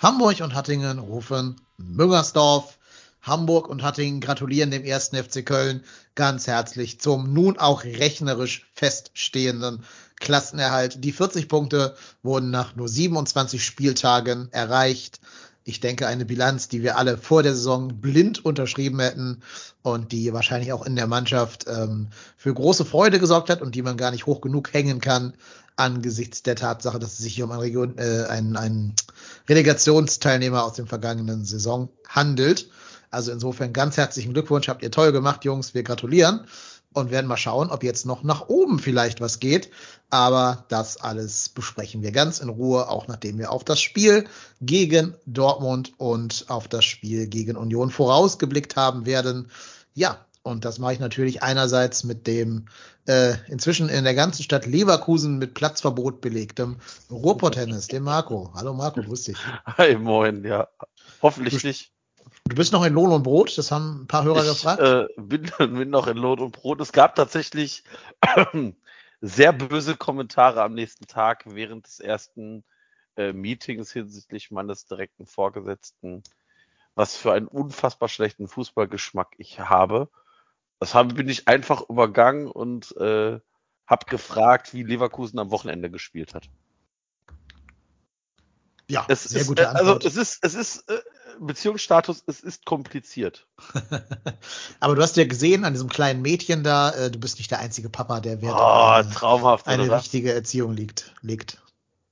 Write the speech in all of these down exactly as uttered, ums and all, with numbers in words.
Hamburg und Hattingen rufen Müngersdorf. Hamburg und Hattingen gratulieren dem ersten F C Köln ganz herzlich zum nun auch rechnerisch feststehenden Klassenerhalt. Die vierzig Punkte wurden nach nur siebenundzwanzig Spieltagen erreicht. Ich denke, eine Bilanz, die wir alle vor der Saison blind unterschrieben hätten und die wahrscheinlich auch in der Mannschaft ähm, für große Freude gesorgt hat und die man gar nicht hoch genug hängen kann, angesichts der Tatsache, dass es sich hier um einen, Region, äh, einen, einen Relegationsteilnehmer aus der vergangenen Saison handelt. Also insofern ganz herzlichen Glückwunsch, habt ihr toll gemacht, Jungs, wir gratulieren und werden mal schauen, ob jetzt noch nach oben vielleicht was geht. Aber das alles besprechen wir ganz in Ruhe, auch nachdem wir auf das Spiel gegen Dortmund und auf das Spiel gegen Union vorausgeblickt haben werden. Ja, und das mache ich natürlich einerseits mit dem äh, inzwischen in der ganzen Stadt Leverkusen mit Platzverbot belegtem Ruhrpott-Tennis, dem Marco. Hallo Marco, grüß dich. Hi, moin, ja. Hoffentlich Du, nicht. du bist noch in Lohn und Brot, das haben ein paar Hörer Ich gefragt. äh, bin, bin noch in Lohn und Brot. Es gab tatsächlich sehr böse Kommentare am nächsten Tag während des ersten äh, Meetings hinsichtlich meines direkten Vorgesetzten, was für einen unfassbar schlechten Fußballgeschmack ich habe. Das habe, bin ich einfach übergangen und äh, habe gefragt, wie Leverkusen am Wochenende gespielt hat. Ja, Es sehr ist, gute äh, also Antwort. es ist, es ist äh, Beziehungsstatus, es ist kompliziert. Aber du hast ja gesehen an diesem kleinen Mädchen da, äh, du bist nicht der einzige Papa, der Wert auf Oh, eine, traumhaft, oder eine was? richtige Erziehung liegt, legt.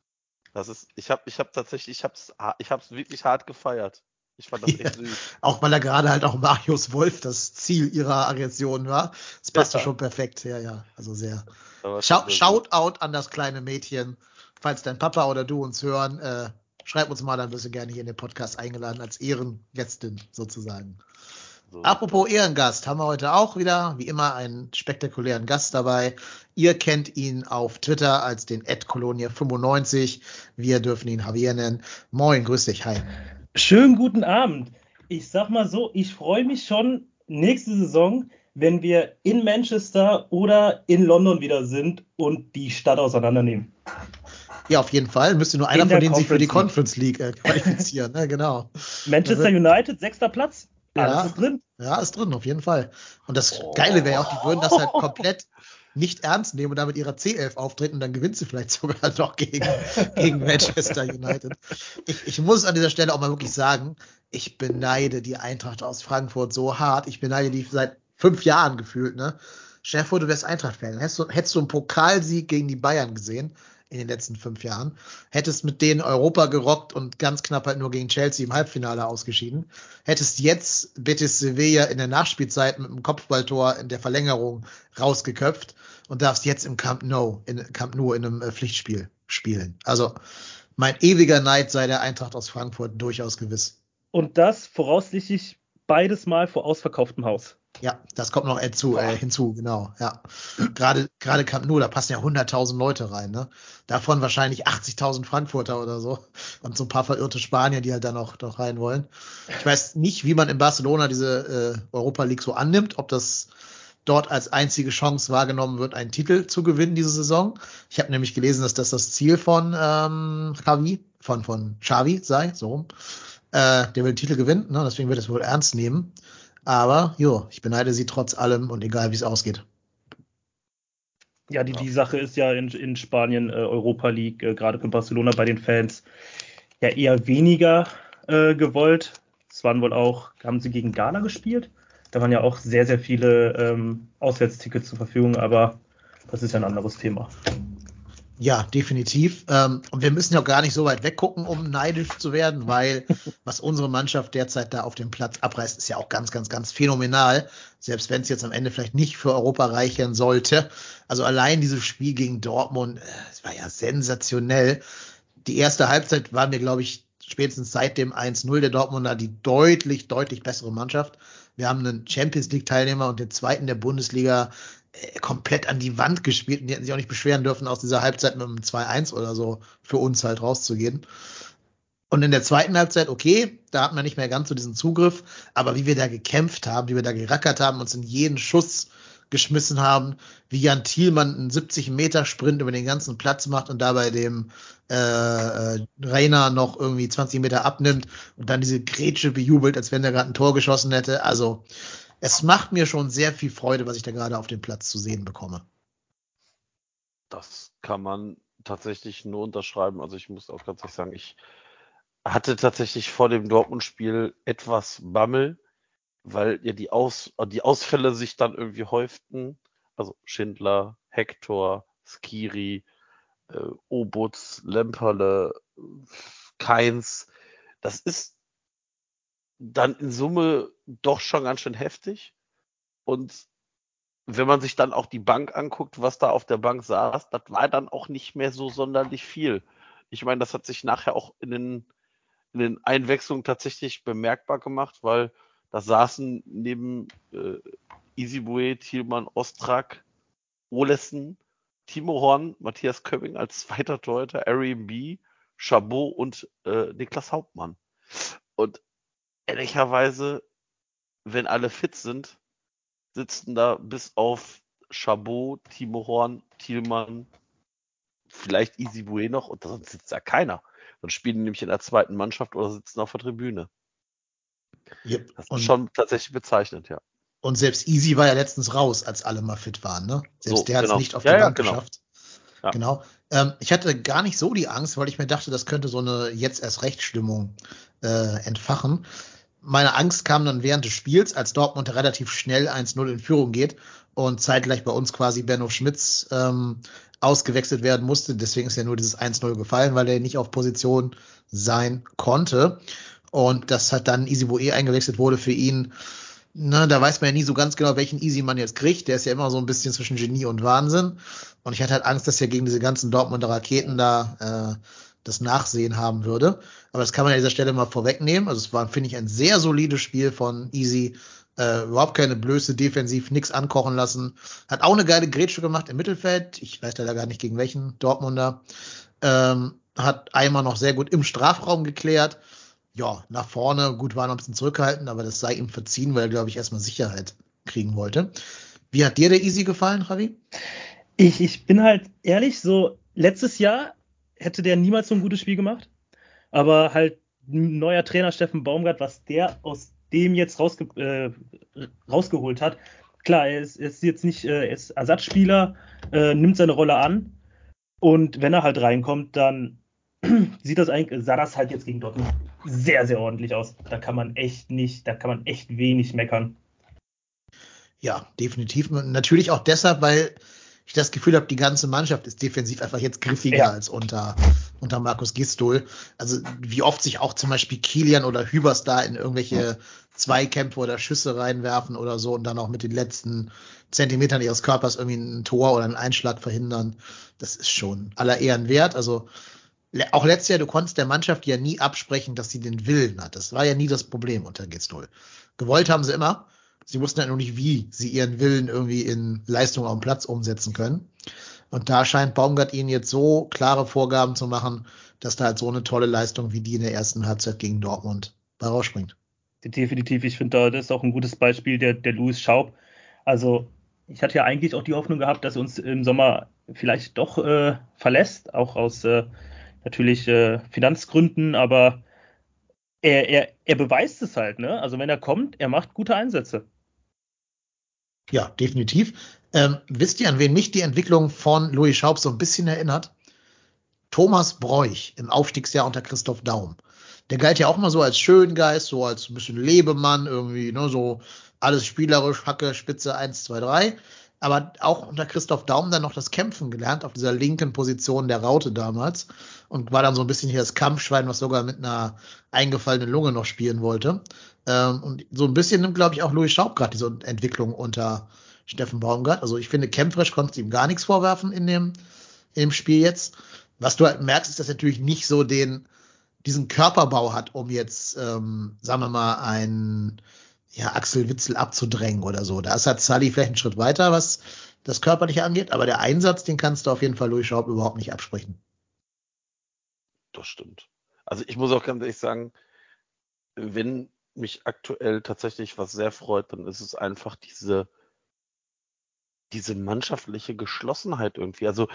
Das ist, ich habe, ich habe tatsächlich, ich hab's, ich hab's wirklich hart gefeiert. Ich fand das Ja. echt süß. Auch weil er gerade halt auch Marius Wolf das Ziel ihrer Aggression war. Das passte Ja, schon perfekt. Ja, ja, also sehr. das war schon Schau, sehr süß. Shoutout an das kleine Mädchen. Falls dein Papa oder du uns hören, äh, schreib uns mal, dann bist du gerne hier in den Podcast eingeladen als Ehrengästin sozusagen. So sieht's Apropos aus. Ehrengast, haben wir heute auch wieder, wie immer, einen spektakulären Gast dabei. Ihr kennt ihn auf Twitter als den at kolonia fünfundneunzig. Wir dürfen ihn Javier nennen. Moin, grüß dich, hi. Schönen guten Abend. Ich sag mal so, ich freue mich schon nächste Saison, wenn wir in Manchester oder in London wieder sind und die Stadt auseinandernehmen. Ja, auf jeden Fall. Müsste nur einer In von der denen sich für die Conference Conference League. League äh, qualifizieren, ne? Genau. Da Manchester wird, United, sechster Platz. Alles ja, ist drin. ja, ist drin, auf jeden Fall. Und das Geile wäre ja auch, die würden das halt Oh. komplett nicht ernst nehmen und da mit ihrer C elf auftreten und dann gewinnt sie vielleicht sogar noch gegen, gegen Manchester United. Ich, ich muss an dieser Stelle auch mal wirklich sagen, ich beneide die Eintracht aus Frankfurt so hart. Ich beneide die seit fünf Jahren gefühlt, ne? Stell dir vor, du wärst Eintracht-Fan. Hättest du, hättest du einen Pokalsieg gegen die Bayern gesehen in den letzten fünf Jahren, hättest mit denen Europa gerockt und ganz knapp halt nur gegen Chelsea im Halbfinale ausgeschieden, hättest jetzt Betis Sevilla in der Nachspielzeit mit einem Kopfballtor in der Verlängerung rausgeköpft und darfst jetzt im Camp Nou, in Camp Nou in einem äh, Pflichtspiel spielen. Also mein ewiger Neid sei der Eintracht aus Frankfurt durchaus gewiss. Und das voraussichtlich beides Mal vor ausverkauftem Haus. Ja, das kommt noch hinzu, äh, hinzu, genau, ja. Gerade, gerade Camp Nou, da passen ja hunderttausend Leute rein, ne? Davon wahrscheinlich achtzigtausend Frankfurter oder so. Und so ein paar verirrte Spanier, die halt da noch, noch rein wollen. Ich weiß nicht, wie man in Barcelona diese äh, Europa League so annimmt, ob das dort als einzige Chance wahrgenommen wird, einen Titel zu gewinnen diese Saison. Ich habe nämlich gelesen, dass das das Ziel von ähm, Xavi, von, von Xavi sei, so rum. Äh, der will den Titel gewinnen, ne? Deswegen wird es wohl ernst nehmen. Aber jo, ich beneide sie trotz allem und egal wie es ausgeht. Ja, die, Ja. die Sache ist ja in, in Spanien, äh, Europa League, äh, gerade für Barcelona bei den Fans, ja eher weniger äh, gewollt. Es waren wohl auch, haben sie gegen Ghana gespielt? Da waren ja auch sehr, sehr viele ähm, Auswärtstickets zur Verfügung, aber das ist ja ein anderes Thema. Ja, definitiv. Ähm, und wir müssen ja auch gar nicht so weit weggucken, um neidisch zu werden, weil was unsere Mannschaft derzeit da auf dem Platz abreißt, ist ja auch ganz, ganz, ganz phänomenal. Selbst wenn es jetzt am Ende vielleicht nicht für Europa reichen sollte. Also allein dieses Spiel gegen Dortmund, es war ja sensationell. Die erste Halbzeit war mir, glaube ich, spätestens seit dem eins null der Dortmunder die deutlich, deutlich bessere Mannschaft. Wir haben einen Champions League-Teilnehmer und den zweiten der Bundesliga äh, komplett an die Wand gespielt und die hätten sich auch nicht beschweren dürfen, aus dieser Halbzeit mit einem zwei eins oder so für uns halt rauszugehen. Und in der zweiten Halbzeit, okay, da hatten wir nicht mehr ganz so diesen Zugriff, aber wie wir da gekämpft haben, wie wir da gerackert haben, uns in jeden Schuss geschmissen haben, wie Jan Thielmann einen siebzig-Meter-Sprint über den ganzen Platz macht und dabei dem äh, äh, Rainer noch irgendwie zwanzig Meter abnimmt und dann diese Grätsche bejubelt, als wenn er gerade ein Tor geschossen hätte. Also es macht mir schon sehr viel Freude, was ich da gerade auf dem Platz zu sehen bekomme. Das kann man tatsächlich nur unterschreiben. Also ich muss auch ganz ehrlich sagen, ich hatte tatsächlich vor dem Dortmund-Spiel etwas Bammel, weil ja die, Aus, die Ausfälle sich dann irgendwie häuften. Also Schindler, Hector, Skiri, äh, Obutz, Lemperle, Keins. Das ist dann in Summe doch schon ganz schön heftig. Und wenn man sich dann auch die Bank anguckt, was da auf der Bank saß, das war dann auch nicht mehr so sonderlich viel. Ich meine, das hat sich nachher auch in den, in den Einwechslungen tatsächlich bemerkbar gemacht, weil da saßen neben äh, Isibue, Thielmann, Ostrak, Olesen, Timo Horn, Matthias Köpping als zweiter Torhüter, Airbnb, Chabot und äh, Niklas Hauptmann. Und ehrlicherweise, wenn alle fit sind, sitzen da bis auf Chabot, Timo Horn, Thielmann, vielleicht Isibue noch und sonst sitzt da keiner. Dann spielen die nämlich in der zweiten Mannschaft oder sitzen auf der Tribüne. Yep. Das ist Und, schon tatsächlich bezeichnend, ja. und selbst Easy war ja letztens raus, als alle mal fit waren. Ne? Selbst So, der hat es genau. nicht auf die Ja, ja, Bank genau. geschafft. Ja. Genau. Ähm, ich hatte gar nicht so die Angst, weil ich mir dachte, das könnte so eine jetzt erst recht Stimmung äh, entfachen. Meine Angst kam dann während des Spiels, als Dortmund relativ schnell eins null in Führung geht und zeitgleich bei uns quasi Benno Schmitz ähm, ausgewechselt werden musste. Deswegen ist ja nur dieses eins null gefallen, weil er nicht auf Position sein konnte. Und das hat dann Isibue eingewechselt wurde für ihn. Na, da weiß man ja nie so ganz genau, welchen Easy man jetzt kriegt. Der ist ja immer so ein bisschen zwischen Genie und Wahnsinn. Und ich hatte halt Angst, dass er gegen diese ganzen Dortmunder Raketen da äh, das Nachsehen haben würde. Aber das kann man an dieser Stelle mal vorwegnehmen. Also es war, finde ich, ein sehr solides Spiel von Easy. Äh, überhaupt keine Blöße, defensiv nichts ankochen lassen. Hat auch eine geile Grätsche gemacht im Mittelfeld. Ich weiß leider gar nicht gegen welchen Dortmunder. Ähm, hat einmal noch sehr gut im Strafraum geklärt. Ja, nach vorne, gut, war noch ein bisschen zurückhaltend, aber das sei ihm verziehen, weil er, glaube ich, erstmal Sicherheit kriegen wollte. Wie hat dir der Easy gefallen, Javi? Ich, ich bin halt ehrlich, so letztes Jahr hätte der niemals so ein gutes Spiel gemacht. Aber halt ein neuer Trainer Steffen Baumgart, was der aus dem jetzt rausge äh, rausgeholt hat. Klar, er ist, er ist jetzt nicht, äh, er ist Ersatzspieler, äh, nimmt seine Rolle an. Und wenn er halt reinkommt, dann sieht das eigentlich, sah das halt jetzt gegen Dortmund sehr, sehr ordentlich aus. Da kann man echt nicht, da kann man echt wenig meckern. Ja, definitiv. Natürlich auch deshalb, weil ich das Gefühl habe, die ganze Mannschaft ist defensiv einfach jetzt griffiger Ja. als unter, unter Markus Gisdol. Also wie oft sich auch zum Beispiel Kilian oder Hübers da in irgendwelche Zweikämpfe oder Schüsse reinwerfen oder so und dann auch mit den letzten Zentimetern ihres Körpers irgendwie ein Tor oder einen Einschlag verhindern. Das ist schon aller Ehren wert. Also le- auch letztes Jahr, du konntest der Mannschaft ja nie absprechen, dass sie den Willen hat. Das war ja nie das Problem unter Gisdol. Gewollt haben sie immer. Sie wussten halt nur nicht, wie sie ihren Willen irgendwie in Leistung auf dem Platz umsetzen können. Und da scheint Baumgart ihnen jetzt so klare Vorgaben zu machen, dass da halt so eine tolle Leistung wie die in der ersten Halbzeit gegen Dortmund bei rausspringt. Definitiv, ich finde, da das ist auch ein gutes Beispiel, der, der Louis Schaub. Also, ich hatte ja eigentlich auch die Hoffnung gehabt, dass er uns im Sommer vielleicht doch äh, verlässt, auch aus äh, natürlich äh, Finanzgründen, aber er, er, er beweist es halt, ne? Also, wenn er kommt, er macht gute Einsätze. Ja, definitiv. Ähm, wisst ihr, an wen mich die Entwicklung von Louis Schaub so ein bisschen erinnert? Thomas Bräuch im Aufstiegsjahr unter Christoph Daum. Der galt ja auch immer so als Schöngeist, so als ein bisschen Lebemann irgendwie, ne, so alles spielerisch, Hacke, Spitze, eins, zwei, drei. Aber auch unter Christoph Daum dann noch das Kämpfen gelernt, auf dieser linken Position der Raute damals. Und war dann so ein bisschen hier das Kampfschwein, was sogar mit einer eingefallenen Lunge noch spielen wollte. Ähm, und so ein bisschen nimmt, glaube ich, auch Louis Schaub gerade diese Entwicklung unter Steffen Baumgart. Also ich finde, kämpferisch konntest du ihm gar nichts vorwerfen in dem, in dem Spiel jetzt. Was du halt merkst, ist, dass er natürlich nicht so den, diesen Körperbau hat, um jetzt, ähm, sagen wir mal, einen ja, Axel Witsel abzudrängen oder so. Da ist halt Sully vielleicht einen Schritt weiter, was das Körperliche angeht, aber der Einsatz, den kannst du auf jeden Fall Louis Schaub überhaupt nicht absprechen. Das stimmt. Also ich muss auch ganz ehrlich sagen, wenn mich aktuell tatsächlich was sehr freut, dann ist es einfach diese diese mannschaftliche Geschlossenheit irgendwie. Also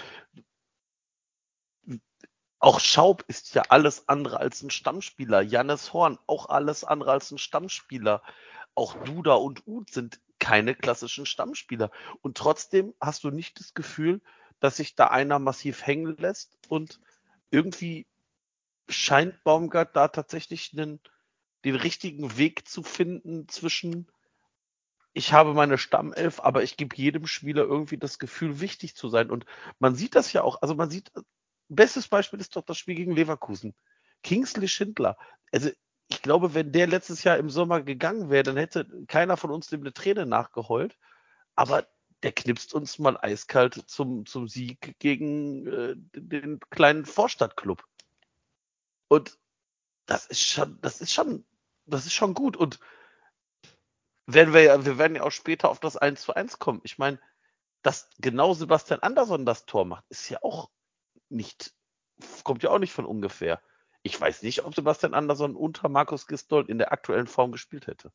auch Schaub ist ja alles andere als ein Stammspieler. Jannis Horn, auch alles andere als ein Stammspieler. Auch Duda und Uth sind keine klassischen Stammspieler. Und trotzdem hast du nicht das Gefühl, dass sich da einer massiv hängen lässt. Und irgendwie scheint Baumgart da tatsächlich den, den richtigen Weg zu finden zwischen, ich habe meine Stammelf, aber ich gebe jedem Spieler irgendwie das Gefühl, wichtig zu sein. Und man sieht das ja auch, also man sieht, bestes Beispiel ist doch das Spiel gegen Leverkusen. Kingsley Schindler. Also ich glaube, wenn der letztes Jahr im Sommer gegangen wäre, dann hätte keiner von uns dem eine Träne nachgeheult. Aber der knipst uns mal eiskalt zum, zum Sieg gegen äh, den kleinen Vorstadtklub. Und das ist schon, das ist schon, das ist schon gut. Und werden wir ja, wir werden ja auch später auf das eins zu eins kommen. Ich meine, dass genau Sebastian Andersson das Tor macht, ist ja auch nicht, kommt ja auch nicht von ungefähr. Ich weiß nicht, ob Sebastian Andersson unter Markus Gisdol in der aktuellen Form gespielt hätte.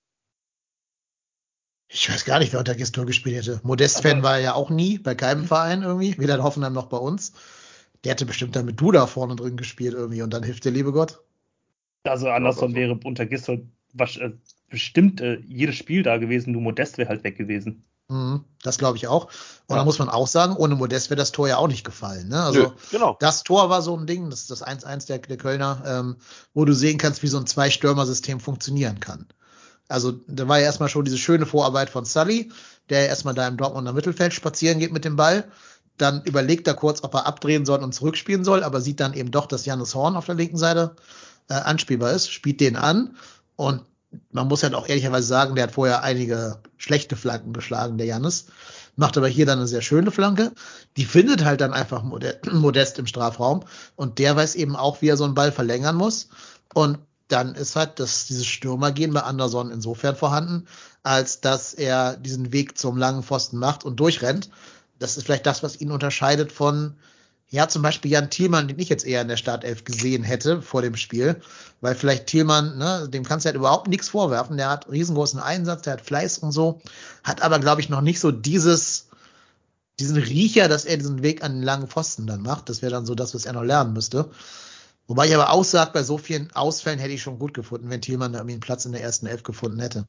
Ich weiß gar nicht, wer unter Gisdol gespielt hätte. Modest-Fan war er ja auch nie, bei keinem Verein irgendwie, weder in Hoffenheim noch bei uns. Der hätte bestimmt dann mit Duda vorne drin gespielt irgendwie und dann hilft der liebe Gott. Also Andersson ja, wäre unter Gisdol äh, bestimmt äh, jedes Spiel da gewesen, nur Modest wäre halt weg gewesen. Mhm, das glaube ich auch. Und ja. da muss man auch sagen, ohne Modest wäre das Tor ja auch nicht gefallen. Ne? Also Nö, genau. Das Tor war so ein Ding, das ist das eins eins der, der Kölner, ähm, wo du sehen kannst, wie so ein Zwei-Stürmer-System funktionieren kann. Also da war ja erstmal schon diese schöne Vorarbeit von Sully, der erstmal da im Dortmunder Mittelfeld spazieren geht mit dem Ball. Dann überlegt er kurz, ob er abdrehen soll und zurückspielen soll, aber sieht dann eben doch, dass Jannis Horn auf der linken Seite äh, anspielbar ist, spielt den an. Und man muss halt auch ehrlicherweise sagen, der hat vorher einige schlechte Flanken geschlagen, der Jannis. Macht aber hier dann eine sehr schöne Flanke. Die findet halt dann einfach Modest im Strafraum. Und der weiß eben auch, wie er so einen Ball verlängern muss. Und dann ist halt das, dieses Stürmergehen bei Anderson insofern vorhanden, als dass er diesen Weg zum langen Pfosten macht und durchrennt. Das ist vielleicht das, was ihn unterscheidet von, ja, zum Beispiel Jan Thielmann, den ich jetzt eher in der Startelf gesehen hätte vor dem Spiel, weil vielleicht Thielmann, ne, dem kannst du halt überhaupt nichts vorwerfen, der hat riesengroßen Einsatz, der hat Fleiß und so, hat aber, glaube ich, noch nicht so dieses, diesen Riecher, dass er diesen Weg an den langen Pfosten dann macht. Das wäre dann so das, was er noch lernen müsste. Wobei ich aber auch sage, bei so vielen Ausfällen hätte ich schon gut gefunden, wenn Thielmann da irgendwie einen Platz in der ersten Elf gefunden hätte.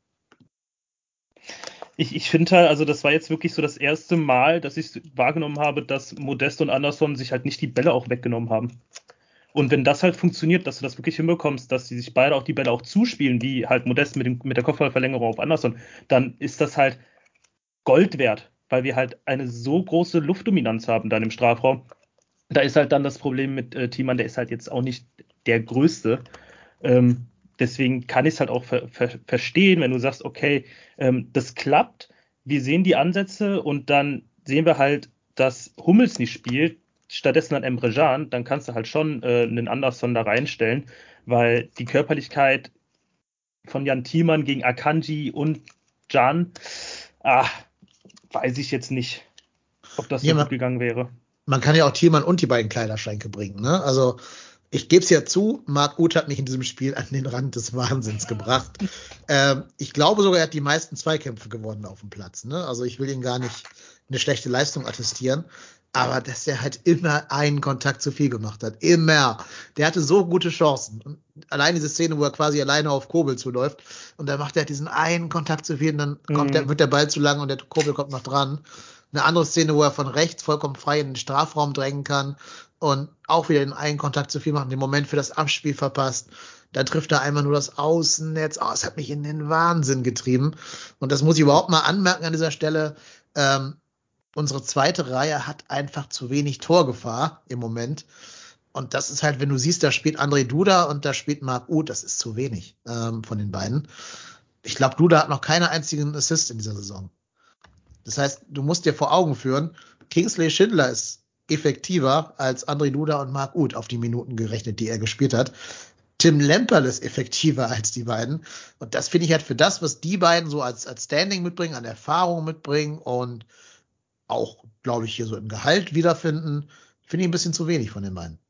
Ich, ich finde halt, also das war jetzt wirklich so das erste Mal, dass ich wahrgenommen habe, dass Modest und Andersson sich halt nicht die Bälle auch weggenommen haben. Und wenn das halt funktioniert, dass du das wirklich hinbekommst, dass die sich beide auch die Bälle auch zuspielen, wie halt Modest mit, dem, mit der Kopfballverlängerung auf Andersson, dann ist das halt Gold wert, weil wir halt eine so große Luftdominanz haben dann im Strafraum. Da ist halt dann das Problem mit äh, Thiemann, der ist halt jetzt auch nicht der Größte. Ähm, deswegen kann ich es halt auch ver ver verstehen, wenn du sagst, okay, ähm, das klappt, wir sehen die Ansätze und dann sehen wir halt, dass Hummels nicht spielt, stattdessen dann Emre Can, dann kannst du halt schon äh, einen Andersson da reinstellen, weil die Körperlichkeit von Jan Thielmann gegen Akanji und Can, ah, weiß ich jetzt nicht, ob das so Ja, gut man, gegangen wäre. man kann ja auch Thielmann und die beiden Kleiderschränke bringen, ne? Also ich gebe es ja zu, Marc Uth hat mich in diesem Spiel an den Rand des Wahnsinns gebracht. Ähm, ich glaube sogar, er hat die meisten Zweikämpfe gewonnen auf dem Platz. Ne? Also ich will ihm gar nicht eine schlechte Leistung attestieren, aber dass er halt immer einen Kontakt zu viel gemacht hat. Immer. Der hatte so gute Chancen. Und allein diese Szene, wo er quasi alleine auf Kobel zuläuft und dann macht er diesen einen Kontakt zu viel und dann kommt der, wird der Ball zu lang und der Kobel kommt noch dran. Eine andere Szene, wo er von rechts vollkommen frei in den Strafraum drängen kann und auch wieder den einen Kontakt zu viel macht, den Moment für das Abspiel verpasst. Dann trifft er einmal nur das Außennetz. Oh, es hat mich in den Wahnsinn getrieben. Und das muss ich überhaupt mal anmerken an dieser Stelle. Ähm, unsere zweite Reihe hat einfach zu wenig Torgefahr im Moment. Und das ist halt, wenn du siehst, da spielt André Duda und da spielt Marc Uth, das ist zu wenig ähm, von den beiden. Ich glaube, Duda hat noch keinen einzigen Assist in dieser Saison. Das heißt, du musst dir vor Augen führen, Kingsley Schindler ist effektiver als André Duda und Marc Uth auf die Minuten gerechnet, die er gespielt hat. Tim Lemperl ist effektiver als die beiden. Und das finde ich halt für das, was die beiden so als, als Standing mitbringen, an Erfahrung mitbringen und auch, glaube ich, hier so im Gehalt wiederfinden, finde ich ein bisschen zu wenig von den beiden.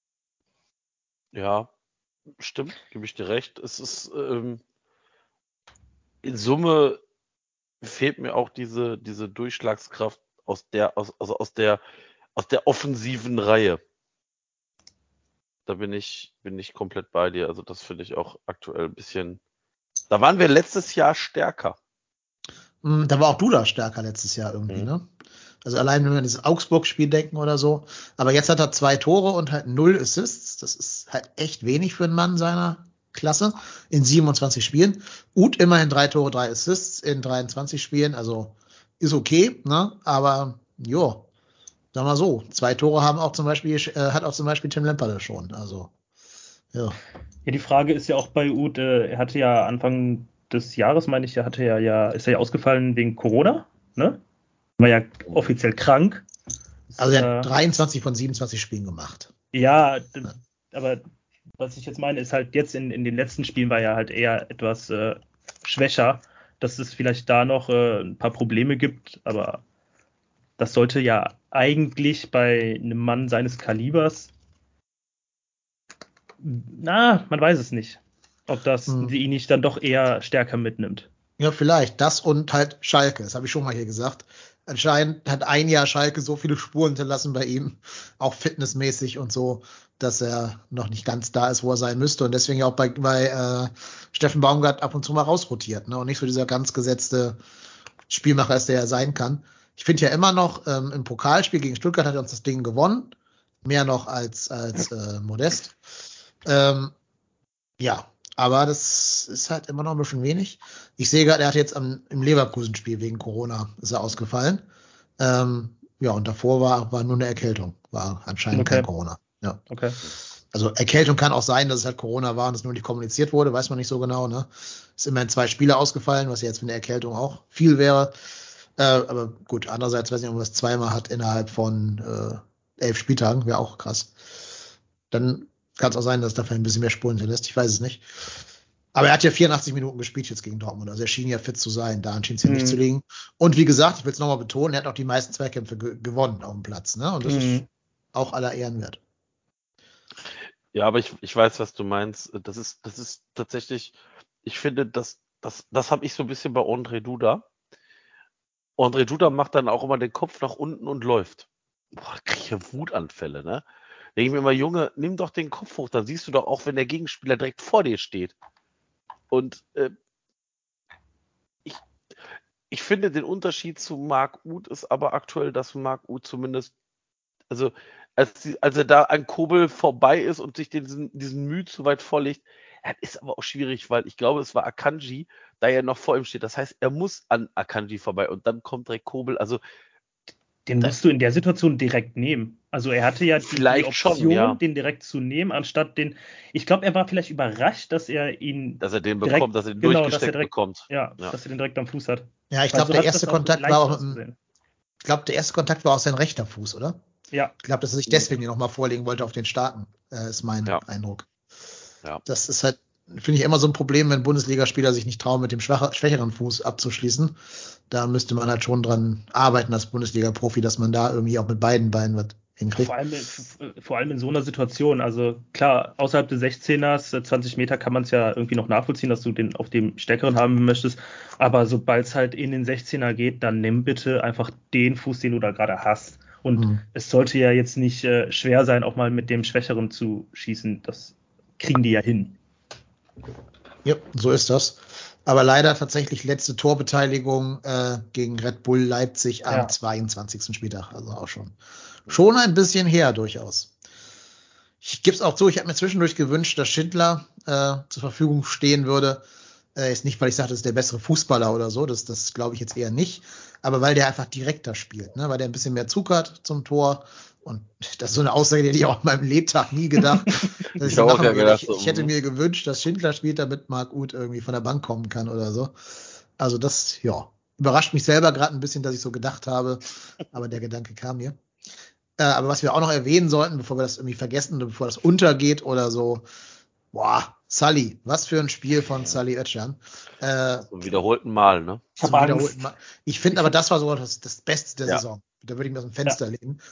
Ja, stimmt, gebe ich dir recht. Es ist ähm, in Summe fehlt mir auch diese, diese Durchschlagskraft aus der, aus, also aus der, aus der offensiven Reihe. Da bin ich, bin ich komplett bei dir. Also das finde ich auch aktuell ein bisschen. Da waren wir letztes Jahr stärker. Da war auch Duda stärker letztes Jahr irgendwie, Mhm. ne? Also allein wenn wir an dieses Augsburg-Spiel denken oder so. Aber jetzt hat er zwei Tore und halt null Assists. Das ist halt echt wenig für einen Mann seiner Klasse in siebenundzwanzig Spielen. Uth immerhin drei Tore, drei Assists in dreiundzwanzig Spielen. Also ist okay, ne? Aber jo, sag mal so, zwei Tore haben auch zum Beispiel, äh, hat auch zum Beispiel Tim Lemperle schon. Also, ja. Ja, die Frage ist ja auch bei Uth, äh, er hatte ja Anfang des Jahres, meine ich, er hatte ja, ja, ist er ja ausgefallen wegen Corona, ne? War ja offiziell krank. Also er Äh, hat dreiundzwanzig von siebenundzwanzig Spielen gemacht. Ja, d- Ja. aber was ich jetzt meine, ist halt jetzt in, in den letzten Spielen war er halt eher etwas äh, schwächer, dass es vielleicht da noch äh, ein paar Probleme gibt, aber das sollte ja eigentlich bei einem Mann seines Kalibers, na, man weiß es nicht, ob das Hm. ihn nicht dann doch eher stärker mitnimmt. Ja, vielleicht. Das und halt Schalke. Das habe ich schon mal hier gesagt. Anscheinend hat ein Jahr Schalke so viele Spuren hinterlassen bei ihm, auch fitnessmäßig und so, dass er noch nicht ganz da ist, wo er sein müsste. Und deswegen auch bei, bei äh, Steffen Baumgart ab und zu mal rausrotiert, ne? Und nicht so dieser ganz gesetzte Spielmacher ist, der er sein kann. Ich finde ja immer noch, ähm, im Pokalspiel gegen Stuttgart hat er uns das Ding gewonnen. Mehr noch als, als äh, Modest. Ähm, ja, aber das ist halt immer noch ein bisschen wenig. Ich sehe gerade, er hat jetzt am, im Leverkusen-Spiel wegen Corona ist er ausgefallen. Ähm, ja, und davor war, war nur eine Erkältung. War anscheinend Okay. kein Corona. Ja. Okay. Also Erkältung kann auch sein, dass es halt Corona war und es nur nicht kommuniziert wurde, weiß man nicht so genau. Ne? Ist immerhin zwei Spiele ausgefallen, was ja jetzt für eine Erkältung auch viel wäre. Äh, aber gut, andererseits weiß ich nicht, ob man das zweimal hat innerhalb von äh, elf Spieltagen, wäre auch krass. Dann kann es auch sein, dass da vielleicht ein bisschen mehr Spuren hinterlässt. Ich weiß es nicht. Aber er hat ja vierundachtzig Minuten gespielt jetzt gegen Dortmund. Also er schien ja fit zu sein. Daran schien es ja nicht Mhm. zu liegen. Und wie gesagt, ich will es nochmal betonen, er hat auch die meisten Zweikämpfe ge gewonnen auf dem Platz. Ne? Und das Mhm. ist auch aller Ehren wert. Ja, aber ich, ich weiß, was du meinst. Das ist, das ist tatsächlich, ich finde, das, das, das habe ich so ein bisschen bei André Duda. André Duda macht dann auch immer den Kopf nach unten und läuft. Boah, da kriege ich ja Wutanfälle, ne? Denke ich mir immer, Junge, nimm doch den Kopf hoch, dann siehst du doch auch, wenn der Gegenspieler direkt vor dir steht. Und äh, ich, ich finde, den Unterschied zu Marc Uth ist aber aktuell, dass Marc Uth zumindest, also als, die, als er da an Kobel vorbei ist und sich diesen, diesen Mühe zu weit vorlegt, das ist aber auch schwierig, weil ich glaube, es war Akanji, da er noch vor ihm steht. Das heißt, er muss an Akanji vorbei und dann kommt direkt Kobel. Also Den da, musst du in der Situation direkt nehmen. Also er hatte ja die, die vielleicht Option, schon, ja, den direkt zu nehmen, anstatt den. Ich glaube, er war vielleicht überrascht, dass er ihn dass er den direkt, bekommt, dass er den genau, dass er durchgesteckt direkt, bekommt. ja, Ja. dass er den direkt am Fuß hat. Ja, ich Weil glaube, so der hat erste das auch Kontakt war leicht auch mit dem, ausgesehen. ich glaube, der erste Kontakt war auf sein rechter Fuß, oder? Ja, Ich glaube, dass er sich deswegen nochmal vorlegen wollte auf den starken, äh, ist mein Ja. Eindruck. Ja. Das ist halt, finde ich, immer so ein Problem, wenn Bundesligaspieler sich nicht trauen, mit dem schwacher, schwächeren Fuß abzuschließen. Da müsste man halt schon dran arbeiten als Bundesliga-Profi, dass man da irgendwie auch mit beiden Beinen was hinkriegt. vor allem, f- vor allem in so einer Situation. Also klar, außerhalb des sechzehners, äh, zwanzig Meter kann man es ja irgendwie noch nachvollziehen, dass du den auf dem stärkeren haben möchtest. Aber sobald es halt in den sechzehner geht, dann nimm bitte einfach den Fuß, den du da gerade hast. Und Hm. es sollte ja jetzt nicht äh, schwer sein, auch mal mit dem Schwächeren zu schießen. Das kriegen die ja hin. Ja, so ist das. Aber leider tatsächlich letzte Torbeteiligung äh, gegen Red Bull Leipzig am Ja. zweiundzwanzigsten Spieltag. Also auch schon, schon ein bisschen her durchaus. Ich gebe es auch zu, ich habe mir zwischendurch gewünscht, dass Schindler äh, zur Verfügung stehen würde. Äh, ist nicht, weil ich sage, das ist der bessere Fußballer oder so, das, das glaube ich jetzt eher nicht. Aber weil der einfach direkter spielt, ne? Weil der ein bisschen mehr Zug hat zum Tor. Und das ist so eine Aussage, die hätte ich auch in meinem Lebtag nie gedacht, dass ich Ich so auch machen ja würde. gedacht, Ich, so, ich hätte mhm. mir gewünscht, dass Schindler spielt, damit Marc Uth irgendwie von der Bank kommen kann oder so. Also das, ja, überrascht mich selber gerade ein bisschen, dass ich so gedacht habe. Aber der Gedanke kam mir. Äh, aber was wir auch noch erwähnen sollten, bevor wir das irgendwie vergessen oder bevor das untergeht oder so, boah, Sully, was für ein Spiel von Sully Özcan. Äh, Zum wiederholten Mal, ne? Ich zum habe wiederholten Angst. Mal. Ich finde Ich aber, find, das war so das, das Beste der Ja. Saison. Da würde ich mir aus dem ja. Fenster lehnen.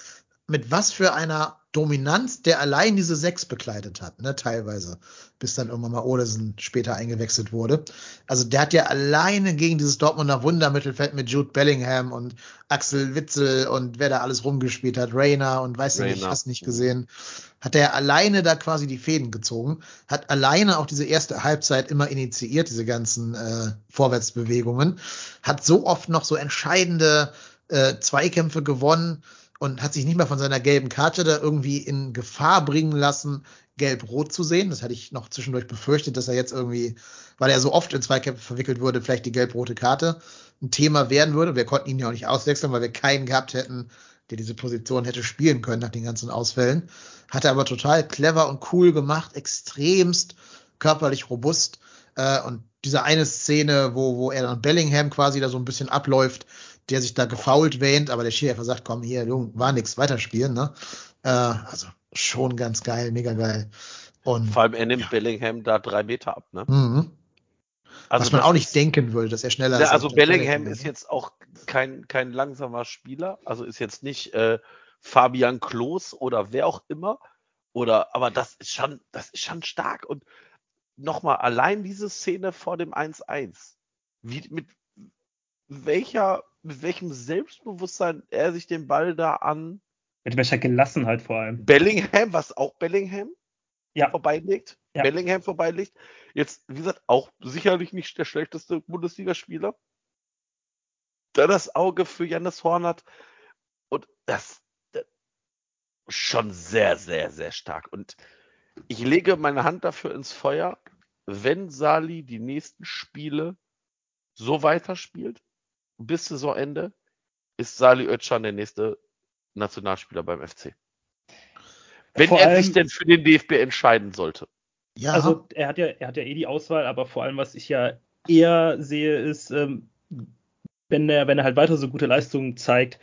mit was für einer Dominanz der allein diese Sechs bekleidet hat, ne, teilweise, bis dann irgendwann mal Olesen später eingewechselt wurde. Also der hat ja alleine gegen dieses Dortmunder Wundermittelfeld mit Jude Bellingham und Axel Witsel und wer da alles rumgespielt hat, Rainer und weißt du nicht, Rainer. hast nicht gesehen, hat er alleine da quasi die Fäden gezogen, hat alleine auch diese erste Halbzeit immer initiiert, diese ganzen äh, Vorwärtsbewegungen, hat so oft noch so entscheidende äh, Zweikämpfe gewonnen und hat sich nicht mehr von seiner gelben Karte da irgendwie in Gefahr bringen lassen, gelb-rot zu sehen. Das hatte ich noch zwischendurch befürchtet, dass er jetzt irgendwie, weil er so oft in Zweikämpfe verwickelt wurde, vielleicht die gelb-rote Karte ein Thema werden würde. Wir konnten ihn ja auch nicht auswechseln, weil wir keinen gehabt hätten, der diese Position hätte spielen können nach den ganzen Ausfällen. Hat er aber total clever und cool gemacht, extremst körperlich robust. Äh, und diese eine Szene, wo, wo er dann Bellingham quasi da so ein bisschen abläuft, der sich da gefoult wähnt, aber der Schiri einfach sagt, komm hier, Junge, war nix, weiterspielen, ne? Äh, also schon ganz geil, mega geil. Und Vor allem er nimmt ja. Bellingham da drei Meter ab, ne? Mhm. Also was man das auch nicht ist, denken würde, dass er schneller ne, ist. also als Bellingham ist jetzt auch kein, kein langsamer Spieler, also ist jetzt nicht äh, Fabian Klos oder wer auch immer, oder, aber das ist schon, das ist schon stark. Und nochmal, allein diese Szene vor dem eins eins, wie, mit welcher, mit welchem Selbstbewusstsein er sich den Ball da an Mit welcher Gelassenheit vor allem. Bellingham, was auch Bellingham Ja, vorbeilegt, Ja. Bellingham vorbeilegt. Jetzt, wie gesagt, auch sicherlich nicht der schlechteste Bundesligaspieler, der das Auge für Jannis Horn hat. Und das, das schon sehr, sehr, sehr stark. Und ich lege meine Hand dafür ins Feuer, wenn Sali die nächsten Spiele so weiterspielt, bis Saisonende, ist Sali Özcan der nächste Nationalspieler beim F C. Wenn Vor er allem- sich denn für den D F B entscheiden sollte. Ja, Also er hat ja, er hat ja eh die Auswahl, aber vor allem, was ich ja eher sehe, ist, ähm, wenn er, wenn er halt weiter so gute Leistungen zeigt,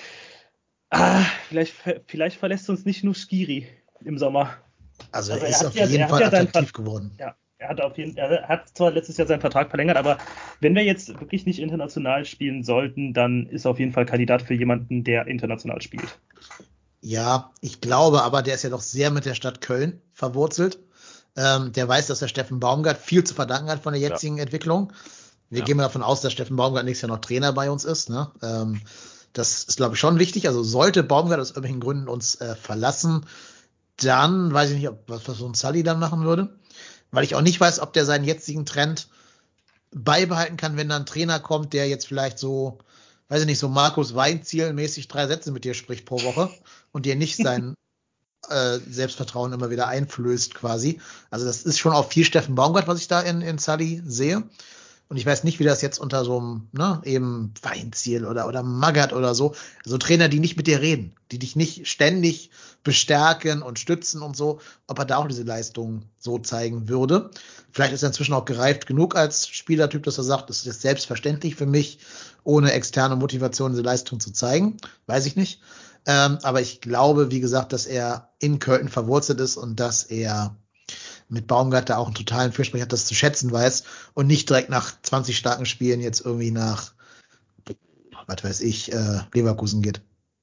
ah, vielleicht, vielleicht verlässt uns nicht nur Skiri im Sommer. also, Also er er ist hat auf ja- jeden er hat Fall ja seinen attraktiv Ver- geworden. Ja, er hat auf jeden, er hat zwar letztes Jahr seinen Vertrag verlängert, aber wenn wir jetzt wirklich nicht international spielen sollten, dann ist er auf jeden Fall Kandidat für jemanden, der international spielt. Ja, ich glaube aber, der ist ja doch sehr mit der Stadt Köln verwurzelt. Ähm, der weiß, dass der Steffen Baumgart viel zu verdanken hat von der jetzigen ja. Entwicklung. Wir Ja. gehen mal davon aus, dass Steffen Baumgart nächstes Jahr noch Trainer bei uns ist. Ne? Ähm, das ist, glaube ich, schon wichtig. Also sollte Baumgart aus irgendwelchen Gründen uns äh, verlassen, dann weiß ich nicht, ob was, was so ein Sully dann machen würde. Weil ich auch nicht weiß, ob der seinen jetzigen Trend beibehalten kann, wenn da ein Trainer kommt, der jetzt vielleicht so, weiß ich nicht, so Markus Weinziel mäßig drei Sätze mit dir spricht pro Woche und dir nicht sein äh, Selbstvertrauen immer wieder einflößt quasi. Also das ist schon auch viel Steffen Baumgart, was ich da in, in Sully sehe. Und ich weiß nicht, wie das jetzt unter so einem, ne, eben Weinziel oder, oder Magath oder so, so Trainer, die nicht mit dir reden, die dich nicht ständig bestärken und stützen und so, ob er da auch diese Leistung so zeigen würde. Vielleicht ist er inzwischen auch gereift genug als Spielertyp, dass er sagt, es ist selbstverständlich für mich, ohne externe Motivation diese Leistung zu zeigen. Weiß ich nicht. Ähm, aber ich glaube, wie gesagt, dass er in Köln verwurzelt ist und dass er mit Baumgart da auch einen totalen Fürsprecher hat, das zu schätzen weiß und nicht direkt nach zwanzig starken Spielen jetzt irgendwie nach, was weiß ich, äh, Leverkusen geht.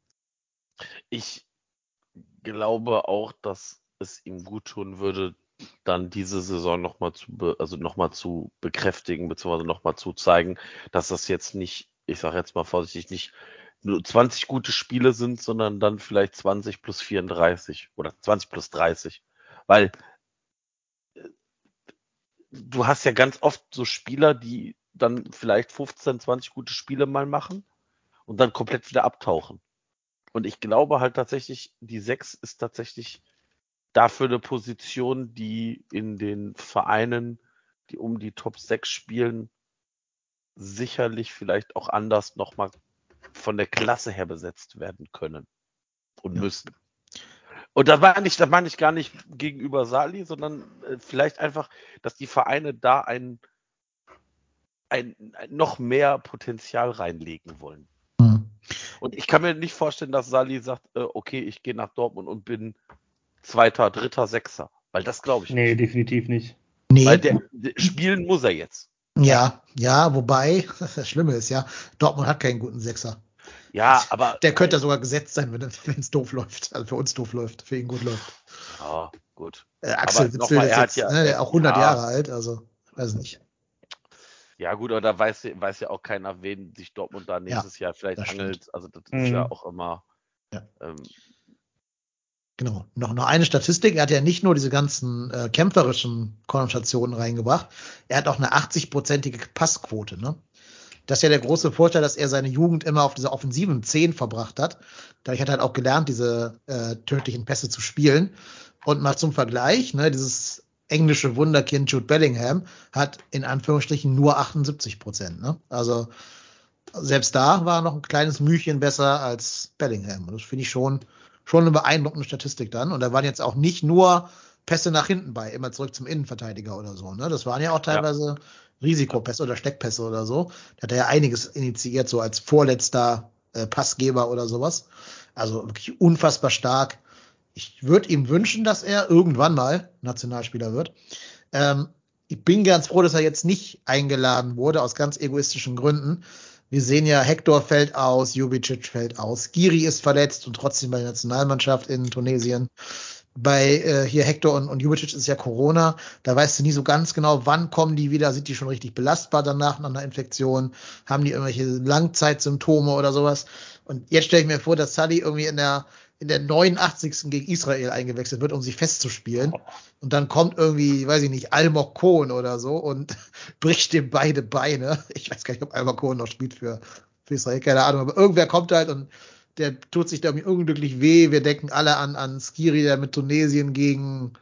Ich glaube auch, dass es ihm gut tun würde, dann diese Saison nochmal zu, be- also noch mal zu bekräftigen, beziehungsweise nochmal zu zeigen, dass das jetzt nicht, ich sage jetzt mal vorsichtig, nicht nur zwanzig gute Spiele sind, sondern dann vielleicht zwanzig plus vierunddreißig oder zwanzig plus dreißig. Weil äh, du hast ja ganz oft so Spieler, die dann vielleicht fünfzehn, zwanzig gute Spiele mal machen und dann komplett wieder abtauchen. Und ich glaube halt tatsächlich, die sechs ist tatsächlich dafür eine Position, die in den Vereinen, die um die Top sechs spielen, sicherlich vielleicht auch anders nochmal von der Klasse her besetzt werden können und Ja. müssen. Und das meine ich, das meine ich gar nicht gegenüber Sali, sondern äh, vielleicht einfach, dass die Vereine da ein, ein, ein noch mehr Potenzial reinlegen wollen. Mhm. Und ich kann mir nicht vorstellen, dass Sali sagt, äh, okay, ich gehe nach Dortmund und bin Zweiter, Dritter, Sechster. Weil das glaube ich Nee, nicht. definitiv nicht. Nee. Weil der, der spielen muss er jetzt. Ja, ja, wobei, das Schlimme ist ja, Dortmund hat keinen guten Sechser. Ja, aber. Der könnte sogar gesetzt sein, wenn es doof läuft. Also für uns doof läuft, für ihn gut läuft. Ja, gut. Äh, Axel aber Witsel nochmal, ist er jetzt hat ja, ne, der er, auch hundert ja, Jahre alt, also weiß nicht. Ja, gut, aber da weiß, weiß ja auch keiner, wen sich Dortmund da nächstes ja, Jahr vielleicht das angelt. Also, das Mhm. ist ja auch immer. Ja. Ähm, Genau. Noch, noch eine Statistik. Er hat ja nicht nur diese ganzen äh, kämpferischen Konnotationen reingebracht. Er hat auch eine achtzig-prozentige Passquote. Ne? Das ist ja der große Vorteil, dass er seine Jugend immer auf dieser offensiven zehn verbracht hat. Dadurch hat er halt auch gelernt, diese äh, tödlichen Pässe zu spielen. Und mal zum Vergleich, ne, dieses englische Wunderkind Jude Bellingham hat in Anführungsstrichen nur achtundsiebzig Prozent. Ne? Also selbst da war noch ein kleines Mühchen besser als Bellingham. Und das finde ich schon, schon eine beeindruckende Statistik dann. Und da waren jetzt auch nicht nur Pässe nach hinten bei, immer zurück zum Innenverteidiger oder so. Ne? Das waren ja auch teilweise ja. Risikopässe oder Steckpässe oder so. Da hat er ja einiges initiiert, so als vorletzter äh, Passgeber oder sowas. Also wirklich unfassbar stark. Ich würde ihm wünschen, dass er irgendwann mal Nationalspieler wird. Ähm, ich bin ganz froh, dass er jetzt nicht eingeladen wurde, aus ganz egoistischen Gründen. Wir sehen ja, Hector fällt aus, Jubicic fällt aus, Giri ist verletzt und trotzdem bei der Nationalmannschaft in Tunesien. Bei äh, hier Hector und, und Jubicic ist ja Corona, da weißt du nie so ganz genau, wann kommen die wieder, sind die schon richtig belastbar danach nach einer Infektion, haben die irgendwelche Langzeitsymptome oder sowas. Und jetzt stelle ich mir vor, dass Sully irgendwie in der in der neunundachtzigsten gegen Israel eingewechselt wird, um sich festzuspielen. Oh. Und dann kommt irgendwie, weiß ich nicht, Almog Cohen oder so und bricht dem beide Beine. Ich weiß gar nicht, ob Almog Cohen noch spielt für, für Israel, keine Ahnung. Aber irgendwer kommt halt und der tut sich da irgendwie unglücklich weh. Wir denken alle an, an Skiri, der mit Tunesien gegen,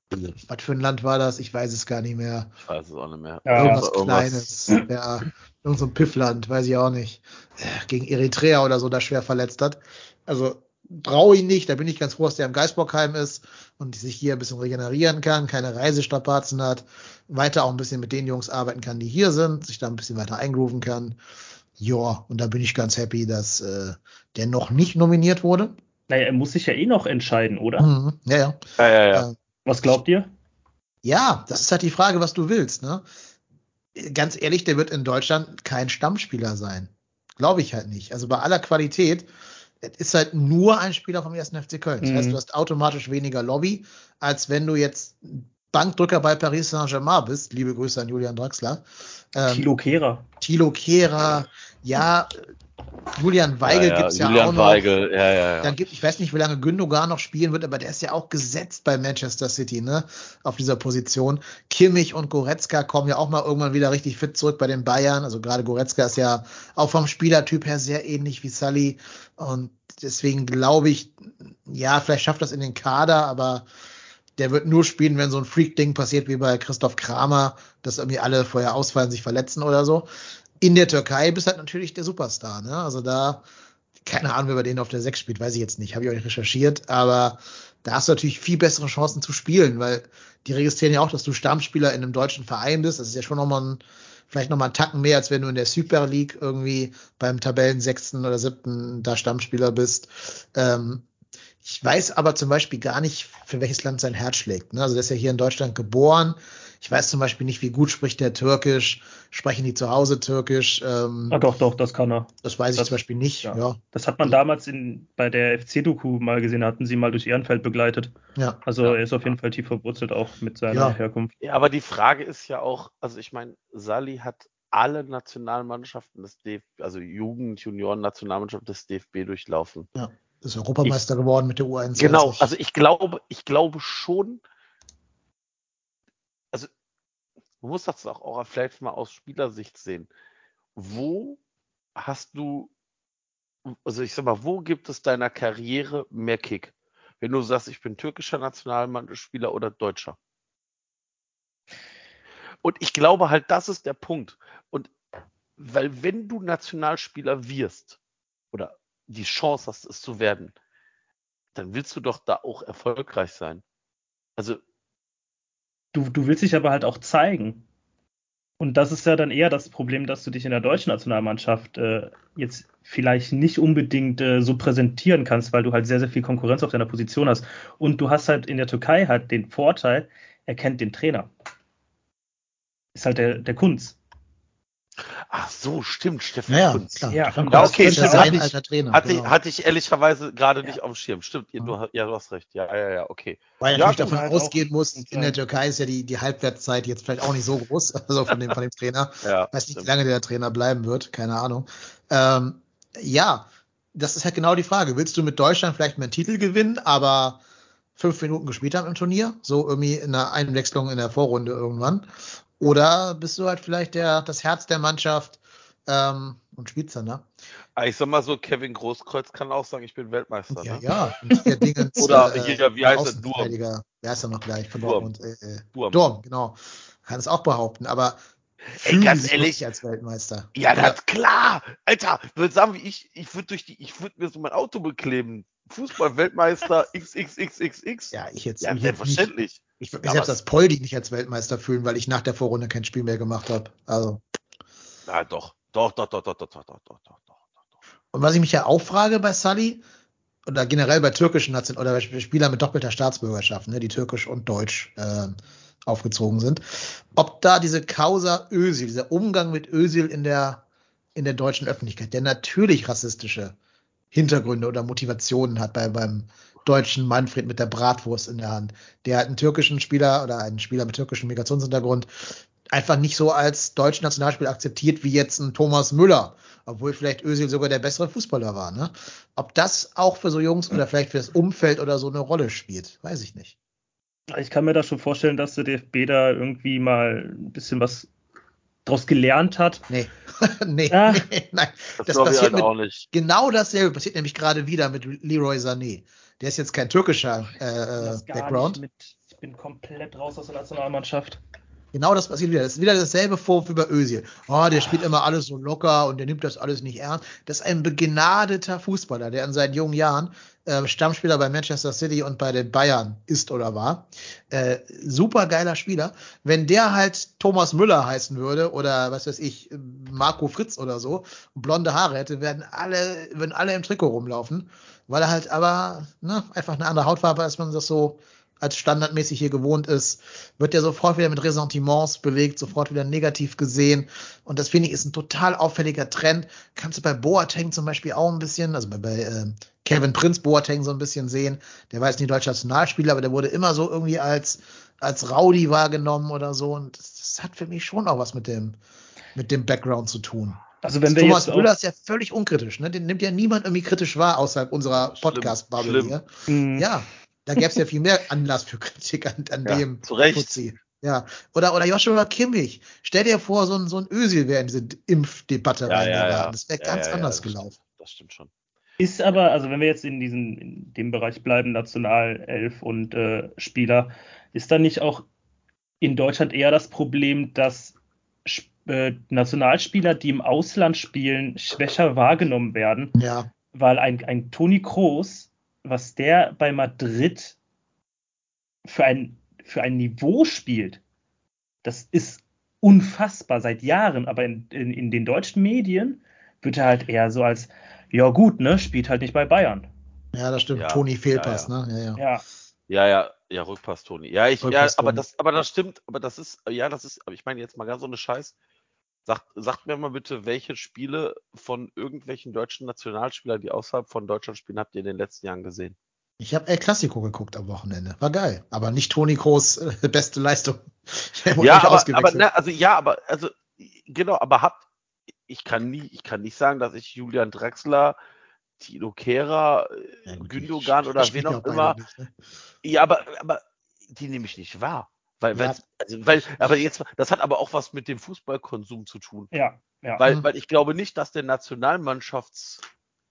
was für ein Land war das? Ich weiß es gar nicht mehr. Ich weiß es auch nicht mehr. Ja, irgendwas Kleines. Ja, irgend so ein Piffland, weiß ich auch nicht. Gegen Eritrea oder so, da schwer verletzt hat. Also, brauche ich nicht, da bin ich ganz froh, dass der im Geisbockheim ist und sich hier ein bisschen regenerieren kann, keine Reisestrapazen hat, weiter auch ein bisschen mit den Jungs arbeiten kann, die hier sind, sich da ein bisschen weiter eingrooven kann. Ja, und da bin ich ganz happy, dass äh, der noch nicht nominiert wurde. Naja, er muss sich ja eh noch entscheiden, oder? Mhm, ja, ja. Ja, ja, ja. Äh, was glaubt ihr? Ja, das ist halt die Frage, was du willst, ne? Ganz ehrlich, der wird in Deutschland kein Stammspieler sein. Glaube ich halt nicht. Also bei aller Qualität, es ist halt nur ein Spieler vom ersten F C Köln. Das mhm. heißt, du hast automatisch weniger Lobby, als wenn du jetzt Bankdrücker bei Paris Saint-Germain bist. Liebe Grüße an Julian Draxler. Ähm, Thilo Kehrer. Thilo Kehrer, ja, Julian Weigel ja, ja. gibt's ja Julian auch noch. Weigel, ja, ja, ja. Dann gibt, ich weiß nicht, wie lange Gündogan noch spielen wird, aber der ist ja auch gesetzt bei Manchester City, ne, auf dieser Position. Kimmich und Goretzka kommen ja auch mal irgendwann wieder richtig fit zurück bei den Bayern. Also gerade Goretzka ist ja auch vom Spielertyp her sehr ähnlich wie Sully und deswegen glaube ich, ja, vielleicht schafft das in den Kader, aber der wird nur spielen, wenn so ein Freak-Ding passiert wie bei Christoph Kramer, dass irgendwie alle vorher ausfallen, sich verletzen oder so. In der Türkei bist halt natürlich der Superstar, ne? Also da, keine Ahnung, wer bei denen auf der sechs spielt, weiß ich jetzt nicht, habe ich auch nicht recherchiert, aber da hast du natürlich viel bessere Chancen zu spielen, weil die registrieren ja auch, dass du Stammspieler in einem deutschen Verein bist. Das ist ja schon nochmal ein, vielleicht nochmal einen Tacken mehr, als wenn du in der Super League irgendwie beim Tabellensechsten oder siebten da Stammspieler bist. Ähm, ich weiß aber zum Beispiel gar nicht, für welches Land sein Herz schlägt. Ne? Also der ist ja hier in Deutschland geboren. Ich weiß zum Beispiel nicht, wie gut spricht der Türkisch. Sprechen die zu Hause Türkisch? Ähm, ah, doch, doch, das kann er. Das weiß das, ich zum Beispiel nicht. Ja. Ja. Das hat man also, damals in, bei der F C-Doku mal gesehen, hatten sie mal durch Ehrenfeld begleitet. Ja. Also ja, er ist auf jeden ja. Fall tief verwurzelt auch mit seiner Ja. Herkunft. Ja, aber die Frage ist ja auch, also ich meine, Sully hat alle Nationalmannschaften des D F B, also Jugend-, Junioren-Nationalmannschaft des D F B durchlaufen. Ja, ist Europameister ich, geworden mit der U einundzwanzig. Genau, also ich glaube, ich glaube schon, also man muss das auch, auch vielleicht mal aus Spielersicht sehen. Wo hast du, also ich sag mal, wo gibt es deiner Karriere mehr Kick? Wenn du sagst, ich bin türkischer Nationalmannschaftsspieler oder Deutscher. Und ich glaube halt, das ist der Punkt. Und weil wenn du Nationalspieler wirst oder die Chance hast, es zu werden, dann willst du doch da auch erfolgreich sein. Also du, du willst dich aber halt auch zeigen. Und das ist ja dann eher das Problem, dass du dich in der deutschen Nationalmannschaft äh, jetzt vielleicht nicht unbedingt äh, so präsentieren kannst, weil du halt sehr, sehr viel Konkurrenz auf deiner Position hast. Und du hast halt in der Türkei halt den Vorteil, er kennt den Trainer. Ist halt der, der Kunz. Ach so, stimmt, Steffen Naja, Kunz. klar. Ja, Stefan ja, Kunz okay, ist ja stimmt, sein hatte ich- alter Trainer. Hatte, genau. hatte ich ehrlicherweise gerade nicht Ja. auf dem Schirm. Stimmt, ihr, du, ha- ja, du hast recht. Ja, ja, ja, okay. Weil Ja, natürlich gut. davon halt ausgehen auch muss, gut in der sein. Türkei ist ja die, die Halbwertszeit jetzt vielleicht auch nicht so groß, also von dem, von dem Trainer. Ja, Ich weiß nicht, wie stimmt. lange der Trainer bleiben wird, keine Ahnung. Ähm, ja, das ist halt genau die Frage. Willst du mit Deutschland vielleicht mal einen Titel gewinnen, aber fünf Minuten gespielt haben im Turnier, so irgendwie in einer Einwechslung in der Vorrunde irgendwann? Oder bist du halt vielleicht der, das Herz der Mannschaft ähm, und spielst dann, ne? Ah, Ich sag mal so, Kevin Großkreuz kann auch sagen, ich bin Weltmeister, Ja, ne? ja. Und hier Dingens, Oder äh, hier, wie der heißt er? Durm. Außenverteidiger, wer ist er noch gleich von Durm. Dortmund? Äh, äh, Durm. Durm, genau. Kann es auch behaupten, aber Ey, fühlen ganz die sich ehrlich, wirklich als Weltmeister? ja, Oder- das ist klar. Alter, würde sagen, wie ich, ich würde durch die, ich würde mir so mein Auto bekleben. Fußball-Weltmeister X X X X X. Ja, ich jetzt, Ja, ich jetzt nicht. selbstverständlich. Ich würde mich Aber selbst es- als Poldi nicht als Weltmeister fühlen, weil ich nach der Vorrunde kein Spiel mehr gemacht habe. Also. Ja, doch. Doch, doch, doch, doch, doch, doch, doch, doch, doch, doch. Und was ich mich ja auch frage bei Sully, oder generell bei türkischen Nation oder bei Spielern mit doppelter Staatsbürgerschaft, ne, die türkisch und deutsch äh, aufgezogen sind, ob da diese Causa Özil, dieser Umgang mit Özil in der, in der deutschen Öffentlichkeit, der natürlich rassistische Hintergründe oder Motivationen hat bei, beim deutschen Manfred mit der Bratwurst in der Hand, der halt einen türkischen Spieler oder einen Spieler mit türkischem Migrationshintergrund einfach nicht so als deutschen Nationalspieler akzeptiert wie jetzt ein Thomas Müller, obwohl vielleicht Özil sogar der bessere Fußballer war. Ne? Ob das auch für so Jungs oder vielleicht für das Umfeld oder so eine Rolle spielt, weiß ich nicht. Ich kann mir da schon vorstellen, dass der D F B da irgendwie mal ein bisschen was draus gelernt hat. Nee, nee, Ah. nee, nein. Das, Das glaube ich passiert halt mit, auch nicht. genau dasselbe passiert nämlich gerade wieder mit Leroy Sané. Der ist jetzt kein türkischer äh, Das gar Background. nicht mit. Ich bin komplett raus aus der Nationalmannschaft. Genau das passiert wieder. Das ist wieder dasselbe Vorwurf wie bei Özil. Oh, der spielt immer alles so locker und der nimmt das alles nicht ernst. Das ist ein begnadeter Fußballer, der in seinen jungen Jahren äh, Stammspieler bei Manchester City und bei den Bayern ist oder war. Äh, super geiler Spieler. Wenn der halt Thomas Müller heißen würde oder was weiß ich, Marco Fritz oder so und blonde Haare hätte, werden alle, würden alle im Trikot rumlaufen, weil er halt aber ne, einfach eine andere Hautfarbe, als man das so als standardmäßig hier gewohnt ist, wird er sofort wieder mit Ressentiments belegt, sofort wieder negativ gesehen. Und das finde ich ist ein total auffälliger Trend. Kannst du bei Boateng zum Beispiel auch ein bisschen, also bei, bei äh, Kevin Prince Boateng so ein bisschen sehen. Der war jetzt nicht deutscher Nationalspieler, aber der wurde immer so irgendwie als, als Rowdy wahrgenommen oder so. Und das, das hat für mich schon auch was mit dem, mit dem Background zu tun. Also wenn wir Thomas jetzt Müller auch, ist ja völlig unkritisch, ne? Den nimmt ja niemand irgendwie kritisch wahr, außerhalb unserer Schlimm, Podcast-Bubble schlimm. hier. mh, Ja, da gäbe es ja viel mehr Anlass für Kritik an, an Ja, dem zu Recht. Fuzzi. Ja, oder, oder Joshua Kimmich. Stell dir vor, so ein, so ein Özil wäre in diese Impfdebatte Ja, ja, reingeraten. ja. Das wäre Ja, ganz ja, ja, anders das gelaufen. Stimmt, das stimmt schon. ist aber, also wenn wir jetzt in diesem, in dem Bereich bleiben, Nationalelf und äh, Spieler, ist da nicht auch in Deutschland eher das Problem, dass Sp- äh, Nationalspieler, die im Ausland spielen, schwächer wahrgenommen werden? Ja, Weil ein, ein Toni Kroos, was der bei Madrid für ein, für ein Niveau spielt, das ist unfassbar seit Jahren, aber in, in, in den deutschen Medien wird er halt eher so als, ja gut, ne, spielt halt nicht bei Bayern. ja, das stimmt. Ja, Toni Fehlpass, ja, ne? Ja, ja. Ja, Ja, ja, ja, Rückpass, Toni. Ja, ich, ja, Rückpass, aber Toni. das, aber das stimmt, aber das ist, ja, das ist, aber ich meine jetzt mal ganz ohne Scheiß. Sagt, sagt mir mal bitte, welche Spiele von irgendwelchen deutschen Nationalspielern, die außerhalb von Deutschland spielen, habt ihr in den letzten Jahren gesehen? Ich habe El Clasico geguckt am Wochenende. War geil. Aber nicht Toni Kroos äh, beste Leistung. Der wurde Ja, nicht aber, aber, ausgewechselt. ne, also, ja, aber, also, genau, aber habt, ich kann nie, ich kann nicht sagen, dass ich Julian Draxler, Tilo Kehrer, Ja, gut, die Gündogan oder wen spielen ja auch beide immer, nicht, ne? ja, aber, aber die nehme ich nicht wahr. Weil, Ja. weil's- also, weil, aber jetzt, das hat aber auch was mit dem Fußballkonsum zu tun. ja, ja. Weil, Mhm. weil ich glaube nicht, dass der Nationalmannschaftsfan,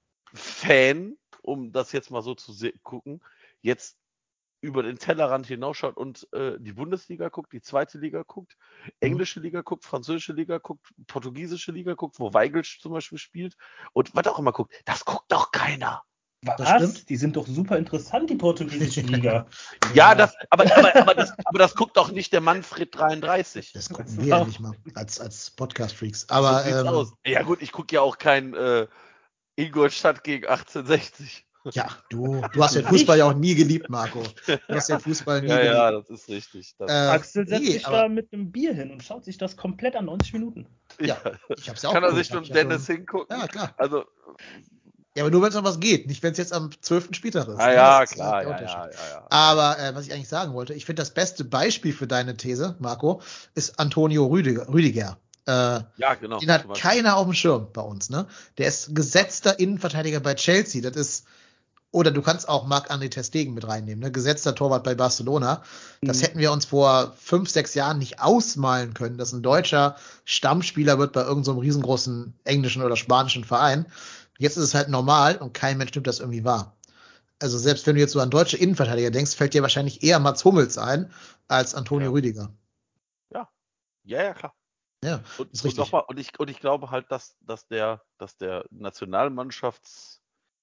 um das jetzt mal so zu se- gucken, jetzt über den Tellerrand hinausschaut und äh, die Bundesliga guckt, die zweite Liga guckt, englische Liga guckt, französische Liga guckt, portugiesische Liga guckt, wo Weigl zum Beispiel spielt und was auch immer guckt. Das guckt doch keiner. Das Was? stimmt. Die sind doch super interessant, die portugiesische Liga. Ja, Ja. das, aber, aber, aber, das, aber das guckt doch nicht der Manfred dreiunddreißig. Das gucken Das wir ja auch. nicht mal als, als Podcast-Freaks. Aber Aber so sieht's ähm, aus. Ja gut, ich gucke ja auch kein äh, Ingolstadt gegen achtzehnhundertsechzig. Ja, du, du hast den Fußball ja auch nie geliebt, Marco. Du hast den Fußball nie Ja, geliebt. ja, das ist richtig. Das Äh, Axel setzt nee, sich aber- da mit einem Bier hin und schaut sich das komplett an neunzig Minuten. Ja, ich hab's ja auch Kann er geguckt, sich hab mit ich ja Dennis schon- hingucken? Ja, klar. Also, Ja, aber nur wenn es um was geht, nicht wenn es jetzt am zwölften Spieltag ist. ah ne? ja, Das ist klar, der ja, Unterschied. ja, ja, ja. Aber äh, was ich eigentlich sagen wollte, ich finde das beste Beispiel für deine These, Marco, ist Antonio Rüdiger. Rüdiger. Äh, Ja, genau. Den hat zum Beispiel. keiner auf dem Schirm bei uns, ne? Der ist gesetzter Innenverteidiger bei Chelsea. Das ist, oder du kannst auch Marc-André ter Stegen mit reinnehmen, ne? Gesetzter Torwart bei Barcelona. Das Mhm. hätten wir uns vor fünf, sechs Jahren nicht ausmalen können, dass ein deutscher Stammspieler wird bei irgendeinem so einem riesengroßen englischen oder spanischen Verein. Jetzt ist es halt normal und kein Mensch nimmt das irgendwie wahr. Also selbst wenn du jetzt so an deutsche Innenverteidiger denkst, fällt dir wahrscheinlich eher Mats Hummels ein als Antonio Ja. Rüdiger. Ja, ja, ja, klar. Ja, Und, ist und richtig. nochmal, und ich, und ich glaube halt, dass, dass der, dass der Nationalmannschaftsfan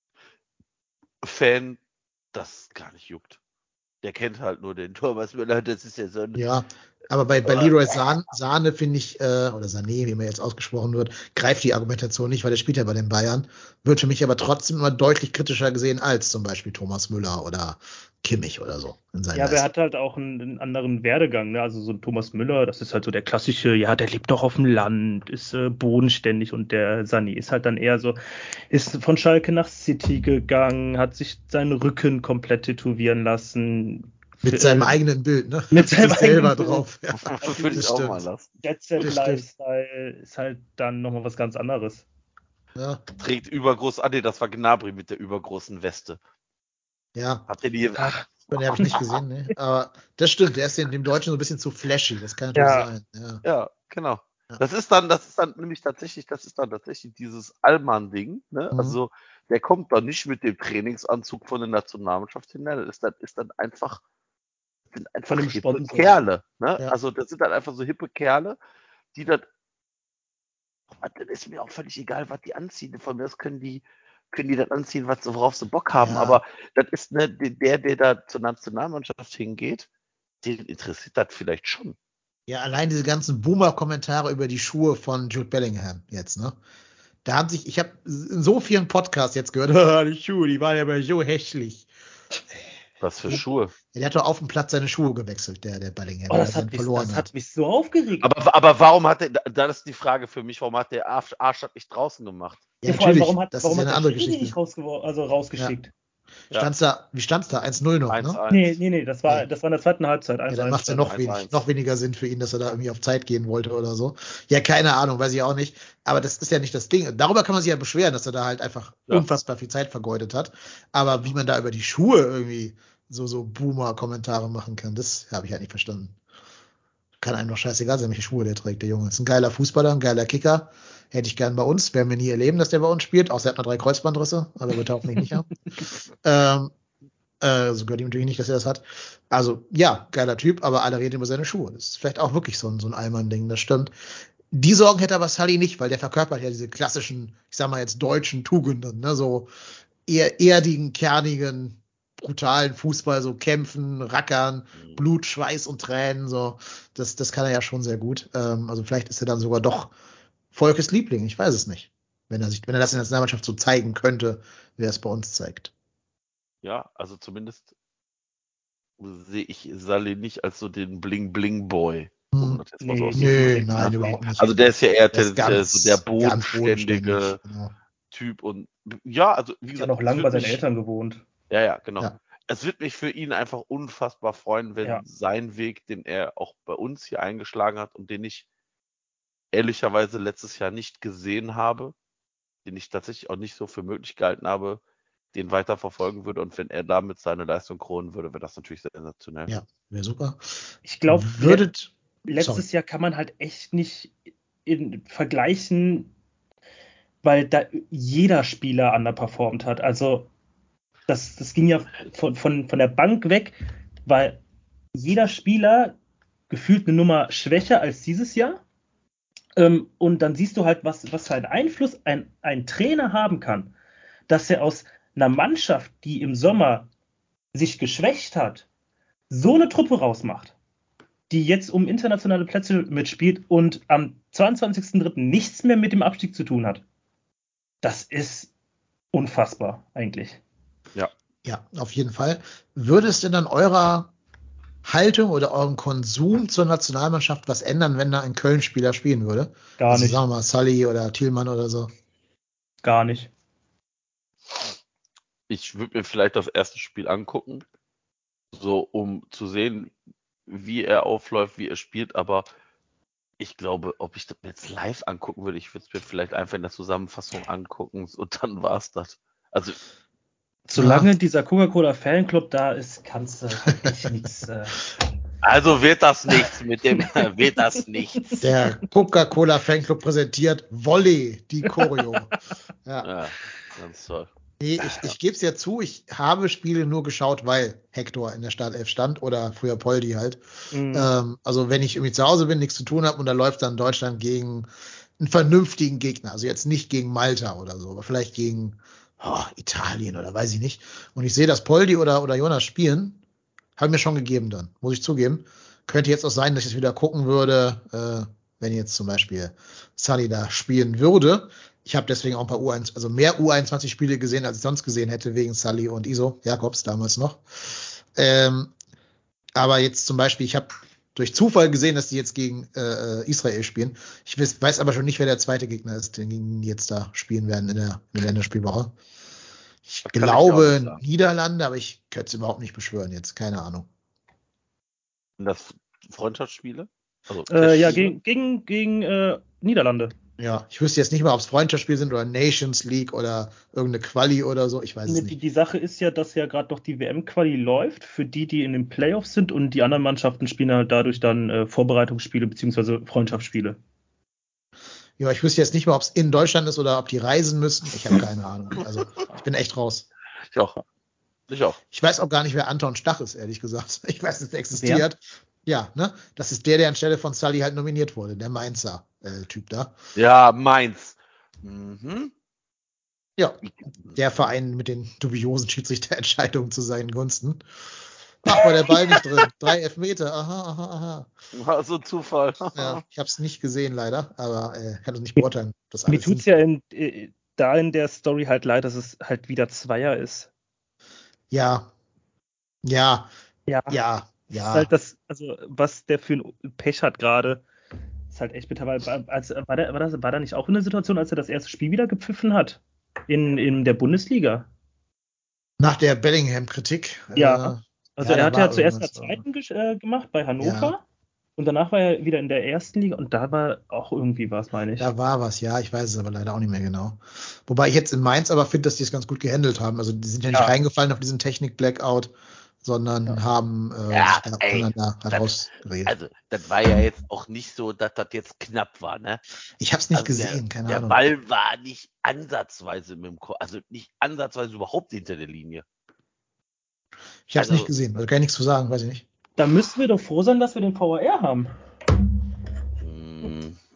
das gar nicht juckt. Der kennt halt nur den Thomas Müller, das ist ja so ein. Ja, aber bei, bei Aber- Leroy Sahne, Sahne finde ich, äh, oder Sané, wie man jetzt ausgesprochen wird, greift die Argumentation nicht, weil der spielt ja bei den Bayern, wird für mich aber trotzdem immer deutlich kritischer gesehen als zum Beispiel Thomas Müller oder Kimmich oder so in seinen Ja, aber er Leistungen. hat halt auch einen, einen anderen Werdegang, ne? Also so ein Thomas Müller, das ist halt so der klassische, ja, der lebt doch auf dem Land, ist äh, bodenständig, und der Sané ist halt dann eher so, ist von Schalke nach City gegangen, hat sich seinen Rücken komplett tätowieren lassen. Mit F- seinem äh, eigenen Bild, ne? mit seinem Sich selber eigenen Bild. drauf. Ja, Würde ich das auch stimmt. mal lassen. Jet Set Das stimmt. Lifestyle ist halt dann nochmal was ganz anderes. Ja, Trägt übergroß, ah nee, das war Gnabry mit der übergroßen Weste. ja. Habt ihr die? Ach, Den habe ich nicht gesehen, ne? Aber das stimmt, der ist dem, dem Deutschen so ein bisschen zu flashy, das kann natürlich Ja. sein. Ja. ja, genau. Ja. Das ist dann, das ist dann nämlich tatsächlich, das ist dann tatsächlich dieses Allmann-Ding, ne? Mhm. Also, der kommt dann nicht mit dem Trainingsanzug von der Nationalmannschaft hin, das ist dann, ist dann einfach, sind einfach Von dem hippe Sponsor. Kerle, ne? Ja. Also, das sind dann einfach so hippe Kerle, die dann, dann ist mir auch völlig egal, was die anziehen. Von mir aus können die, können die das anziehen, was, worauf sie Bock haben. Ja. Aber das ist, ne, der, der da zur Nationalmannschaft hingeht, den interessiert das vielleicht schon. Ja, allein diese ganzen Boomer-Kommentare über die Schuhe von Jude Bellingham jetzt, ne? Da haben sich, ich habe in so vielen Podcasts jetzt gehört, die Schuhe, die waren ja aber so hässlich. Was für Ja. Schuhe. Ja, der hat doch auf dem Platz seine Schuhe gewechselt, der, der Bellingham, Oh, weil das er hat, dann mich, verloren das hat. hat mich so aufgeregt. Aber, aber warum hat der, da ist die Frage für mich, warum hat der Arsch, Arsch das nicht draußen gemacht? Ja, vor allem, natürlich, warum hat, das warum ist ja hat eine der andere Schiri Geschichte. nicht rausgewo- also rausgeschickt? Ja. Stand's da, wie stand's da? eins null noch, eins ne? eins. Nee, nee, nee, das war, Nee. das war in der zweiten Halbzeit. Ja, eins dann eins macht's ja stand. noch, eins wenig, eins. noch weniger Sinn für ihn, dass er da irgendwie auf Zeit gehen wollte oder so. Ja, keine Ahnung, weiß ich auch nicht. Aber das ist ja nicht das Ding. Darüber kann man sich ja beschweren, dass er da halt einfach Ja. unfassbar viel Zeit vergeudet hat. Aber wie man da über die Schuhe irgendwie so, so Boomer-Kommentare machen kann, das habe ich halt nicht verstanden. Kann einem doch scheißegal sein, welche Schuhe der trägt, der Junge. Ist ein geiler Fußballer, ein geiler Kicker. Hätte ich gern bei uns. Werden wir nie erleben, dass der bei uns spielt. Außer er hat noch drei Kreuzbandrisse, aber wird er hoffentlich nicht haben. Ähm, äh, also gehört ihm natürlich nicht, dass er das hat. Also, ja, geiler Typ, aber alle reden über seine Schuhe. Das ist vielleicht auch wirklich so ein, so ein Allmann-Ding, das stimmt. Die Sorgen hätte aber Sully nicht, weil der verkörpert ja diese klassischen, ich sag mal jetzt deutschen Tugenden, ne, so eher erdigen, kernigen, brutalen Fußball, so kämpfen, rackern, Blut, Schweiß und Tränen, so. Das, das kann er ja schon sehr gut. Ähm, also vielleicht ist er dann sogar doch Volkes Liebling, ich weiß es nicht. Wenn er sich, wenn er das in der Nationalmannschaft so zeigen könnte, wie er es bei uns zeigt. Ja, also zumindest sehe ich Saleh nicht als so den Bling-Bling-Boy. Um Hm. das jetzt mal so Nee, auszudrücken. Nö, nein, nee. überhaupt nicht. Also der ist ja eher Der ist tendenziell ganz, so der ganz bodenständige bodenständig, genau. Typ. Und ja, also wie Hat ja gesagt, noch es lange wird bei seinen mich- Eltern gewohnt. Ja, ja, genau. Ja. Es wird mich für ihn einfach unfassbar freuen, wenn Ja. sein Weg, den er auch bei uns hier eingeschlagen hat und den ich ehrlicherweise letztes Jahr nicht gesehen habe, den ich tatsächlich auch nicht so für möglich gehalten habe, den weiter verfolgen würde. Und wenn er damit seine Leistung kronen würde, wäre das natürlich sensationell. Ja, wäre super. Ich glaube, Würdet, letztes sorry. Jahr kann man halt echt nicht in, vergleichen, weil da jeder Spieler underperformt hat. Also das, das ging ja von, von, von der Bank weg, weil jeder Spieler gefühlt eine Nummer schwächer als dieses Jahr. Ähm, und dann siehst du halt, was, was für einen Einfluss ein, ein Trainer haben kann, dass er aus einer Mannschaft, die im Sommer sich geschwächt hat, so eine Truppe rausmacht, die jetzt um internationale Plätze mitspielt und am zweiundzwanzigsten dritten nichts mehr mit dem Abstieg zu tun hat. Das ist unfassbar, eigentlich. Ja. Ja, auf jeden Fall. Würde es denn an eurer Haltung oder eurem Konsum zur Nationalmannschaft was ändern, wenn da ein Köln-Spieler spielen würde? Gar also nicht. sagen wir mal Sully oder Thielmann oder so. Gar nicht. Ich würde mir vielleicht das erste Spiel angucken, so um zu sehen, wie er aufläuft, wie er spielt, aber ich glaube, ob ich das jetzt live angucken würde, ich würde es mir vielleicht einfach in der Zusammenfassung angucken und dann war es das. Also Solange Ja. dieser Coca-Cola Fanclub da ist, kannst du wirklich nichts. Äh, Also wird das nichts mit dem, wird das nichts. Der Coca-Cola Fanclub präsentiert Volley, die Choreo. Ja. Ja, ganz toll. Nee, ich, ich gebe es ja zu, ich habe Spiele nur geschaut, weil Hector in der Startelf stand oder früher Poldi halt. Mhm. Ähm, also wenn ich irgendwie zu Hause bin, nichts zu tun habe und da läuft dann Deutschland gegen einen vernünftigen Gegner. Also jetzt nicht gegen Malta oder so, aber vielleicht gegen oh, Italien oder weiß ich nicht. Und ich sehe, dass Poldi oder, oder Jonas spielen, habe mir schon gegeben dann, muss ich zugeben. Könnte jetzt auch sein, dass ich es wieder gucken würde, äh, wenn jetzt zum Beispiel Sully da spielen würde. Ich habe deswegen auch ein paar U eins, also mehr U einundzwanzig Spiele gesehen, als ich sonst gesehen hätte, wegen Sully und Iso Jakobs damals noch. Ähm, aber jetzt zum Beispiel, ich habe durch Zufall gesehen, dass die jetzt gegen äh, Israel spielen. Ich weiß, weiß aber schon nicht, wer der zweite Gegner ist, den die jetzt da spielen werden in der, in der Länderspielwoche. Ich Das kann ich dir auch nicht glaube sagen. Niederlande, aber ich könnte es überhaupt nicht beschwören jetzt, keine Ahnung. Sind das Freundschaftsspiele? Also äh, ja, Testspiele? gegen, gegen, gegen äh, Niederlande. Ja, ich wüsste jetzt nicht mal, ob es Freundschaftsspiele sind oder Nations League oder irgendeine Quali oder so. Ich weiß es Nee, Die, nicht. die Sache ist ja, dass ja gerade noch die W M-Quali läuft für die, die in den Playoffs sind und die anderen Mannschaften spielen halt dadurch dann äh, Vorbereitungsspiele bzw. Freundschaftsspiele. Ja, ich wüsste jetzt nicht mal, ob es in Deutschland ist oder ob die reisen müssen. Ich habe keine Ahnung. Also ich bin echt raus. Ich auch. Ich auch. Ich weiß auch gar nicht, wer Anton Stach ist, ehrlich gesagt. Ich weiß, dass der existiert. Ja, ne? Das ist der, der anstelle von Sully halt nominiert wurde, der Mainzer äh, Typ da. Ja, Mainz. Mhm. Ja, der Verein mit den dubiosen Schiedsrichterentscheidungen zu seinen Gunsten. Ach, war der Ball nicht drin. Drei Elfmeter. Aha, aha, aha. War so Zufall. Ja, ich habe es nicht gesehen, leider, aber äh, kann es nicht beurteilen. ob Das Mir alles tut's sind. ja in, äh, da in der Story halt leid, dass es halt wieder Zweier ist. Ja, ja, Ja. ja, Das ist ja. halt das, also was der für ein Pech hat gerade, ist halt echt bitter, weil als, war, der, war, das, war da nicht auch in der Situation, als er das erste Spiel wieder gepfiffen hat? In, in der Bundesliga? Nach der Bellingham-Kritik. Ja. Äh, Also ja, er da hat ja war zuerst in der irgendwas. zweiten gesch- äh, gemacht bei Hannover Ja, und danach war er wieder in der ersten Liga und da war auch irgendwie was, meine ich. da war was, ja. Ich weiß es aber leider auch nicht mehr genau. Wobei ich jetzt in Mainz aber finde, dass die es ganz gut gehandelt haben. Also die sind ja nicht Ja. reingefallen auf diesen Technik-Blackout, sondern Ja. haben äh, Ja, sich da ey, untereinander halt das- rausgeredet. Also, das war ja jetzt auch nicht so, dass das jetzt knapp war, ne? Ich habe es nicht Also gesehen, der, keine der Ahnung. Ball war nicht ansatzweise mit dem Ko also nicht ansatzweise überhaupt hinter der Linie. Ich habe es Also, nicht gesehen. Also kann ich nichts zu sagen, weiß ich nicht. Da müssten wir doch froh sein, dass wir den V A R haben. mhm.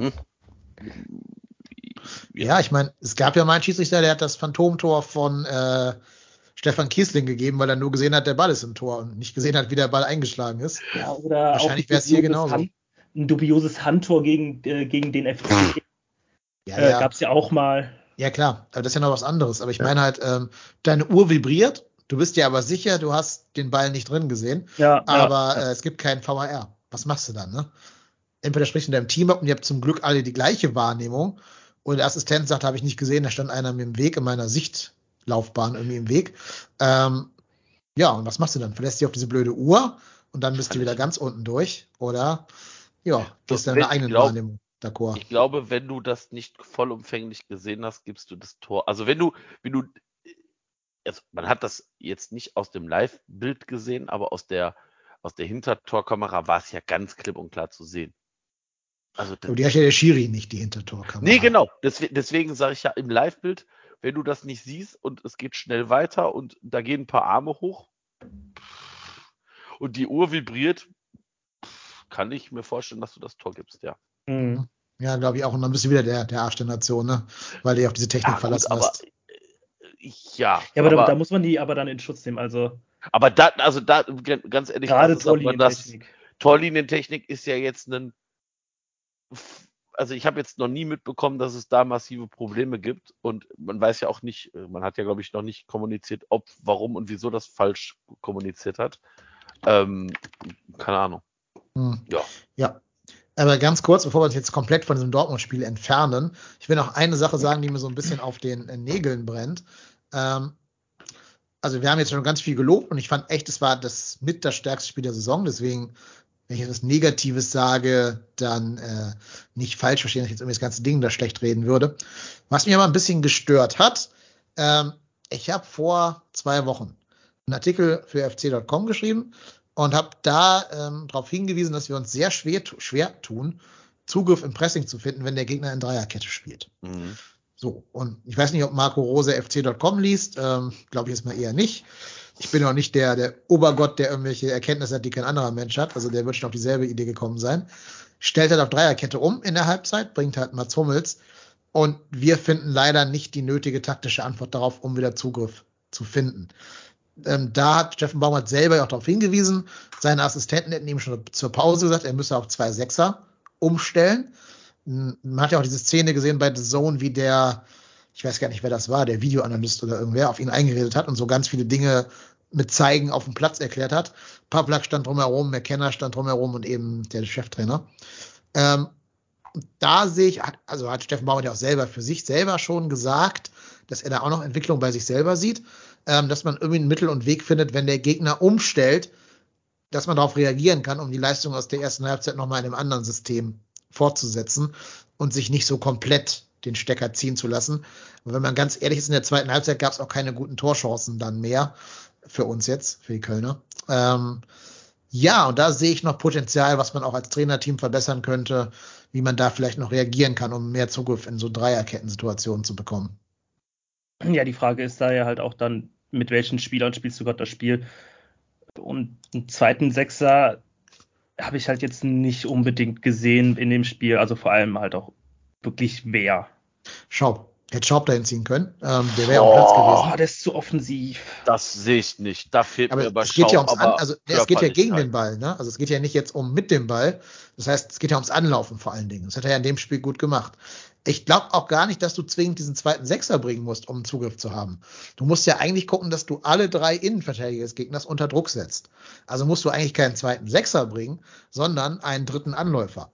Ja, ich meine, es gab ja mal einen Schiedsrichter, der hat das Phantomtor von äh, Stefan Kiesling gegeben, weil er nur gesehen hat, der Ball ist im Tor und nicht gesehen hat, wie der Ball eingeschlagen ist. Ja, oder Wahrscheinlich auch wäre ein es hier dubioses, genauso. Hand, ein dubioses Handtor gegen, äh, gegen den F C. Ja, Äh, ja. gab es ja auch mal. Ja, klar. Aber das ist ja noch was anderes. Aber ich Ja. meine halt, ähm, deine Uhr vibriert. Du bist ja aber sicher, du hast den Ball nicht drin gesehen. Ja, Aber ja, äh, es gibt keinen V A R. Was machst du dann, ne? Entweder sprichst du mit deinem Team ab und ihr habt zum Glück alle die gleiche Wahrnehmung. Und der Assistent sagt, habe ich nicht gesehen, da stand einer mir im Weg, in meiner Sichtlaufbahn irgendwie im Weg. Ähm, ja, und was machst du dann? Verlässt dich auf diese blöde Uhr und dann bist du wieder ganz unten durch. Oder, ja, gehst So, deiner wenn- ich eigenen glaub- Wahrnehmung d'accord. Ich glaube, wenn du das nicht vollumfänglich gesehen hast, gibst du das Tor. Also wenn du, wenn du, also man hat das jetzt nicht aus dem Live-Bild gesehen, aber aus der, aus der Hintertorkamera war es ja ganz klipp und klar zu sehen. Also das, Aber die hat ja der Schiri nicht, die Hintertorkamera. nee, genau. Deswegen, deswegen sage ich ja im Live-Bild, wenn du das nicht siehst und es geht schnell weiter und da gehen ein paar Arme hoch und die Uhr vibriert, kann ich mir vorstellen, dass du das Tor gibst, ja. Mhm. Ja, glaube ich auch. Und dann bist du wieder der, der Arsch der Nation, ne? Weil du dich auf diese Technik Ja, gut, verlassen aber hast. äh, ja, Ja, aber, aber, da, da muss man die aber dann in Schutz nehmen. Also aber da, also da, ganz ehrlich, gerade das ist aber das, Torlinientechnik. Torlinientechnik ist ja jetzt ein, also ich habe jetzt noch nie mitbekommen, dass es da massive Probleme gibt und man weiß ja auch nicht, man hat ja, glaube ich, noch nicht kommuniziert, ob, warum und wieso das falsch kommuniziert hat. Ähm, keine Ahnung. Hm. Ja. Ja. Aber ganz kurz, bevor wir uns jetzt komplett von diesem Dortmund-Spiel entfernen, ich will noch eine Sache sagen, die mir so ein bisschen auf den äh, Nägeln brennt. Ähm, also wir haben jetzt schon ganz viel gelobt und ich fand echt, es war das mit das stärkste Spiel der Saison. Deswegen, wenn ich etwas Negatives sage, dann äh, nicht falsch verstehen, dass ich jetzt irgendwie das ganze Ding da schlecht reden würde. Was mich aber ein bisschen gestört hat, ähm, ich habe vor zwei Wochen einen Artikel für F C Punkt com geschrieben und habe da ähm, darauf hingewiesen, dass wir uns sehr schwer, schwer tun, Zugriff im Pressing zu finden, wenn der Gegner in Dreierkette spielt. Mhm. So, und ich weiß nicht, ob Marco Rose F C Punkt com liest, ähm, glaube ich jetzt mal eher nicht. Ich bin auch nicht der, der Obergott, der irgendwelche Erkenntnisse hat, die kein anderer Mensch hat. Also der wird schon auf dieselbe Idee gekommen sein. Stellt halt auf Dreierkette um in der Halbzeit, bringt halt Mats Hummels. Und wir finden leider nicht die nötige taktische Antwort darauf, um wieder Zugriff zu finden. Ähm, da hat Steffen Baumgart selber ja auch darauf hingewiesen. Seine Assistenten hätten ihm schon zur Pause gesagt, er müsse auf zwei Sechser umstellen. Man hat ja auch diese Szene gesehen bei The Zone, wie der, ich weiß gar nicht, wer das war, der Videoanalyst oder irgendwer, auf ihn eingeredet hat und so ganz viele Dinge mit Zeigen auf dem Platz erklärt hat. Pavlak stand drumherum, McKenna stand drumherum und eben der Cheftrainer. Ähm, da sehe ich, also hat Steffen Baumgart ja auch selber für sich selber schon gesagt, dass er da auch noch Entwicklung bei sich selber sieht, ähm, dass man irgendwie ein Mittel und Weg findet, wenn der Gegner umstellt, dass man darauf reagieren kann, um die Leistung aus der ersten Halbzeit nochmal in einem anderen System fortzusetzen und sich nicht so komplett den Stecker ziehen zu lassen. Und wenn man ganz ehrlich ist, in der zweiten Halbzeit gab es auch keine guten Torchancen dann mehr für uns jetzt, für die Kölner. Ähm, ja, und da sehe ich noch Potenzial, was man auch als Trainerteam verbessern könnte, wie man da vielleicht noch reagieren kann, um mehr Zugriff in so Dreierkettensituationen zu bekommen. Ja, die Frage ist da ja halt auch dann, mit welchen Spielern spielst du gerade das Spiel? Und einen zweiten Sechser habe ich halt jetzt nicht unbedingt gesehen in dem Spiel, also vor allem halt auch wirklich wer. Schaub. Hätte Schaub dahin ziehen können. Ähm, der wäre auch Platz gewesen. Oh, der ist zu offensiv. Das sehe ich nicht. Da fehlt Aber mir bei es geht ja Schaub ums An, aber also ne, es geht ja gegen den Körperlichkeit. Ball, ne? Also es geht ja nicht jetzt um mit dem Ball. Das heißt, es geht ja ums Anlaufen vor allen Dingen. Das hat er ja in dem Spiel gut gemacht. Ich glaube auch gar nicht, dass du zwingend diesen zweiten Sechser bringen musst, um einen Zugriff zu haben. Du musst ja eigentlich gucken, dass du alle drei Innenverteidiger des Gegners unter Druck setzt. Also musst du eigentlich keinen zweiten Sechser bringen, sondern einen dritten Anläufer.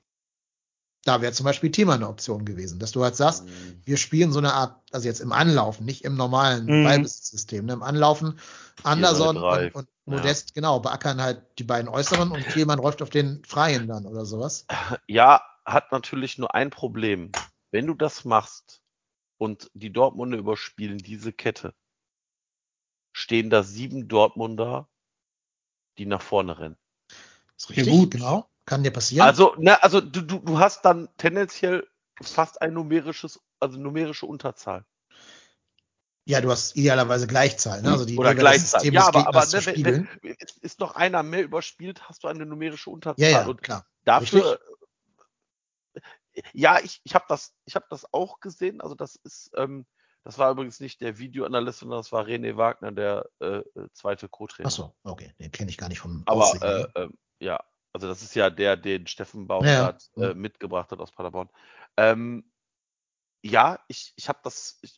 Da wäre zum Beispiel Thema eine Option gewesen, dass du halt sagst, Mhm. wir spielen so eine Art, also jetzt im Anlaufen, nicht im normalen Mhm. Ballbesitzsystem, ne? Im Anlaufen, Anderson vier drei drei. und, und Ja. Modest, genau, beackern halt die beiden Äußeren und Thielmann läuft auf den Freien dann oder sowas. Ja, hat natürlich nur ein Problem. Wenn du das machst und die Dortmunder überspielen diese Kette, stehen da sieben Dortmunder, die nach vorne rennen. Ist Ja, richtig, gut. genau. Kann dir passieren. Also, ne, also du, du, du hast dann tendenziell fast ein numerisches, also numerische Unterzahl. Ja, du hast idealerweise Gleichzahl, ne? Also die Oder Idee wäre, das Gleichzahl. System Ja, des aber, Gegners aber zu ne, wenn, wenn, spiegeln. ist, ist noch einer mehr überspielt, hast du eine numerische Ja, Unterzahl. ja, Und klar. dafür, Richtig? ja, ich, ich habe das, ich habe das auch gesehen. Also das ist, ähm, das war übrigens nicht der Videoanalyst, sondern das war René Wagner, der äh, äh, zweite Co-Trainer. Ach so, okay, den kenne ich gar nicht vom Aber Aussehen. äh, Ne? äh, ja, also das ist ja der, den Steffen Ja, Baumgart ja. äh, mitgebracht hat aus Paderborn. Ähm, ja, ich, ich habe das, ich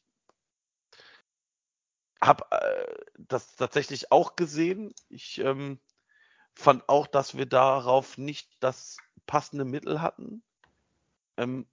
habe äh, das tatsächlich auch gesehen. Ich ähm, fand auch, dass wir darauf nicht das passende Mittel hatten. Ähm,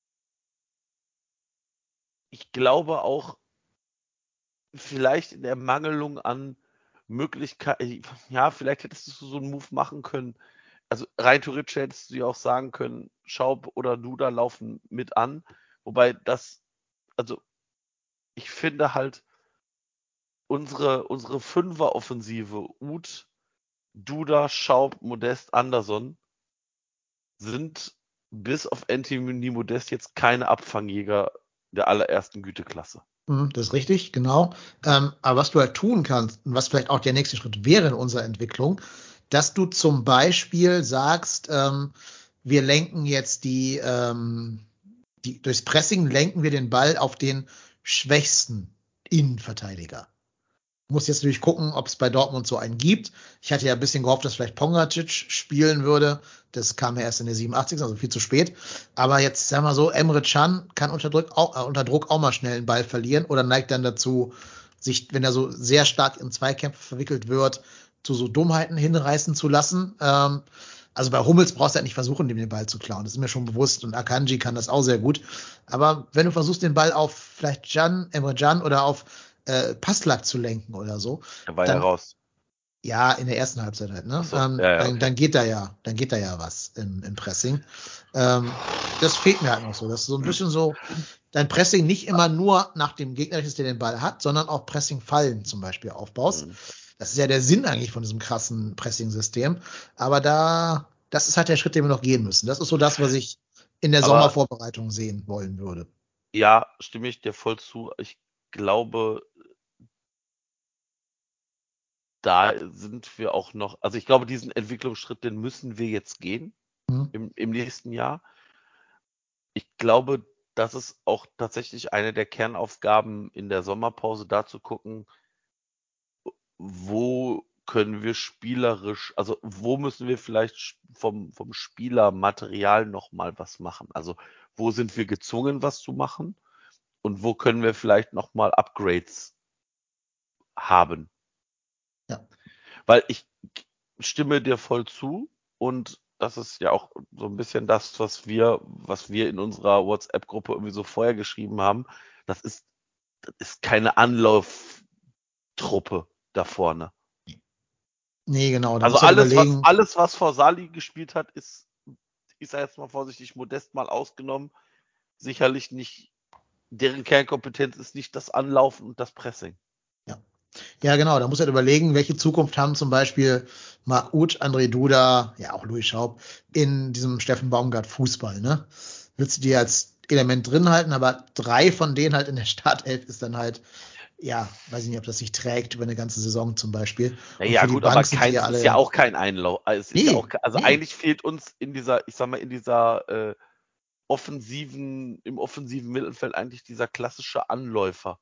ich glaube auch, vielleicht in der Mangelung an Möglichkeiten, ja, vielleicht hättest du so einen Move machen können. Also rein theoretisch hättest du ja auch sagen können, Schaub oder Duda laufen mit an. Wobei das, also ich finde halt, unsere, unsere Fünfer-Offensive, Uth, Duda, Schaub, Modest, Anderson, sind bis auf Anthony Modest jetzt keine Abfangjäger der allerersten Güteklasse. Mhm, das ist richtig, genau. Ähm, aber was du halt tun kannst, und was vielleicht auch der nächste Schritt wäre in unserer Entwicklung, dass du zum Beispiel sagst, ähm, wir lenken jetzt die, ähm, die, durchs Pressing lenken wir den Ball auf den schwächsten Innenverteidiger. Muss jetzt natürlich gucken, ob es bei Dortmund so einen gibt. Ich hatte ja ein bisschen gehofft, dass vielleicht Pongracic spielen würde. Das kam ja erst in der siebenundachtzigsten also viel zu spät. Aber jetzt, sagen wir so, Emre Can kann unter Druck, auch, äh, unter Druck auch mal schnell einen Ball verlieren oder neigt dann dazu, sich, wenn er so sehr stark in Zweikämpfe verwickelt wird, zu so Dummheiten hinreißen zu lassen. Ähm, also bei Hummels brauchst du halt nicht versuchen, dem den Ball zu klauen. Das ist mir schon bewusst. Und Akanji kann das auch sehr gut. Aber wenn du versuchst, den Ball auf vielleicht Can, Emre Can oder auf äh, Passlack zu lenken oder so, Er war dann, ja raus. ja, in der ersten Halbzeit halt, ne? Ach so, Ähm, ja, ja, dann, okay. dann geht da ja, dann geht da ja was im, im Pressing. Ähm, das fehlt mir halt noch so. Das ist so ein bisschen so, dein Pressing nicht immer nur nach dem Gegner, der den Ball hat, sondern auch Pressing-Fallen zum Beispiel aufbaust. Mhm. Das ist ja der Sinn eigentlich von diesem krassen Pressing-System. Aber da, das ist halt der Schritt, den wir noch gehen müssen. Das ist so das, was ich in der Aber Sommervorbereitung sehen wollen würde. ja, stimme ich dir voll zu. Ich glaube, da sind wir auch noch, also ich glaube, diesen Entwicklungsschritt, den müssen wir jetzt gehen Mhm. im, im nächsten Jahr. Ich glaube, das ist auch tatsächlich eine der Kernaufgaben in der Sommerpause, da zu gucken, wo können wir spielerisch, also wo müssen wir vielleicht vom, vom Spielermaterial nochmal was machen? Also wo sind wir gezwungen, was zu machen? Und wo können wir vielleicht nochmal Upgrades haben? Ja. Weil ich stimme dir voll zu und das ist ja auch so ein bisschen das, was wir, was wir in unserer WhatsApp-Gruppe irgendwie so vorher geschrieben haben. Das ist, das ist keine Anlauftruppe da vorne. Nee, genau. Da Also muss halt alles, was, überlegen, alles, was vor Sali gespielt hat, ist, ich sage jetzt mal vorsichtig, Modest mal ausgenommen, sicherlich nicht, deren Kernkompetenz ist nicht das Anlaufen und das Pressing. ja, genau, da muss halt überlegen, welche Zukunft haben zum Beispiel Marc Uth, André Duda, ja auch Louis Schaub in diesem Steffen Baumgart Fußball, ne? Willst du die als Element drin halten, aber drei von denen halt in der Startelf ist dann halt, ja, weiß ich nicht, ob das sich trägt über eine ganze Saison zum Beispiel. Und Naja, für die gut, aber Bank sind die keins ja ist ja alle, auch kein Einlauf. Also es ist ja auch, nee, also nee. eigentlich fehlt uns in dieser, ich sag mal, in dieser äh, offensiven, im offensiven Mittelfeld eigentlich dieser klassische Anläufer.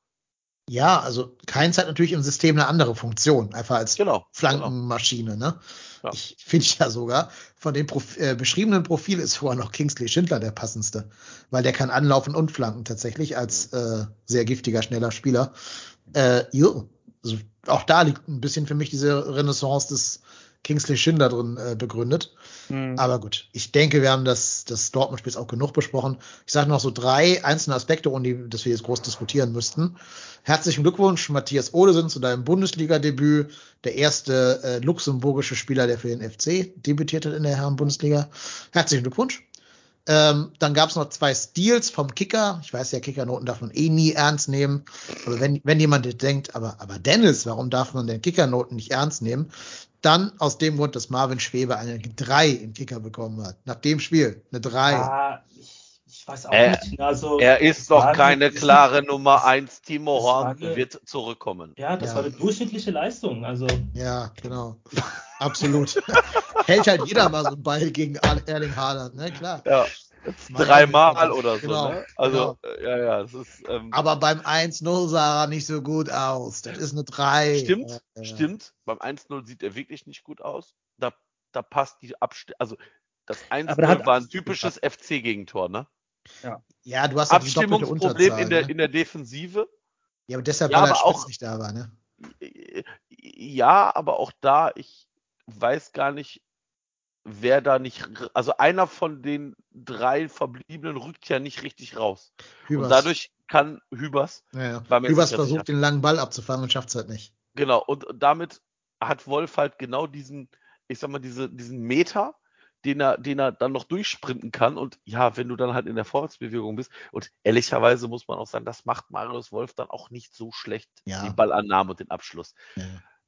Ja, also Keins hat natürlich im System eine andere Funktion, einfach als Genau, genau. Flankenmaschine, ne? Ja. Ich finde ja sogar, von dem Prof äh, beschriebenen Profil ist vorher noch Kingsley Schindler der passendste, weil der kann anlaufen und flanken tatsächlich als äh, sehr giftiger, schneller Spieler. Äh, jo, also auch da liegt ein bisschen für mich diese Renaissance des Kingsley Schindler drin äh, begründet. Mhm. Aber gut, ich denke, wir haben das, das Dortmund-Spiel auch genug besprochen. Ich sage noch so drei einzelne Aspekte, ohne die, dass wir jetzt groß diskutieren müssten. Herzlichen Glückwunsch, Matthias Olesen, zu deinem Bundesliga-Debüt. Der erste äh, luxemburgische Spieler, der für den F C debütiert hat in der Herren-Bundesliga. Herzlichen Glückwunsch. Ähm, dann gab es noch zwei Steals vom Kicker. Ich weiß ja, Kickernoten darf man eh nie ernst nehmen. Aber wenn, wenn jemand denkt, aber, aber Dennis, warum darf man denn Kickernoten nicht ernst nehmen? Dann aus dem Grund, dass Marvin Schwebe eine drei im Kicker bekommen hat. Nach dem Spiel eine drei. Ja, ich, ich weiß auch Er, nicht. Also, er ist es noch war eine, keine es ist eine, klare Nummer es, eins. Timo es war Horn eine, wird zurückkommen. ja, das war Ja, eine durchschnittliche Leistung. Also, ja, genau. Absolut. Hält halt jeder mal so einen Ball gegen Erling Haaland, ne? Klar. Ja, jetzt Mal auch nicht. dreimal Also, oder so, genau, ne? Also, genau. äh, ja, ja, das ist, ähm, Aber beim eins null sah er nicht so gut aus. Das ist eine drei. stimmt, Äh, stimmt. Beim eins null sieht er wirklich nicht gut aus. Da, da passt die Abstimmung, also das aber da eins null hat war ein alles typisches gepasst. F C-Gegentor, ne? Ja. ja, du hast halt die doppelte Abstimmungsproblem in Unterzahl, der, ne? in der Defensive. Ja, aber deshalb, Ja, weil er aber Spitz auch, nicht da war, ne? ja, aber auch da, ich weiß gar nicht, wer da nicht, also einer von den drei Verbliebenen rückt ja nicht richtig raus. Und Hübers. dadurch kann Hübers, Ja, ja. war mir jetzt Hübers nicht ganz sicher. versucht, den langen Ball abzufangen und schafft es halt nicht. Genau, und damit hat Wolf halt genau diesen, ich sag mal, diese, diesen Meter, den er, den er dann noch durchsprinten kann. Und ja, wenn du dann halt in der Vorwärtsbewegung bist, und ehrlicherweise muss man auch sagen, das macht Marius Wolf dann auch nicht so schlecht, Ja. die Ballannahme und den Abschluss. Ja.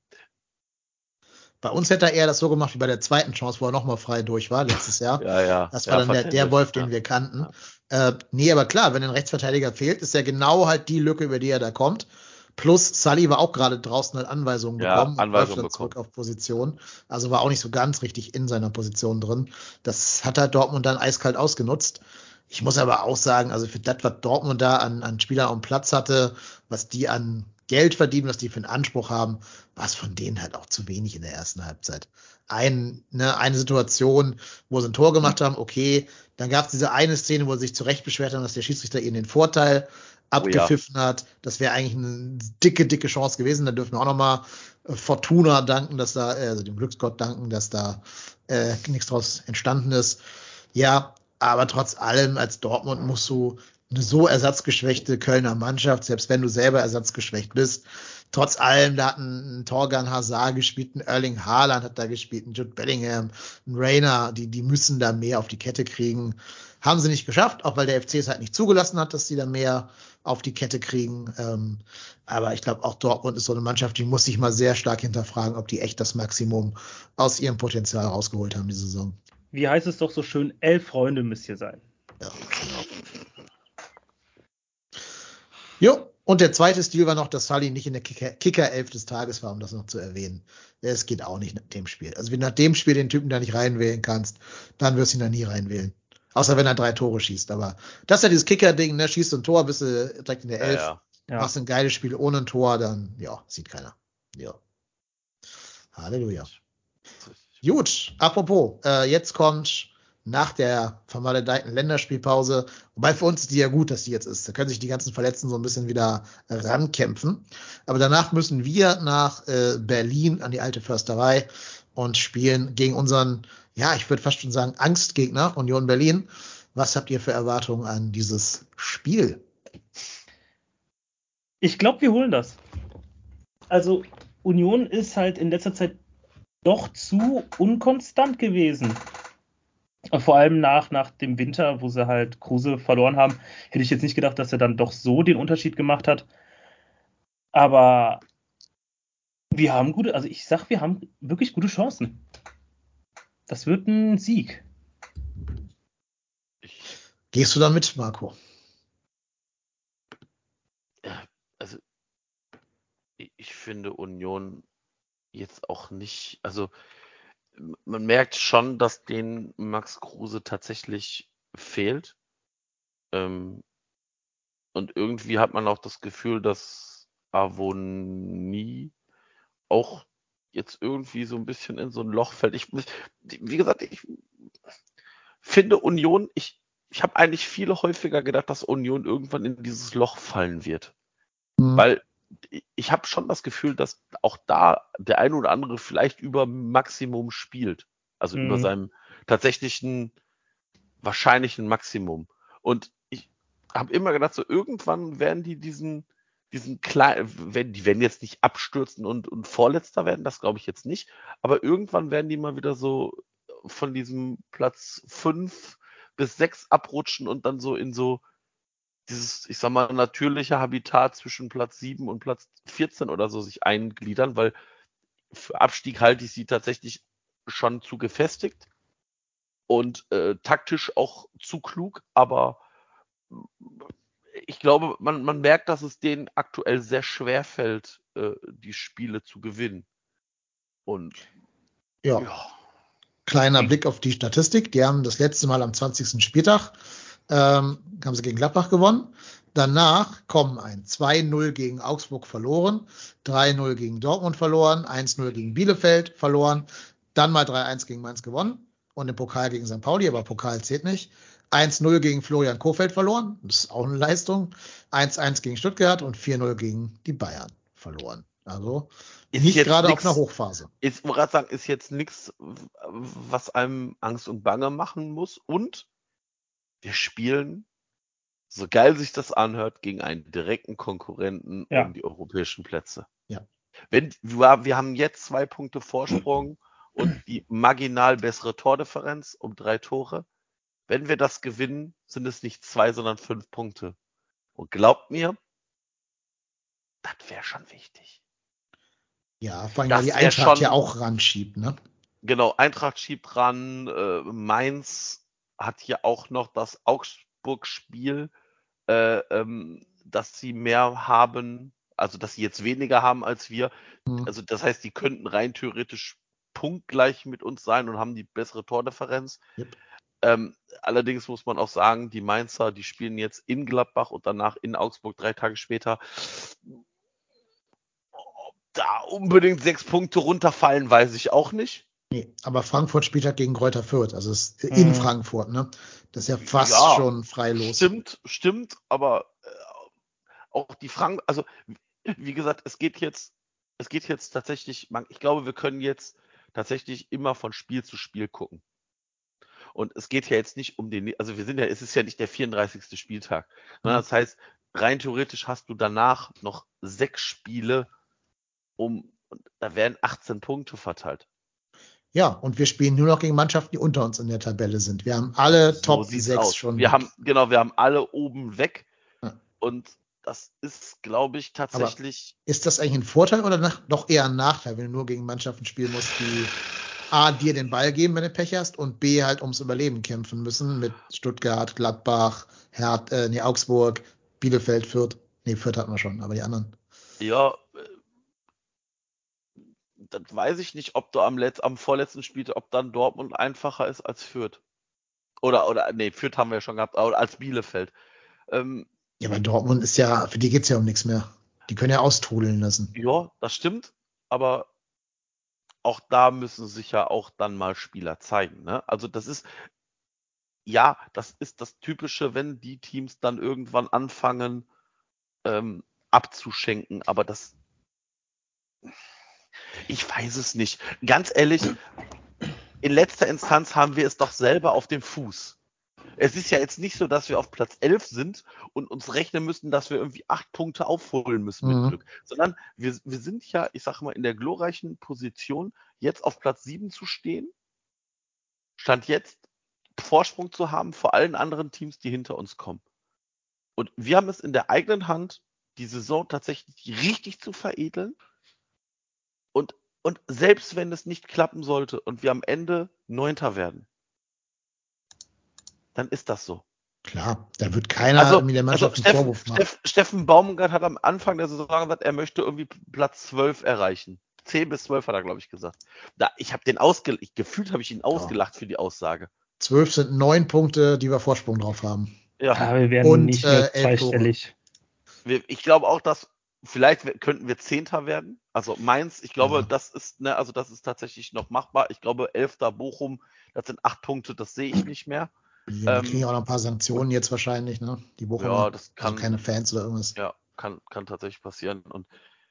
Bei uns hätte er eher das so gemacht wie bei der zweiten Chance, wo er nochmal frei durch war, letztes Jahr. Ja, ja. Das war ja, dann der, der Wolf, den ja. wir kannten. Ja. Äh, nee, aber klar, wenn ein Rechtsverteidiger fehlt, ist ja genau halt die Lücke, über die er da kommt. Plus, Sully war auch gerade draußen halt Anweisungen Ja, bekommen und Anweisung Wolf dann zurück bekommen. auf Position. Also war auch nicht so ganz richtig in seiner Position drin. Das hat halt Dortmund dann eiskalt ausgenutzt. Ich muss aber auch sagen, also für das, was Dortmund da an, an Spielern am Platz hatte, was die an Geld verdienen, was die für einen Anspruch haben, war es von denen halt auch zu wenig in der ersten Halbzeit. Ein, ne, eine Situation, wo sie ein Tor gemacht haben, okay, dann gab es diese eine Szene, wo sie sich zu Recht beschwert haben, dass der Schiedsrichter ihnen den Vorteil abgepfiffen hat. Das wäre eigentlich eine dicke, dicke Chance gewesen. Da dürfen wir auch nochmal Fortuna danken, dass da, also dem Glücksgott danken, dass da äh, nichts draus entstanden ist. Ja, aber trotz allem, als Dortmund musst du eine so ersatzgeschwächte Kölner Mannschaft, selbst wenn du selber ersatzgeschwächt bist, trotz allem, da hat ein, ein Torgan Hazard gespielt, ein Erling Haaland hat da gespielt, ein Jude Bellingham, ein Reina, die, die müssen da mehr auf die Kette kriegen. Haben sie nicht geschafft, auch weil der F C es halt nicht zugelassen hat, dass sie da mehr auf die Kette kriegen. Ähm, aber ich glaube, auch Dortmund ist so eine Mannschaft, die muss sich mal sehr stark hinterfragen, ob die echt das Maximum aus ihrem Potenzial rausgeholt haben, diese Saison. Wie heißt es doch so schön, elf Freunde müsst ihr sein. Ja, genau. Jo, und der zweite Stil war noch, dass Sully nicht in der Kicker-Elf des Tages war, um das noch zu erwähnen. Es geht auch nicht nach dem Spiel. Also wenn du nach dem Spiel den Typen da nicht reinwählen kannst, dann wirst du ihn da nie reinwählen. Außer wenn er drei Tore schießt. Aber das ist ja dieses Kicker-Ding, ne? Schießt ein Tor, bist du direkt in der Elf. Ja, Ja. Machst ein geiles Spiel ohne ein Tor, dann, ja, sieht keiner. Ja. Halleluja. Gut, apropos, äh, jetzt kommt nach der vermaledeiten Länderspielpause, wobei für uns ist die ja gut, dass die jetzt ist. Da können sich die ganzen Verletzten so ein bisschen wieder rankämpfen. Aber danach müssen wir nach äh, Berlin an die alte Försterei und spielen gegen unseren, ja, ich würde fast schon sagen, Angstgegner, Union Berlin. Was habt ihr für Erwartungen an dieses Spiel? Ich glaube, wir holen das. Also Union ist halt in letzter Zeit doch zu unkonstant gewesen. Vor allem nach, nach dem Winter, wo sie halt Kruse verloren haben, hätte ich jetzt nicht gedacht, dass er dann doch so den Unterschied gemacht hat. Aber wir haben gute, also ich sag, wir haben wirklich gute Chancen. Das wird ein Sieg. Ich, Gehst du da mit, Marco? also ich, ich finde Union jetzt auch nicht, also man merkt schon, dass den Max Kruse tatsächlich fehlt. Ähm, und irgendwie hat man auch das Gefühl, dass Avoni auch jetzt irgendwie so ein bisschen in so ein Loch fällt. Ich, wie gesagt, ich finde Union, ich, ich habe eigentlich viel häufiger gedacht, dass Union irgendwann in dieses Loch fallen wird. Hm. Weil ich habe schon das Gefühl, dass auch da der eine oder andere vielleicht über Maximum spielt. Also Mhm. über seinem tatsächlichen, wahrscheinlichen Maximum. Und ich habe immer gedacht, so irgendwann werden die diesen, diesen kleinen, wenn die werden jetzt nicht abstürzen und, und Vorletzter werden, das glaube ich jetzt nicht. Aber irgendwann werden die mal wieder so von diesem Platz fünf bis sechs abrutschen und dann so in so dieses, ich sag mal, natürliche Habitat zwischen Platz sieben und Platz vierzehn oder so sich eingliedern, weil für Abstieg halte ich sie tatsächlich schon zu gefestigt und äh, taktisch auch zu klug, aber ich glaube, man, man merkt, dass es denen aktuell sehr schwer fällt, äh, die Spiele zu gewinnen. Und Ja. ja. Kleiner Blick auf die Statistik. Die haben das letzte Mal am zwanzigsten Spieltag ähm, haben sie gegen Gladbach gewonnen. Danach kommen ein zwei null gegen Augsburg verloren, drei null gegen Dortmund verloren, eins null gegen Bielefeld verloren, dann mal drei eins gegen Mainz gewonnen und im Pokal gegen Sankt Pauli, aber Pokal zählt nicht. eins null gegen Florian Kohfeldt verloren, das ist auch eine Leistung. eins eins gegen Stuttgart und vier null gegen die Bayern verloren. Also Ist nicht jetzt gerade auf nix- einer Hochphase. Ich wollte gerade sagen, ist jetzt nichts, was einem Angst und Bange machen muss. Und wir spielen, so geil sich das anhört, gegen einen direkten Konkurrenten Ja. um die europäischen Plätze. Ja. Wenn, wir, wir haben jetzt zwei Punkte Vorsprung und die marginal bessere Tordifferenz um drei Tore. Wenn wir das gewinnen, sind es nicht zwei, sondern fünf Punkte. Und glaubt mir, das wäre schon wichtig. Ja, vor allem, Das weil die wär Eintracht schon- ja auch ranschiebt, ne? Genau, Eintracht schiebt ran, äh, Mainz hat hier auch noch das Augsburg-Spiel, äh, ähm, dass sie mehr haben, also dass sie jetzt weniger haben als wir. Hm. Also das heißt, die könnten rein theoretisch punktgleich mit uns sein und haben die bessere Tordifferenz. Yep. Ähm, allerdings muss man auch sagen, die Mainzer, die spielen jetzt in Gladbach und danach in Augsburg drei Tage später. da unbedingt sechs Punkte runterfallen, weiß ich auch nicht. Nee, aber Frankfurt spielt halt gegen Greuther Fürth, also es ist in Mhm. Frankfurt, ne? Das ist ja fast Ja, schon freilos. Stimmt, stimmt, aber äh, auch die Frank, also wie gesagt, es geht jetzt, es geht jetzt tatsächlich, man, ich glaube, wir können jetzt tatsächlich immer von Spiel zu Spiel gucken. Und es geht ja jetzt nicht um den, also wir sind ja, es ist ja nicht der vierunddreißigste Spieltag. Ne? Das heißt, rein theoretisch hast du danach noch sechs Spiele, um, und da werden achtzehn Punkte verteilt. Ja, und wir spielen nur noch gegen Mannschaften, die unter uns in der Tabelle sind. Wir haben alle So Top sieht's sechs aus. schon Wir weg. haben, genau, wir haben alle oben weg. Ja. Und das ist, glaube ich, tatsächlich. Ist das eigentlich ein Vorteil oder nach, doch eher ein Nachteil, wenn du nur gegen Mannschaften spielen musst, die A, dir den Ball geben, wenn du Pech hast, und B, halt ums Überleben kämpfen müssen mit Stuttgart, Gladbach, Herd, äh, nee, Augsburg, Bielefeld, Fürth. Nee, Fürth hatten wir schon, aber die anderen. Ja, das weiß ich nicht, ob du am, Letz-, am vorletzten Spiel, ob dann Dortmund einfacher ist als Fürth. Oder, oder, nee, Fürth haben wir ja schon gehabt, aber als Bielefeld. Ähm, Ja, aber Dortmund ist ja, für die geht's ja um nichts mehr. Die können ja austrudeln lassen. ja, das stimmt, aber auch da müssen sich ja auch dann mal Spieler zeigen. Ne? Also das ist, ja, das ist das Typische, wenn die Teams dann irgendwann anfangen ähm, abzuschenken, aber das, ich weiß es nicht. Ganz ehrlich, in letzter Instanz haben wir es doch selber auf dem Fuß. Es ist ja jetzt nicht so, dass wir auf Platz elf sind und uns rechnen müssen, dass wir irgendwie acht Punkte aufholen müssen mit Mhm. Glück, sondern wir, wir sind ja, ich sage mal, in der glorreichen Position, jetzt auf Platz sieben zu stehen, Stand jetzt Vorsprung zu haben vor allen anderen Teams, die hinter uns kommen. Und wir haben es in der eigenen Hand, die Saison tatsächlich richtig zu veredeln. Und, und selbst wenn es nicht klappen sollte und wir am Ende Neunter werden, dann ist das so. Klar, da wird keiner Also, irgendwie der also Mannschaft einen Steffen, Vorwurf machen. Steff, Steffen Baumgart hat am Anfang der Saison gesagt, er möchte irgendwie Platz zwölf erreichen. zehn bis zwölf hat er, glaube ich, gesagt. Da, ich habe den ausgelacht, gefühlt habe ich ihn ausgelacht für die Aussage. Zwölf sind neun Punkte, die wir Vorsprung drauf haben. Ja, Ja, wir werden Und, nicht mehr äh, elf Tore. zweistellig. wir, ich glaube auch, dass vielleicht wir- könnten wir Zehnter werden. Also Mainz, ich glaube, Ja. das ist, ne, also das ist tatsächlich noch machbar. Ich glaube, Elfter Bochum, das sind acht Punkte, das sehe ich nicht mehr. Die, die Ähm, kriegen ja auch noch ein paar Sanktionen jetzt wahrscheinlich, ne? Die Bochumer. Ja, das Also kann, keine Fans oder irgendwas. ja, kann, kann tatsächlich passieren. Und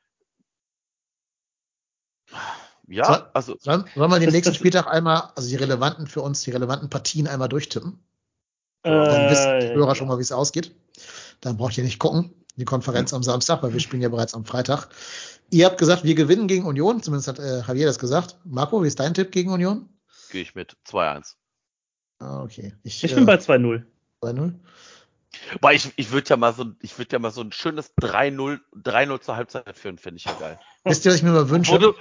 ja, Soll, also sollen, sollen wir den Das- nächsten das- Spieltag einmal, also die relevanten für uns, die relevanten Partien einmal durchtippen? Äh, Dann wissen die Hörer ja. schon mal, wie es ausgeht. Dann braucht ihr nicht gucken, die Konferenz am Samstag, weil wir spielen ja bereits am Freitag. Ihr habt gesagt, wir gewinnen gegen Union, zumindest hat äh, Javier das gesagt. Marco, wie ist dein Tipp gegen Union? gehe ich mit zwei eins. Ah, okay. Ich, Ich äh, bin bei zwei null. zwei null. Weil ich, ich würde ja mal so, ich würde ja mal so ein schönes drei null, drei null zur Halbzeit führen, finde ich ja geil. Wisst ihr, was ich mir mal wünsche? Wo du,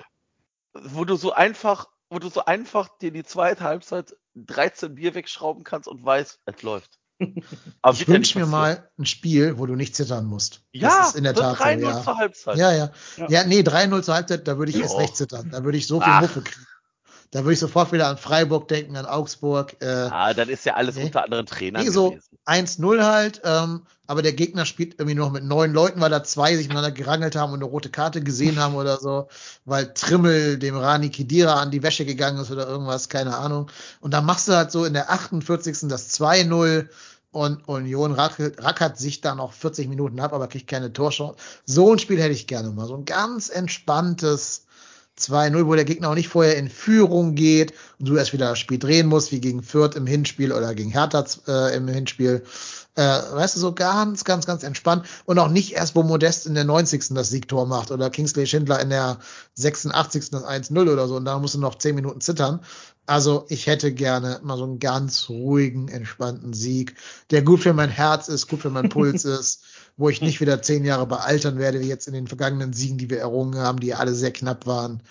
wo du so einfach, wo du so einfach dir die zweite Halbzeit dreizehn Bier wegschrauben kannst und weißt, es läuft. Aber Ich wird ja wünsche nicht mir passieren. mal ein Spiel, wo du nicht zittern musst. Ja, das ist in der so Tat so, drei null ja. zur Halbzeit. Ja, ja. Ja. Ja, nee, drei null zur Halbzeit, da würde ich erst Ja. recht zittern. Da würde ich so viel Ach. Muffe kriegen. Da würde ich sofort wieder an Freiburg denken, an Augsburg. Äh, Ah, dann ist ja alles nee. unter anderen Trainern nee, so gewesen. eins null halt, ähm, aber der Gegner spielt irgendwie noch mit neun Leuten, weil da zwei sich miteinander gerangelt haben und eine rote Karte gesehen haben oder so, weil Trimmel dem Rani Khedira an die Wäsche gegangen ist oder irgendwas, keine Ahnung. Und dann machst du halt so in der achtundvierzigsten das zwei null und Union rackelt, rackert sich da noch vierzig Minuten ab, aber kriegt keine Torchance. So ein Spiel hätte ich gerne mal. So ein ganz entspanntes zwei null, wo der Gegner auch nicht vorher in Führung geht und du erst wieder das Spiel drehen musst, wie gegen Fürth im Hinspiel oder gegen Hertha äh, im Hinspiel. Äh, weißt du, so ganz, ganz, ganz entspannt und auch nicht erst, wo Modest in der neunzigsten das Siegtor macht oder Kingsley Schindler in der sechsundachtzigsten das eins null oder so und da musst du noch zehn Minuten zittern. Also ich hätte gerne mal so einen ganz ruhigen, entspannten Sieg, der gut für mein Herz ist, gut für meinen Puls ist, wo ich nicht wieder zehn Jahre bealtern werde, wie jetzt in den vergangenen Siegen, die wir errungen haben, die alle sehr knapp waren.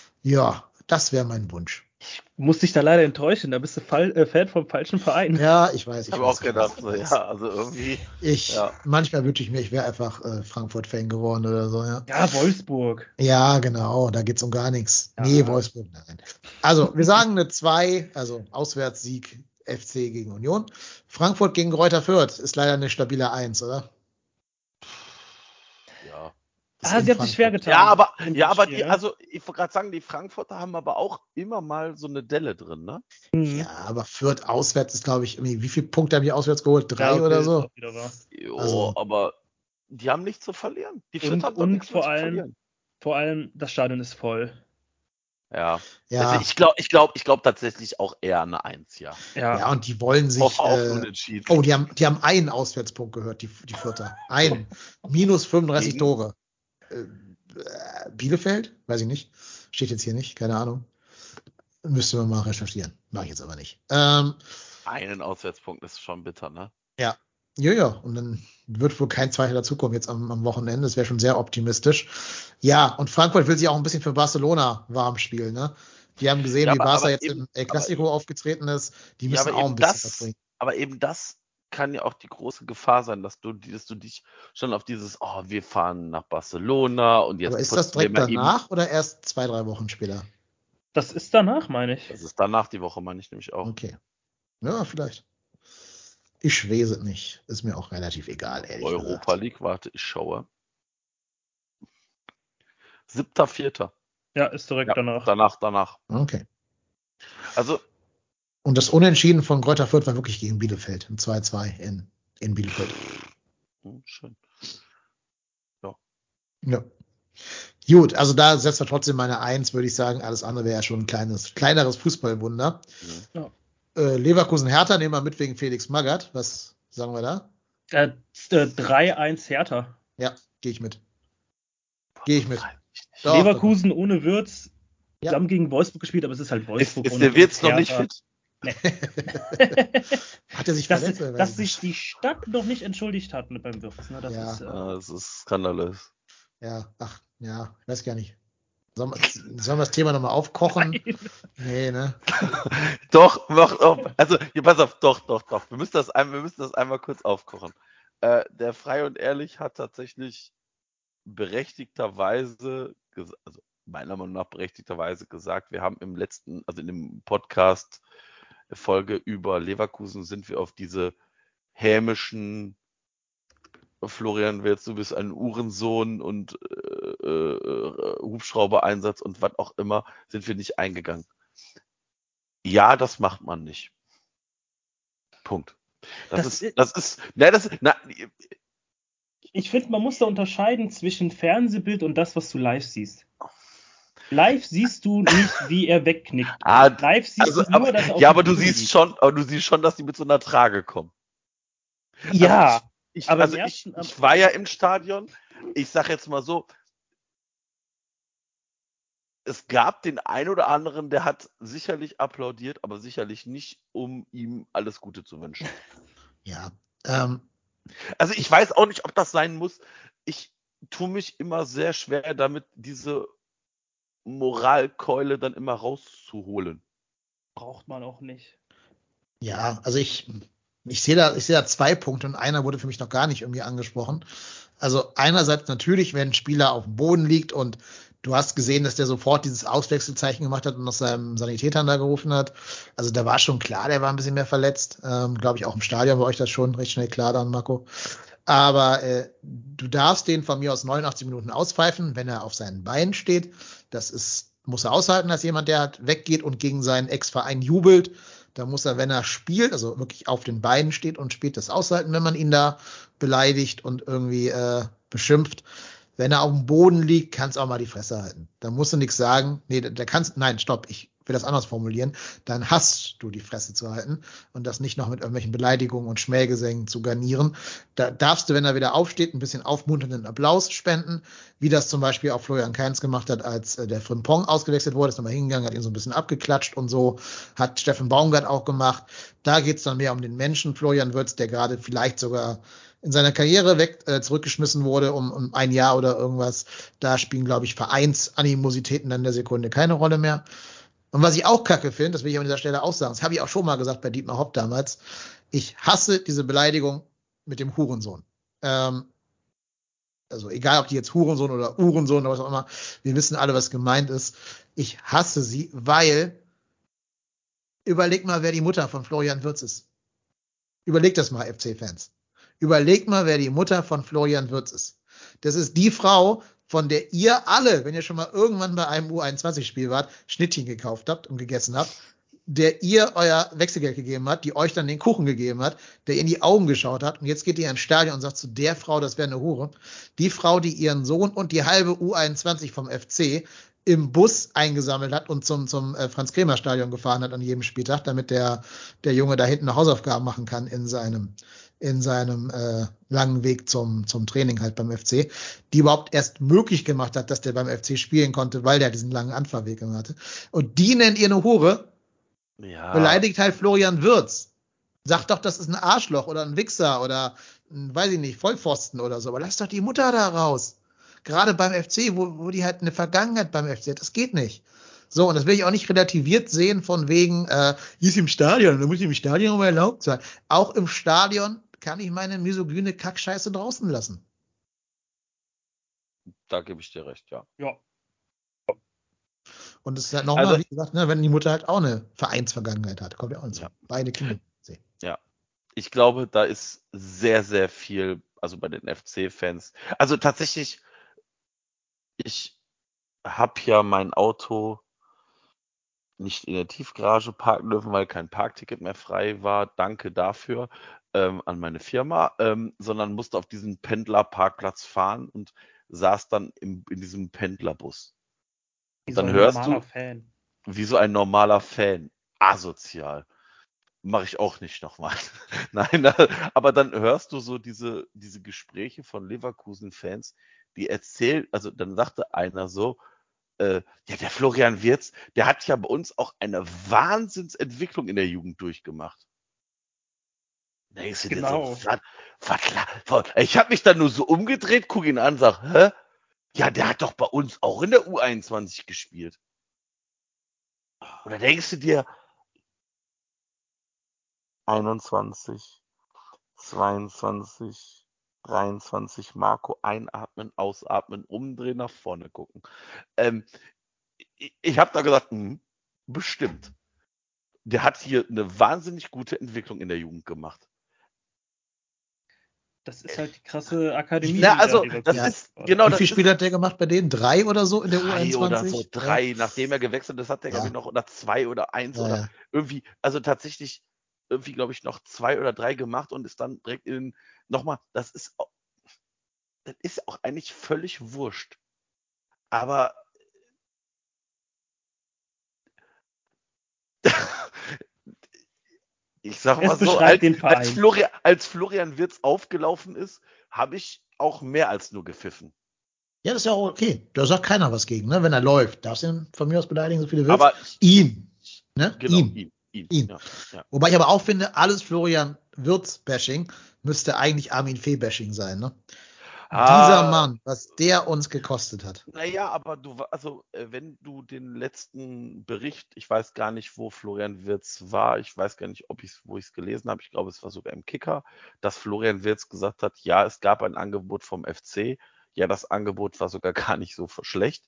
Ja, das wäre mein Wunsch. Muss dich da leider enttäuschen, da bist du Fall, äh, Fan vom falschen Verein. Ja, ich weiß, Ich ich habe weiß, auch ich gedacht, weiß, so, ich weiß. ja, also irgendwie. Ich, Ja. manchmal wünsche ich mir, ich wäre einfach äh, Frankfurt-Fan geworden oder so, ja. Ja, Wolfsburg. Ja, genau, da geht's um gar nichts. Ja. Nee, Wolfsburg, nein. Also, wir sagen eine zwei, also Auswärtssieg F C gegen Union. Frankfurt gegen Greuther Fürth ist leider eine stabile eins, oder? Ja. ist Ah, in sie hat sich schwer Frankfurt. getan. Ja, aber, im ja, aber Spiel, die, ne? also ich wollte gerade sagen, die Frankfurter haben aber auch immer mal so eine Delle drin, ne? Mhm. Ja, aber Fürth auswärts ist, glaube ich, irgendwie, wie viele Punkte haben die auswärts geholt? Drei Ja, okay, oder ist so? auch wieder wahr. Jo, Also- aber die haben nichts zu verlieren. Die Fürth Und, haben doch und nichts mehr vor zu allem, verlieren. vor allem, das Stadion ist voll. Ja. Ja, Also ich glaube, ich glaube, ich glaube tatsächlich auch eher eine Eins, ja. Ja, ja, und die wollen sich. Hoffe auf Äh, Unentschieden. oh, die haben, die haben einen Auswärtspunkt gehört, die, die Vierter. Einen. Minus fünfunddreißig Gegen? Tore. Äh, äh, Bielefeld? Weiß ich nicht. Steht jetzt hier nicht, keine Ahnung. Müsste man mal recherchieren. Mache ich jetzt aber nicht. Ähm, Einen Auswärtspunkt ist schon bitter, ne? ja. Ja, ja. Und dann wird wohl kein zweiter dazukommen jetzt am, am Wochenende. Das wäre schon sehr optimistisch. Ja, und Frankfurt will sich auch ein bisschen für Barcelona warm spielen, ne? Die haben gesehen, Ja, wie aber- Barca aber jetzt eben- im El Clasico aufgetreten ist. Die Ja, müssen aber auch eben ein bisschen was das, bringen. aber eben das kann ja auch die große Gefahr sein, dass du, dass du dich schon auf dieses, oh, wir fahren nach Barcelona und jetzt Aber ist das putzen wir direkt mal eben. danach oder erst zwei, drei Wochen später? das ist danach, meine ich. Das ist danach die Woche, meine ich nämlich auch. Okay. Ja, vielleicht. Ich weiß es nicht. Ist mir auch relativ egal, ehrlich Europa gesagt. League, warte, ich schaue. Siebter, Vierter. Ja, ist direkt Ja, danach. danach, danach. Okay. Also, Und das Unentschieden von Greuther Fürth war wirklich gegen Bielefeld. Ein zwei zwei in, in Bielefeld. hm, schön. Ja. Gut, also da setzt er trotzdem meine Eins, würde ich sagen. Alles andere wäre ja schon ein kleines, kleineres Fußballwunder. Mhm. Ja. Äh, Leverkusen-Hertha nehmen wir mit wegen Felix Magath. Was sagen wir da? Äh, äh, drei eins Hertha. Ja, gehe ich mit. Gehe ich mit. Weiß ich nicht. Doch, Leverkusen ohne Würz. Ja. Die haben gegen Wolfsburg gespielt, aber es ist halt Ist, Wolfsburg. ist und- der Wirtz und noch nicht Hertha. fit? Hat er sich dass, verletzt? oder weiß dass ich sich nicht? die Stadt noch nicht entschuldigt hat mit beim Würz. Ne? Das Ja. ist, äh, Ah, das ist skandalös. Ja, ach, ja, ich weiß gar nicht. Sollen wir, sollen wir das Thema nochmal aufkochen? Nein. Nee, ne? Doch, mach auf. Also, hier, pass auf, doch, doch, doch. Wir müssen das, ein, wir müssen das einmal kurz aufkochen. Äh, der Frei und Ehrlich hat tatsächlich berechtigterweise, ges- also meiner Meinung nach berechtigterweise gesagt, wir haben im letzten, also in dem Podcast Folge über Leverkusen sind wir auf diese hämischen Florian Wirtz, du bist ein Uhrensohn und äh, äh, Hubschrauber-Einsatz und was auch immer, sind wir nicht eingegangen. Ja, das macht man nicht. Punkt. Das, Das ist, das ist, na, das, na, Ich finde, man muss da unterscheiden zwischen Fernsehbild und das, was du live siehst. Live siehst du nicht, wie er wegknickt. Ah, Live siehst also, du nur, aber, dass er auf ja, dem aber du Boden siehst liegt. schon, aber du siehst schon, dass die mit so einer Trage kommen. Ja, Also ich, ich, aber also im ich, ersten- ich war ja im Stadion. Ich sag jetzt mal so, es gab den einen oder anderen, der hat sicherlich applaudiert, aber sicherlich nicht, um ihm alles Gute zu wünschen. Ja. Ähm, Also ich weiß auch nicht, ob das sein muss. Ich tue mich immer sehr schwer damit, diese Moralkeule dann immer rauszuholen. braucht man auch nicht. ja, also ich, ich sehe da, ich sehe da zwei Punkte und einer wurde für mich noch gar nicht irgendwie angesprochen. Also einerseits natürlich, wenn ein Spieler auf dem Boden liegt und du hast gesehen, dass der sofort dieses Auswechselzeichen gemacht hat und nach seinem Sanitäter da gerufen hat. Also da war schon klar, der war ein bisschen mehr verletzt. Ähm, Glaube ich auch im Stadion war euch das schon recht schnell klar dann, Marco. Aber äh, du darfst den von mir aus neunundachtzig Minuten auspfeifen, wenn er auf seinen Beinen steht. Das ist, muss er aushalten, dass jemand, der halt weggeht und gegen seinen Ex-Verein jubelt. Da muss er, wenn er spielt, also wirklich auf den Beinen steht und spielt, das aushalten, wenn man ihn da beleidigt und irgendwie äh, beschimpft. Wenn er auf dem Boden liegt, kannst auch mal die Fresse halten. Da musst du nichts sagen. Nee, da kannst, nein, stopp, ich will das anders formulieren. Dann hast du die Fresse zu halten und das nicht noch mit irgendwelchen Beleidigungen und Schmähgesängen zu garnieren. Da darfst du, wenn er wieder aufsteht, ein bisschen aufmunternden Applaus spenden, wie das zum Beispiel auch Florian Kainz gemacht hat, als äh, der Frimpong ausgewechselt wurde, ist nochmal hingegangen, hat ihn so ein bisschen abgeklatscht und so, hat Steffen Baumgart auch gemacht. Da geht's dann mehr um den Menschen, Florian Wirtz, der gerade vielleicht sogar in seiner Karriere weg äh, zurückgeschmissen wurde um, um ein Jahr oder irgendwas. Da spielen, glaube ich, Vereinsanimositäten dann der Sekunde keine Rolle mehr. Und was ich auch kacke finde, das will ich an dieser Stelle auch sagen, das habe ich auch schon mal gesagt bei Dietmar Hopp damals, ich hasse diese Beleidigung mit dem Hurensohn. Ähm, also egal, ob die jetzt Hurensohn oder Uhrensohn oder was auch immer, wir wissen alle, was gemeint ist. Ich hasse sie, weil überleg mal, wer die Mutter von Florian Wirtz ist. Überleg das mal, F C-Fans. Überleg mal, wer die Mutter von Florian Wirtz ist. Das ist die Frau, von der ihr alle, wenn ihr schon mal irgendwann bei einem U einundzwanzig-Spiel wart, Schnittchen gekauft habt und gegessen habt, der ihr euer Wechselgeld gegeben hat, die euch dann den Kuchen gegeben hat, der ihr in die Augen geschaut hat, und jetzt geht ihr ins Stadion und sagt zu der Frau, das wäre eine Hure. Die Frau, die ihren Sohn und die halbe U einundzwanzig vom F C im Bus eingesammelt hat und zum, zum äh, Franz-Kremer-Stadion gefahren hat an jedem Spieltag, damit der, der Junge da hinten noch Hausaufgaben machen kann in seinem, in seinem äh, langen Weg zum, zum Training halt beim F C, die überhaupt erst möglich gemacht hat, dass der beim F C spielen konnte, weil der diesen langen Anfahrweg immer hatte. Und die nennt ihr eine Hure, Ja. beleidigt halt Florian Wirtz. Sagt doch, das ist ein Arschloch oder ein Wichser oder ein, weiß ich nicht, Vollpfosten oder so. Aber lass doch die Mutter da raus. Gerade beim F C, wo, wo die halt eine Vergangenheit beim F C hat. Das geht nicht. So, und das will ich auch nicht relativiert sehen von wegen, äh, die ist im Stadion, da muss ich im Stadion aber erlaubt sein. Auch im Stadion kann ich meine misogyne Kackscheiße draußen lassen. Da gebe ich dir recht, ja. Ja. Und es ist halt nochmal, Also- wie gesagt, ne, wenn die Mutter halt auch eine Vereinsvergangenheit hat, kommt ja auch hinzu. Ja. Beide Kinder. Ja. Ich glaube, da ist sehr, sehr viel, also bei den F C-Fans. Also tatsächlich, ich habe ja mein Auto nicht in der Tiefgarage parken dürfen, weil kein Parkticket mehr frei war. Danke dafür ähm, an meine Firma, ähm, sondern musste auf diesen Pendlerparkplatz fahren und saß dann im, in diesem Pendlerbus. Wie Und so dann ein hörst normaler du, Fan. wie so ein normaler Fan, asozial. Mache ich auch nicht nochmal. Nein, aber dann hörst du so diese, diese Gespräche von Leverkusen-Fans, die erzählen, also dann sagte einer so, äh, ja, der Florian Wirtz, der hat ja bei uns auch eine Wahnsinnsentwicklung in der Jugend durchgemacht. Da denkst du dir Genau. so, was, was, was, ich habe mich dann nur so umgedreht, gucke ihn an, sag, hä? Ja, der hat doch bei uns auch in der U einundzwanzig gespielt. Oder denkst du dir, einundzwanzig, zweiundzwanzig, dreiundzwanzig, Marco, einatmen, ausatmen, umdrehen, nach vorne gucken. Ähm, ich ich habe da gesagt, hm, bestimmt. Der hat hier eine wahnsinnig gute Entwicklung in der Jugend gemacht. Das ist halt die krasse Akademie. Na, die also, da das Ja. ist, genau, Wie das viele Spiele ist hat der gemacht bei denen? Drei oder so in der U drei einundzwanzig? oder so, drei, nachdem er gewechselt ist, hat er, Ja. glaube ich, noch, oder zwei oder eins Ja, oder ja. irgendwie, also tatsächlich irgendwie, glaube ich, noch zwei oder drei gemacht und ist dann direkt in, nochmal, das ist, au- das ist auch eigentlich völlig wurscht. Aber ich sag Es mal so, beschreibt als, den als, Verein. Florian, als Florian Wirtz aufgelaufen ist, habe ich auch mehr als nur gepfiffen. Ja, das ist ja auch okay. Da sagt keiner was gegen, ne? Wenn er läuft. Darfst du ihn von mir aus beleidigen, so viel du willst. Aber ihn. Ne? genau, ihn. ihn. ihn, Ihn. Ja, ja. Wobei ich aber auch finde, alles Florian Wirtz-Bashing müsste eigentlich Armin Fee-Bashing sein, ne? Dieser Ah, Mann, was der uns gekostet hat. naja, aber du, wa- also, äh, wenn du den letzten Bericht, ich weiß gar nicht, wo Florian Wirtz war, ich weiß gar nicht, ob ich's, wo ich es gelesen habe, ich glaube, es war sogar im Kicker, dass Florian Wirtz gesagt hat, ja, es gab ein Angebot vom F C, ja, das Angebot war sogar gar nicht so schlecht,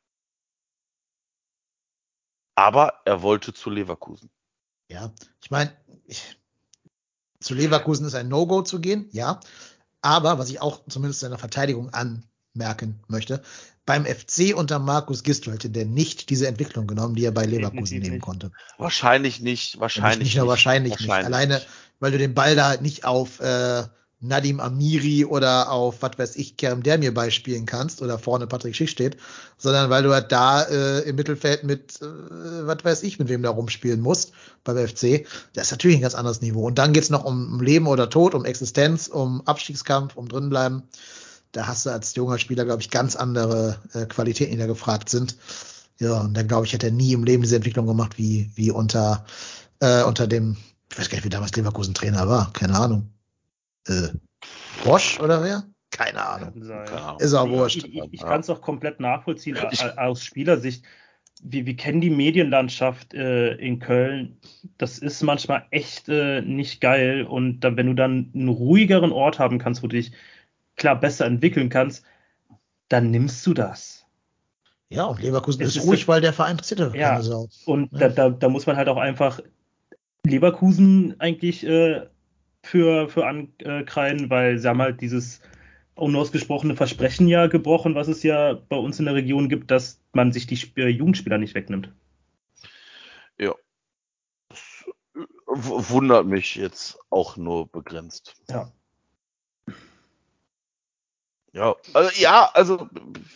aber er wollte zu Leverkusen. Ja, ich meine, zu Leverkusen ist ein No-Go zu gehen, ja. Aber, was ich auch zumindest in der Verteidigung anmerken möchte, beim F C unter Markus Gisdol hätte der nicht diese Entwicklung genommen, die er bei Leverkusen Definitiv nehmen nicht. konnte. Wahrscheinlich nicht, Ja, wahrscheinlich nicht, nicht nur wahrscheinlich, wahrscheinlich nicht. Alleine, nicht. weil du den Ball da halt nicht auf äh, Nadim Amiri oder auf, was weiß ich, Kerem Demir beispielen kannst oder vorne Patrick Schick steht, sondern weil du halt da äh, im Mittelfeld mit, äh, was weiß ich, mit wem da rumspielen musst beim F C. Das ist natürlich ein ganz anderes Niveau. Und dann geht's noch um, um Leben oder Tod, um Existenz, um Abstiegskampf, um drinbleiben. Da hast du als junger Spieler, glaube ich, ganz andere äh, Qualitäten, die da gefragt sind. Ja, und dann, glaube ich, hätte er nie im Leben diese Entwicklung gemacht, wie, wie unter, äh, unter dem, ich weiß gar nicht, wie damals Leverkusen Trainer war, keine Ahnung. Äh, Bosch oder wer? Keine Ahnung. Kann sein. Keine Ahnung. Ist auch Ich, wurscht. ich, ich, ich Ja. kann es auch komplett nachvollziehen a- Ich- a- aus Spielersicht. Wir, wir kennen die Medienlandschaft äh, in Köln. Das ist manchmal echt äh, nicht geil. Und dann, wenn du dann einen ruhigeren Ort haben kannst, wo du dich klar besser entwickeln kannst, dann nimmst du das. Ja, und Leverkusen Es ist ist- ruhig, weil der Verein interessiert ja Ja, keine Sau. und Ja. da, da, da muss man halt auch einfach Leverkusen eigentlich äh, für, für ankreiden, weil sie haben halt dieses unausgesprochene Versprechen ja gebrochen, was es ja bei uns in der Region gibt, dass man sich die Sp- äh, Jugendspieler nicht wegnimmt. Ja. W wundert mich jetzt auch nur begrenzt. Ja. Ja, also, ja, also,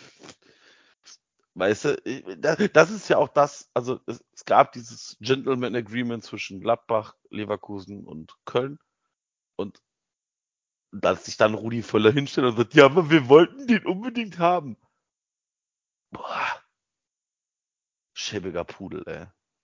weißt du, das, das ist ja auch das, also es, es gab dieses Gentleman Agreement zwischen Gladbach, Leverkusen und Köln und dass sich dann Rudi Völler hinstellt und sagt, ja, aber wir wollten den unbedingt haben. Boah. Schäbiger Pudel, ey.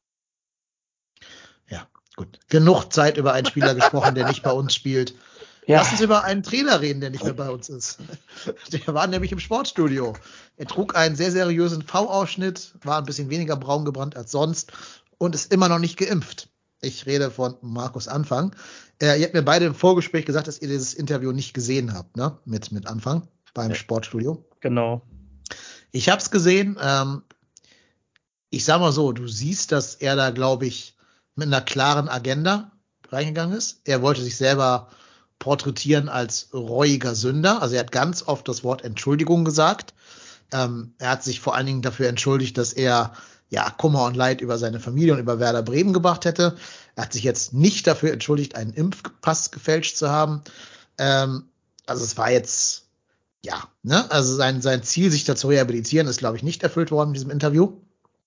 Ja, gut. Genug Zeit über einen Spieler gesprochen, der nicht bei uns spielt. Ja. Lass uns über einen Trainer reden, der nicht mehr bei uns ist. Der war nämlich im Sportstudio. Er trug einen sehr seriösen V-Ausschnitt, war ein bisschen weniger braun gebrannt als sonst und ist immer noch nicht geimpft. Ich rede von Markus Anfang. Äh, ihr habt mir beide im Vorgespräch gesagt, dass ihr dieses Interview nicht gesehen habt, ne? Mit, mit Anfang beim Ja. Sportstudio. Genau. Ich habe es gesehen. Ähm, ich sag mal so, du siehst, dass er da, glaube ich, mit einer klaren Agenda reingegangen ist. Er wollte sich selber porträtieren als reuiger Sünder. Also er hat ganz oft das Wort Entschuldigung gesagt. Ähm, er hat sich vor allen Dingen dafür entschuldigt, dass er ja Kummer und Leid über seine Familie und über Werder Bremen gebracht hätte. Er hat sich jetzt nicht dafür entschuldigt, einen Impfpass gefälscht zu haben. Ähm, also es war jetzt, ja, ne, also sein, sein Ziel, sich dazu rehabilitieren, ist, glaube ich, nicht erfüllt worden in diesem Interview.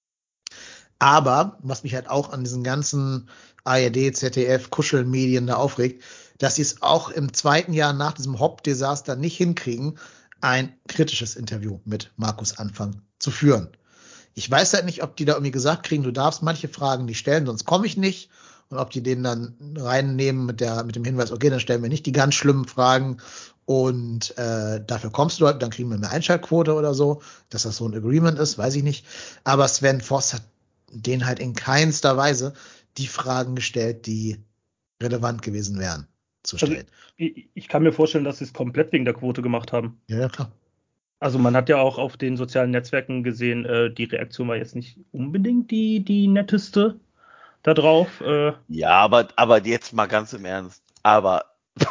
Aber was mich halt auch an diesen ganzen A R D, Z D F, Kuschelmedien da aufregt, dass sie es auch im zweiten Jahr nach diesem Hopp-Desaster nicht hinkriegen, ein kritisches Interview mit Markus Anfang zu führen. Ich weiß halt nicht, ob die da irgendwie gesagt kriegen, du darfst manche Fragen nicht stellen, sonst komme ich nicht. Und ob die den dann reinnehmen mit, der, mit dem Hinweis, okay, dann stellen wir nicht die ganz schlimmen Fragen und äh, dafür kommst du halt, dann kriegen wir eine Einschaltquote oder so. Dass das so ein Agreement ist, weiß ich nicht. Aber Sven Voss hat den halt in keinster Weise die Fragen gestellt, die relevant gewesen wären zu Also stellen. ich, ich kann mir vorstellen, dass sie es komplett wegen der Quote gemacht haben. Ja, ja, klar. Also man hat ja auch auf den sozialen Netzwerken gesehen, äh, die Reaktion war jetzt nicht unbedingt die, die netteste da drauf. Äh, Ja, aber, aber jetzt mal ganz im Ernst. Aber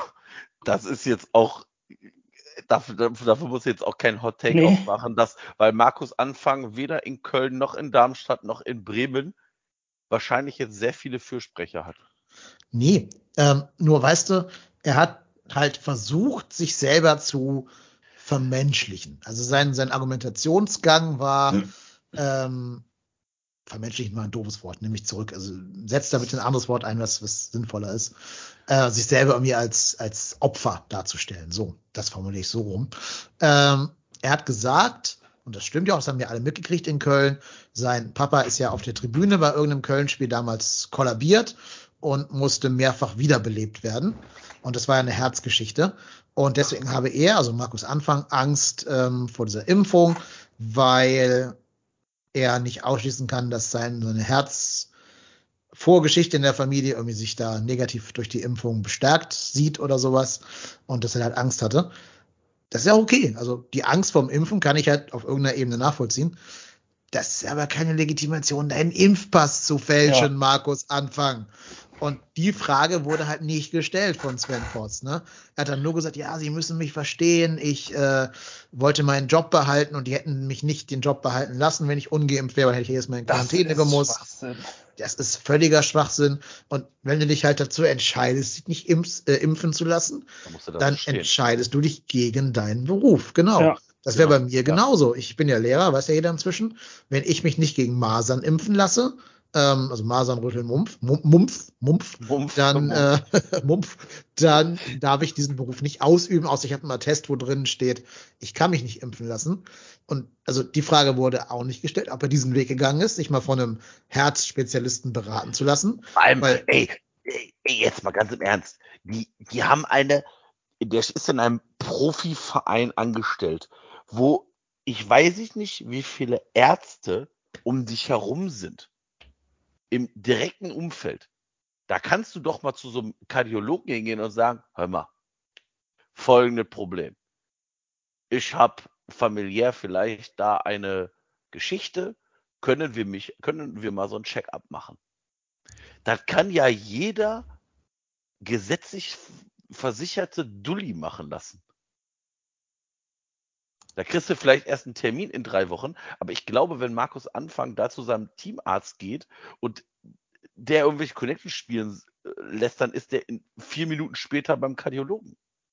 das ist jetzt auch, dafür, dafür muss ich jetzt auch kein Hot Take nee. aufmachen, dass, weil Markus Anfang weder in Köln noch in Darmstadt noch in Bremen wahrscheinlich jetzt sehr viele Fürsprecher hat. Nee, ähm, nur weißt du, er hat halt versucht, sich selber zu vermenschlichen. Also sein, sein Argumentationsgang war, ähm, vermenschlichen war ein doofes Wort, nehme ich zurück. Also setzt da bitte ein anderes Wort ein, was, was sinnvoller ist. Äh, sich selber irgendwie als, als Opfer darzustellen. So, das formuliere ich so rum. Ähm, er hat gesagt, und das stimmt ja auch, das haben wir alle mitgekriegt in Köln, sein Papa ist ja auf der Tribüne bei irgendeinem Köln-Spiel damals kollabiert und musste mehrfach wiederbelebt werden. Und das war ja eine Herzgeschichte. Und deswegen habe er, also Markus Anfang, Angst ähm, vor dieser Impfung, weil er nicht ausschließen kann, dass sein, seine Herzvorgeschichte in der Familie irgendwie sich da negativ durch die Impfung bestärkt sieht oder sowas und dass er halt Angst hatte. Das ist ja okay. Also die Angst vorm Impfen kann ich halt auf irgendeiner Ebene nachvollziehen. Das ist aber keine Legitimation, deinen Impfpass zu fälschen, Ja. Markus Anfang. Und die Frage wurde halt nicht gestellt von Sven Voss. Ne? Er hat dann nur gesagt, ja, Sie müssen mich verstehen, ich äh, wollte meinen Job behalten und die hätten mich nicht den Job behalten lassen, wenn ich ungeimpft wäre, weil hätte ich erstmal in Quarantäne gemusst. Schwachsinn. Das ist völliger Schwachsinn. Und wenn du dich halt dazu entscheidest, dich nicht impf, äh, impfen zu lassen, Da musst du dazu dann stehen. entscheidest du dich gegen deinen Beruf. Genau. Ja. Das wäre Genau. bei mir Ja. genauso. Ich bin ja Lehrer, weiß ja jeder inzwischen. Wenn ich mich nicht gegen Masern impfen lasse, ähm, also Masern, Rütteln, Mumpf, Mum- Mumpf, Mumpf, Mumpf, dann, Mumpf. äh, Mumpf, dann darf ich diesen Beruf nicht ausüben, außer ich habe einen Attest, wo drin steht, ich kann mich nicht impfen lassen. Und also die Frage wurde auch nicht gestellt, ob er diesen Weg gegangen ist, sich mal von einem Herzspezialisten beraten zu lassen. Vor allem, Weil, ey, ey, jetzt mal ganz im Ernst. Die, die haben eine, der ist in einem Profiverein angestellt, wo ich weiß ich nicht, wie viele Ärzte um dich herum sind. Im direkten Umfeld. Da kannst du doch mal zu so einem Kardiologen hingehen und sagen, hör mal, folgendes Problem. Ich habe familiär vielleicht da eine Geschichte, können wir mich, können wir mal so ein Check-up machen. Das kann ja jeder gesetzlich versicherte Dulli machen lassen. Da kriegst du vielleicht erst einen Termin in drei Wochen, aber ich glaube, wenn Markus Anfang da zu seinem Teamarzt geht und der irgendwelche Connections spielen äh, lässt, dann ist der in vier Minuten später beim Kardiologen.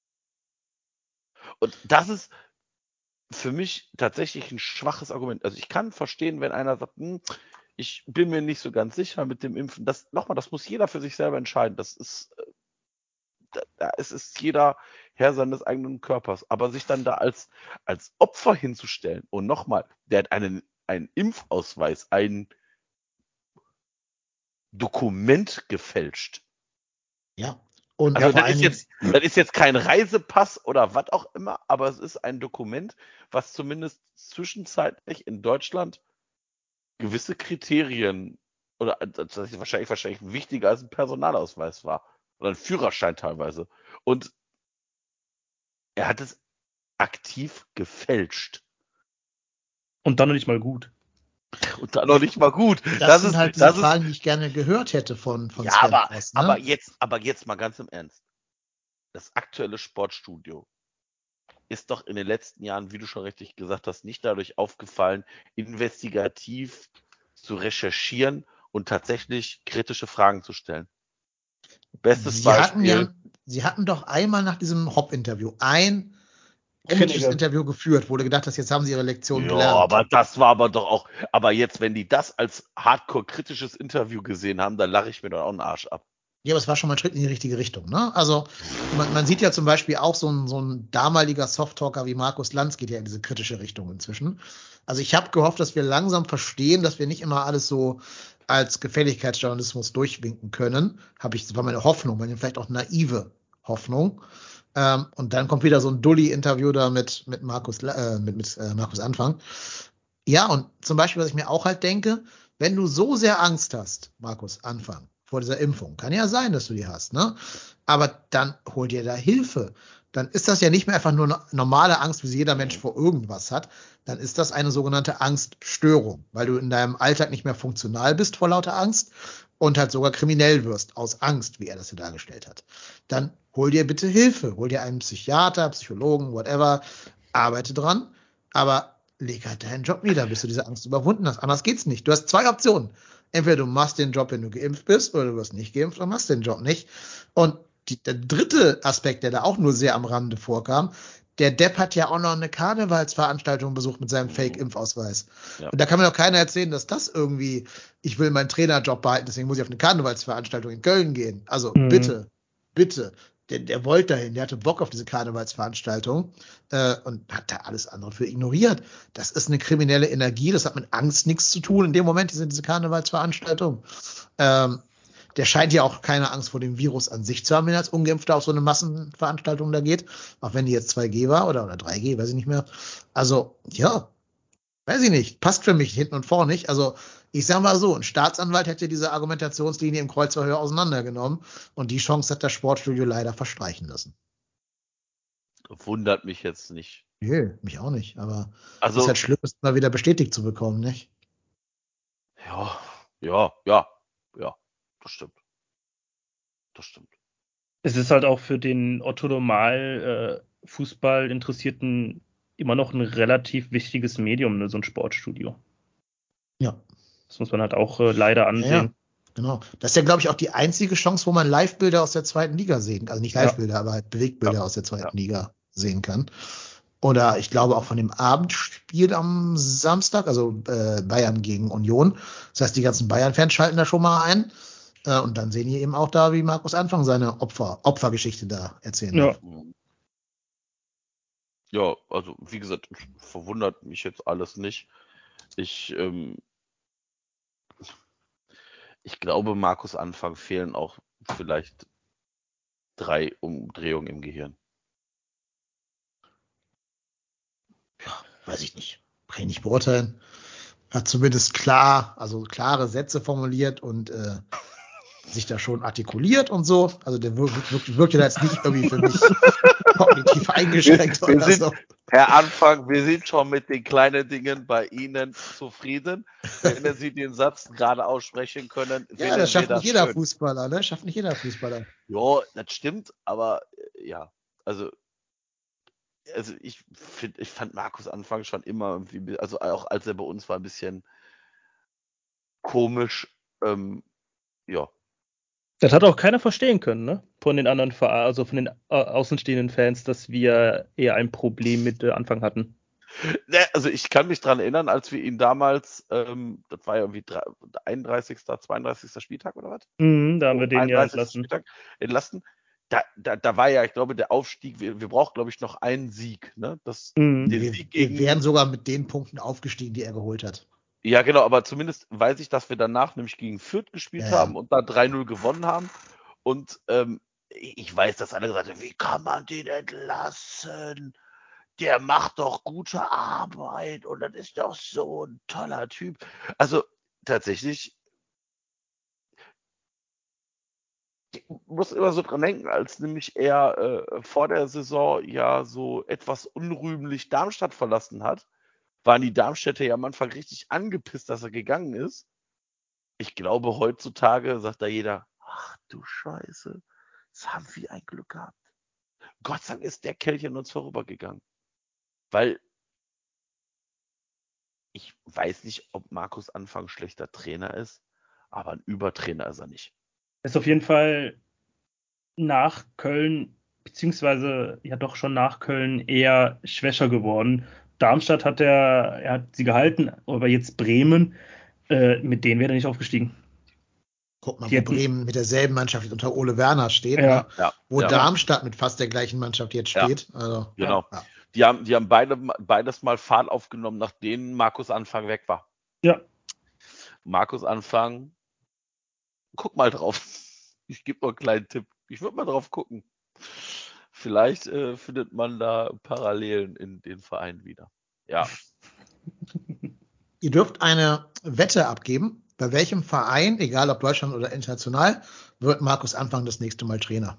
Und das ist für mich tatsächlich ein schwaches Argument. Also ich kann verstehen, wenn einer sagt, hm, ich bin mir nicht so ganz sicher mit dem Impfen. Das, nochmal, das muss jeder für sich selber entscheiden. Das ist, äh, da, da ist, ist jeder Herr seines eigenen Körpers. Aber sich dann da als, als Opfer hinzustellen und nochmal, der hat einen, einen Impfausweis, ein Dokument gefälscht. Ja. Und Also vor das allen ist Dingen, jetzt, das ist jetzt kein Reisepass oder was auch immer, aber es ist ein Dokument, was zumindest zwischenzeitlich in Deutschland gewisse Kriterien oder äh, das ist wahrscheinlich wahrscheinlich wichtiger als ein Personalausweis war oder ein Führerschein teilweise. Und er hat es aktiv gefälscht Und dann noch nicht mal gut. und dann noch nicht mal gut. das, Das sind ist, halt diese das ist, Fragen, die ich gerne gehört hätte von, von ja, Sven aber, aus. Ne? aber jetzt, aber jetzt mal ganz im Ernst. Das aktuelle Sportstudio ist doch in den letzten Jahren, wie du schon richtig gesagt hast, nicht dadurch aufgefallen, investigativ zu recherchieren und tatsächlich kritische Fragen zu stellen. Bestes Sie hatten Beispiel. ja, Sie hatten doch einmal nach diesem Hopp-Interview ein kritisches Unmenge. Interview geführt, wo du gedacht hast, jetzt haben Sie Ihre Lektion Ja, gelernt. aber das war aber doch auch, aber jetzt, wenn die das als hardcore-kritisches Interview gesehen haben, dann lache ich mir doch auch einen Arsch ab. Ja, aber es war schon mal ein Schritt in die richtige Richtung. Ne? Also man, man sieht ja zum Beispiel auch so ein, so ein damaliger Soft-Talker wie Markus Lanz geht ja in diese kritische Richtung inzwischen. Also ich habe gehofft, dass wir langsam verstehen, dass wir nicht immer alles so als Gefälligkeitsjournalismus durchwinken können. Habe ich, das war meine Hoffnung, meine vielleicht auch naive Hoffnung. Ähm, und dann kommt wieder so ein Dulli-Interview da mit, mit Markus, äh, mit, mit äh, Markus Anfang. Ja, und zum Beispiel, was ich mir auch halt denke, wenn du so sehr Angst hast, Markus Anfang, vor dieser Impfung, kann ja sein, dass du die hast, ne? Aber dann hol dir da Hilfe. Dann ist das ja nicht mehr einfach nur eine normale Angst, wie sie jeder Mensch vor irgendwas hat. Dann ist das eine sogenannte Angststörung, weil du in deinem Alltag nicht mehr funktional bist vor lauter Angst und halt sogar kriminell wirst aus Angst, wie er das hier dargestellt hat. Dann hol dir bitte Hilfe. Hol dir einen Psychiater, Psychologen, whatever. Arbeite dran. Aber leg halt deinen Job nieder, bis du diese Angst überwunden hast. Anders geht's nicht. Du hast zwei Optionen. Entweder du machst den Job, wenn du geimpft bist, oder du wirst nicht geimpft und machst den Job nicht. Und die, der dritte Aspekt, der da auch nur sehr am Rande vorkam, der Depp hat ja auch noch eine Karnevalsveranstaltung besucht mit seinem Fake-Impfausweis. Ja. Und da kann mir doch keiner erzählen, dass das irgendwie, ich will meinen Trainerjob behalten, deswegen muss ich auf eine Karnevalsveranstaltung in Köln gehen. Also Mhm. bitte, bitte. Der, der wollte dahin, der hatte Bock auf diese Karnevalsveranstaltung äh, und hat da alles andere für ignoriert. Das ist eine kriminelle Energie, das hat mit Angst nichts zu tun. In dem Moment diese, diese Karnevalsveranstaltung. Ähm, der scheint ja auch keine Angst vor dem Virus an sich zu haben, wenn er als Ungeimpfter auf so eine Massenveranstaltung da geht. Auch wenn die jetzt zwei G war oder, oder drei G, weiß ich nicht mehr. Also, ja, weiß ich nicht. Passt für mich hinten und vorne nicht. Also, ich sag mal so, ein Staatsanwalt hätte diese Argumentationslinie im Kreuzverhör auseinandergenommen und die Chance hat das Sportstudio leider verstreichen lassen. Wundert mich jetzt nicht. Nö, mich auch nicht, aber Also, ist halt schlimm, es mal wieder bestätigt zu bekommen, nicht? ja, ja, ja, ja, das stimmt. Das stimmt. Es ist halt auch für den Otto Normal äh, Fußball-Interessierten immer noch ein relativ wichtiges Medium, ne, so ein Sportstudio. Ja. Das muss man halt auch äh, leider ansehen. Ja, ja, genau. Das ist ja, glaube ich, auch die einzige Chance, wo man Live-Bilder aus der zweiten Liga sehen kann. Also nicht Live-Bilder, ja. aber halt Bewegtbilder Ja. aus der zweiten Ja. Liga sehen kann. Oder ich glaube auch von dem Abendspiel am Samstag, also äh, Bayern gegen Union. Das heißt, die ganzen Bayern-Fans schalten da schon mal ein. Äh, und dann sehen die eben auch da, wie Markus Anfang seine Opfer, Opfergeschichte da erzählen Ja. darf. Ja, also wie gesagt, verwundert mich jetzt alles nicht. Ich, ähm, ich glaube, Markus Anfang fehlen auch vielleicht drei Umdrehungen im Gehirn. Ja, weiß ich nicht. Kann ich nicht beurteilen. Hat zumindest klar, also klare Sätze formuliert und äh, sich da schon artikuliert und so. Also der wirkt, wirkt, wirkt ja jetzt nicht irgendwie für mich kognitiv eingeschränkt wir, wir oder sind, so. Herr Anfang, wir sind schon mit den kleinen Dingen bei Ihnen zufrieden. Wenn Sie den Satz gerade aussprechen können, Ja, finden das schafft wir nicht das jeder schön. Fußballer, ne? Schafft nicht jeder Fußballer. Ja, das stimmt, aber äh, ja, also also ich finde, ich fand Markus Anfang schon immer irgendwie, also auch als er bei uns war, ein bisschen komisch. Ähm, ja. Das hat auch keiner verstehen können, ne? Von den anderen, Ver- also von den äh, außenstehenden Fans, dass wir eher ein Problem mit äh, Anfang hatten. Ne, also ich kann mich dran erinnern, als wir ihn damals, ähm, das war ja irgendwie drei- einunddreißigster, zweiunddreißigster Spieltag oder was? Mhm, da haben wir Oh, den ja einunddreißigster entlassen. Spieltag entlassen. Da, da, da war ja, ich glaube, der Aufstieg, wir, wir brauchen, glaube ich, noch einen Sieg. Ne? Das, Mhm. den Wir, Sieg wir gegen, wären sogar mit den Punkten aufgestiegen, die er geholt hat. ja, genau, aber zumindest weiß ich, dass wir danach nämlich gegen Fürth gespielt Ja, ja. haben und da drei null gewonnen haben. Und ähm, ich weiß, dass alle gesagt haben, wie kann man den entlassen? Der macht doch gute Arbeit und das ist doch so ein toller Typ. Also tatsächlich, ich muss immer so dran denken, als nämlich er äh, vor der Saison ja so etwas unrühmlich Darmstadt verlassen hat, waren die Darmstädter ja am Anfang richtig angepisst, dass er gegangen ist. Ich glaube, heutzutage sagt da jeder, ach du Scheiße, jetzt haben wir ein Glück gehabt. Gott sei Dank ist der Kerl an uns vorübergegangen. Weil ich weiß nicht, ob Markus Anfang schlechter Trainer ist, aber ein Übertrainer ist er nicht. Ist auf jeden Fall nach Köln, beziehungsweise ja doch schon nach Köln eher schwächer geworden. Darmstadt hat er, er hat sie gehalten, aber jetzt Bremen, äh, mit denen wäre er nicht aufgestiegen. Guck mal, Die wo hätten- Bremen mit derselben Mannschaft unter Ole Werner steht, Ja. ne? Ja, Wo ja, Darmstadt mit fast der gleichen Mannschaft jetzt Ja. steht. Also, genau. ja. Die haben, die haben beide, beides mal Fahrt aufgenommen, nachdem Markus Anfang weg war. Ja. Markus Anfang, guck mal drauf. Ich gebe noch einen kleinen Tipp. Ich würde mal drauf gucken. Vielleicht äh, findet man da Parallelen in den Vereinen wieder. Ja. Ihr dürft eine Wette abgeben. Bei welchem Verein, egal ob Deutschland oder international, wird Markus Anfang das nächste Mal Trainer?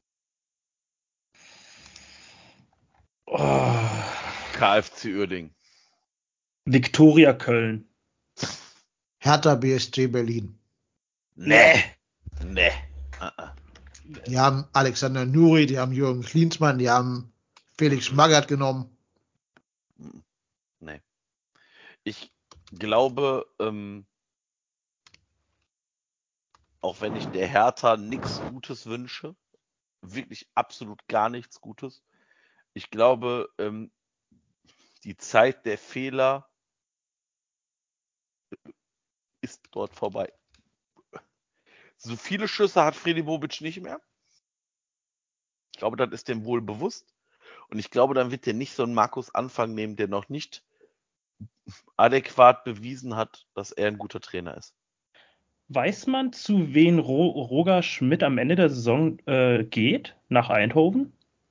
Oh. K F C Uerdingen. Viktoria Köln. Hertha B S G Berlin. Nee. Nee. Uh-uh. Die haben Alexander Nuri, die haben Jürgen Klinsmann, die haben Felix Magath genommen. Nee. Ich glaube, ähm, auch wenn ich der Hertha nichts Gutes wünsche, wirklich absolut gar nichts Gutes, ich glaube, ähm, die Zeit der Fehler ist dort vorbei. So viele Schüsse hat Fredi Bobic nicht mehr. Ich glaube, das ist dem wohl bewusst. Und ich glaube, dann wird der nicht so einen Markus Anfang nehmen, der noch nicht adäquat bewiesen hat, dass er ein guter Trainer ist. Weiß man, zu wen Ro Roger Schmidt am Ende der Saison äh, geht? Nach Eindhoven?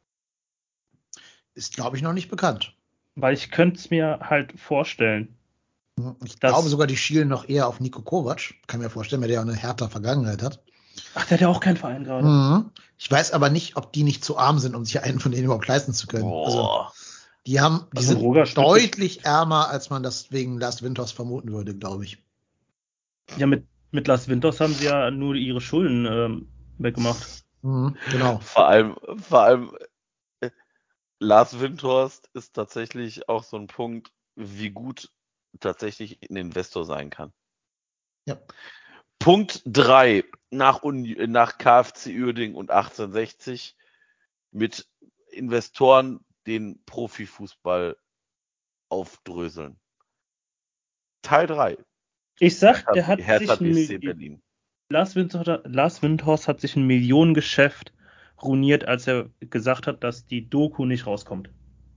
Ist, glaube ich, noch nicht bekannt. Weil ich könnte es mir halt vorstellen. Ich Das- glaube sogar, die schielen noch eher auf Nico Kovac. Kann mir vorstellen, weil der auch eine härter Vergangenheit hat. Ach, der hat ja auch keinen Verein gerade. Mhm. Ich weiß aber nicht, ob die nicht zu arm sind, um sich einen von denen überhaupt leisten zu können. Also, Boah. die haben, die Also sind Roger Schmidt deutlich ärmer, als man das wegen Lars Winters vermuten würde, glaube ich. Ja, mit, mit Lars Winters haben sie ja nur ihre Schulden ähm, weggemacht. Mhm, genau. Vor allem, vor allem äh, Lars Windhorst ist tatsächlich auch so ein Punkt, wie gut tatsächlich ein Investor sein kann. Ja. Punkt drei nach, Uni, nach K F C Uerdingen und achtzehnhundertsechzig mit Investoren den Profifußball aufdröseln. Teil drei. Ich sag, der hat Hertha sich B S C ein, Berlin. Lars Windhorst, Lars Windhorst hat sich ein Millionengeschäft ruiniert, als er gesagt hat, dass die Doku nicht rauskommt.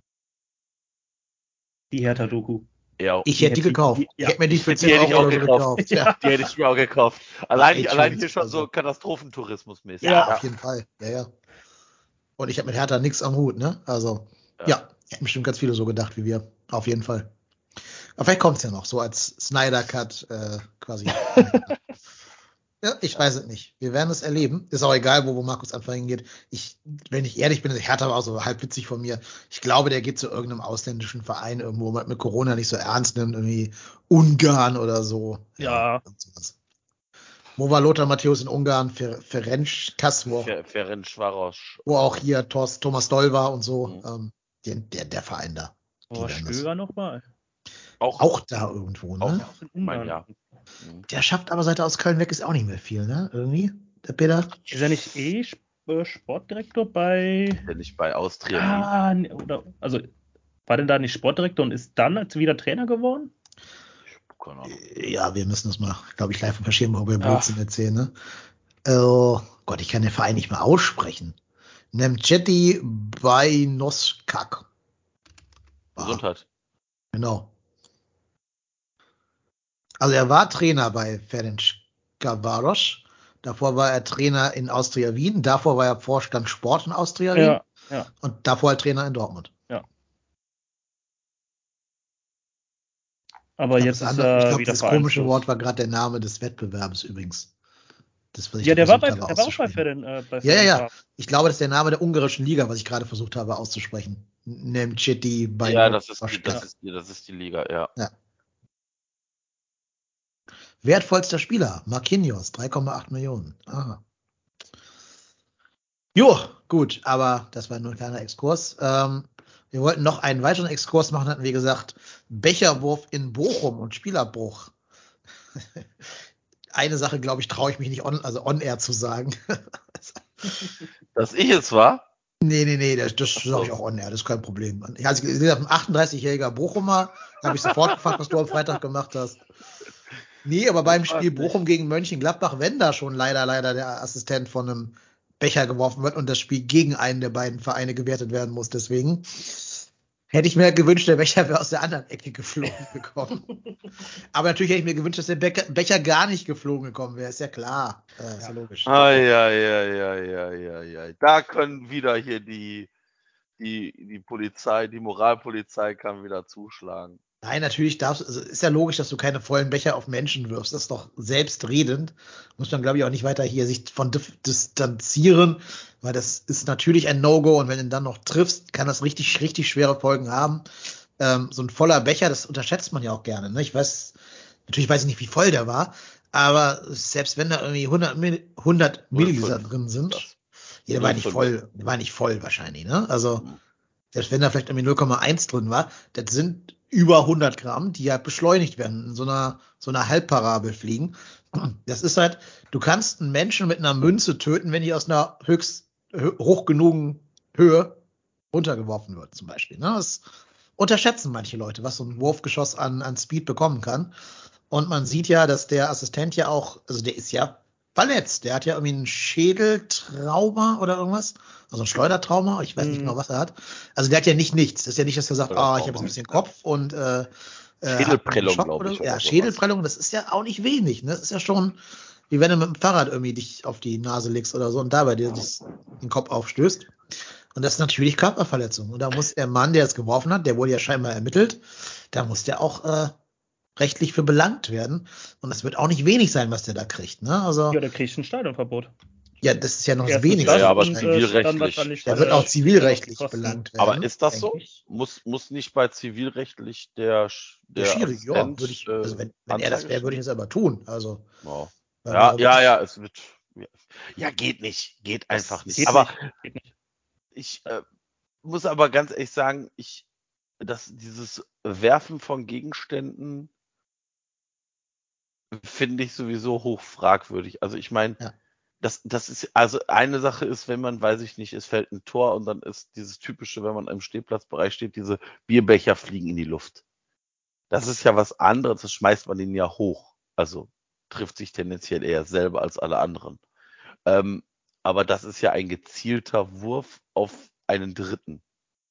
Die Hertha-Doku. Ja, Ich Die hätte die hätte- gekauft. die- Ich ja, hätte mir die ich für hätte- zehn die hätte ich Euro auch oder so gekauft. gekauft. Ja, die hätte ich mir auch gekauft. Allein, echt allein schön. hier schon Also- so Katastrophentourismusmäßig. ja, auf jeden Fall. Ja, ja. Und ich habe mit Hertha nichts am Hut, ne? Also, Ja. ja, hätten bestimmt ganz viele so gedacht wie wir. Auf jeden Fall. Aber vielleicht kommt es ja noch, so als Snyder-Cut äh, quasi. Ja, ich weiß es nicht. Wir werden es erleben. Ist auch egal, wo, wo Markus Anfang hingeht. Ich, wenn ich ehrlich bin, Hertha war auch so halb witzig von mir. Ich glaube, der geht zu irgendeinem ausländischen Verein irgendwo, wo man mit Corona nicht so ernst nimmt, irgendwie Ungarn oder so. Ja. Sowas. Wo war Lothar Matthäus in Ungarn? Fer Ferenc Kass, wo, Fer Ferenc Varos. wo auch hier Thorst, Thomas Doll war und so. Mhm. Ähm, der, der, der Verein da. Die Aber werden das- Stöger nochmal. Auch, Auch da irgendwo, auch ne? in mein, Ungarn. ja. Mhm. Der schafft aber, seit er aus Köln weg ist, auch nicht mehr viel, ne? Irgendwie, der Peter. Ist er nicht eh Sp- äh, Sportdirektor bei. Ist ja nicht bei Austria Wien. Ah, ne, oder, also war denn da nicht Sportdirektor und ist dann als wieder Trainer geworden? Keine Ahnung. Ja, wir müssen das mal, glaube ich, live verschieben, ob wir Ja. Blödsinn erzählen, ne? Oh Gott, ich kann den Verein nicht mehr aussprechen. Nemcheti Bainoskak. Ah, Gesundheit. genau. Also er war Trainer bei Ferencvaros. Davor war er Trainer in Austria Wien. Davor war er Vorstand Sport in Austria Wien. Ja, ja, Und davor halt Trainer in Dortmund. ja. Aber Ich glaube, jetzt das, ist andere, ich er glaub, wieder das komische vereinslos. Wort war gerade der Name des Wettbewerbs übrigens. Das, was ich Ja, da der war, versucht bei, habe der war auch bei auszusprechen. Feren. Äh, bei Ja, ja, ja. Ferencvaros. Ich glaube, das ist der Name der ungarischen Liga, was ich gerade versucht habe auszusprechen. Nemcheti bei Ja, das ist, die, Novoskak. das, ist die, das ist die Liga, ja. Ja. Wertvollster Spieler, Marquinhos, drei Komma acht Millionen. Aha. Jo, gut, aber das war nur ein kleiner Exkurs. Ähm, wir wollten noch einen weiteren Exkurs machen, hatten wir gesagt, Becherwurf in Bochum und Spielabbruch. Eine Sache, glaube ich, traue ich mich nicht on, also on air zu sagen. Dass ich es war? Nee, nee, nee, das, das Ach sage so. ich auch on air, das ist kein Problem. Also, ich gesagt, ein achtunddreißigjähriger Bochumer, habe ich sofort gefragt, was du am Freitag gemacht hast. Nee, aber beim Ich weiß Spiel nicht. Bochum gegen Mönchengladbach, wenn da schon leider, leider der Assistent von einem Becher geworfen wird und das Spiel gegen einen der beiden Vereine gewertet werden muss, deswegen hätte ich mir gewünscht, der Becher wäre aus der anderen Ecke geflogen gekommen. Aber natürlich hätte ich mir gewünscht, dass der Becher, Becher gar nicht geflogen gekommen wäre, ist ja klar. Äh, ist ja logisch. Ai, ai, ai, ai, ai, ai, ai. Da können wieder hier die, die, die Polizei, die Moralpolizei kann wieder zuschlagen. Nein, natürlich darfst also ist ja logisch, dass du keine vollen Becher auf Menschen wirfst. Das ist doch selbstredend. Muss man, glaube ich, auch nicht weiter hier sich von dif- distanzieren, weil das ist natürlich ein No-Go und wenn du ihn dann noch triffst, kann das richtig, richtig schwere Folgen haben. Ähm, so ein voller Becher, das unterschätzt man ja auch gerne. Ne? Ich weiß, natürlich weiß ich nicht, wie voll der war, aber selbst wenn da irgendwie hundert, Mill- hundert Milliliter drin sind, Das. ja, der war nicht null Komma fünf. voll, der war nicht voll wahrscheinlich, ne? Also, Hm. selbst wenn da vielleicht irgendwie null Komma eins drin war, das sind über hundert Gramm, die ja beschleunigt werden, in so einer, so einer Halbparabel fliegen. Das ist halt, du kannst einen Menschen mit einer Münze töten, wenn die aus einer höchst hö- hoch genugen Höhe runtergeworfen wird, zum Beispiel. Ne? Das unterschätzen manche Leute, was so ein Wurfgeschoss an, an Speed bekommen kann. Und man sieht ja, dass der Assistent ja auch, also der ist ja verletzt. Der hat ja irgendwie ein Schädeltrauma oder irgendwas. Also ein Schleudertrauma. Ich weiß nicht Mhm. genau, was er hat. Also der hat ja nicht nichts. Das ist ja nicht, dass er sagt, ah, ich habe jetzt ein bisschen Kopf und äh, äh, Schädelprellung, Schock glaube oder ich, so. oder Ja, sowas. Schädelprellung, das ist ja auch nicht wenig. Ne? Das ist ja schon, wie wenn du mit dem Fahrrad irgendwie dich auf die Nase legst oder so und dabei dir das, den Kopf aufstößt. Und das ist natürlich Körperverletzung. Und da muss der Mann, der es geworfen hat, der wurde ja scheinbar ermittelt, da muss der auch äh, rechtlich für belangt werden. Und das wird auch nicht wenig sein, was der da kriegt. Ne? Also, Ja, der kriegt ein Stadionverbot. ja, das ist ja noch das Erstens Wenigste. Ja, ja, aber und, äh, zivilrechtlich. dann wahrscheinlich, Der weiß wird ich auch nicht. zivilrechtlich Kosten. belangt werden. Aber ist das so? denke ich. Muss, muss nicht bei zivilrechtlich der, Sch- Der der Schiri, ja, Assistent, würde ich, äh, also wenn, wenn er das wäre, würde ich das aber tun. Also, wow. weil Ja, warum ja, nicht? ja, es wird. Ja, ja, geht nicht. Geht Das einfach nicht. Geht Aber nicht. Geht nicht. ich äh, muss aber ganz ehrlich sagen, ich, dass dieses Werfen von Gegenständen finde ich sowieso hoch fragwürdig. Also ich meine, Ja. das, das ist, also eine Sache ist, wenn man, weiß ich nicht, es fällt ein Tor und dann ist dieses typische, wenn man im Stehplatzbereich steht, diese Bierbecher fliegen in die Luft. Das ist ja was anderes, das schmeißt man den ja hoch. Also trifft sich tendenziell eher selber als alle anderen. Ähm, aber das ist ja ein gezielter Wurf auf einen Dritten.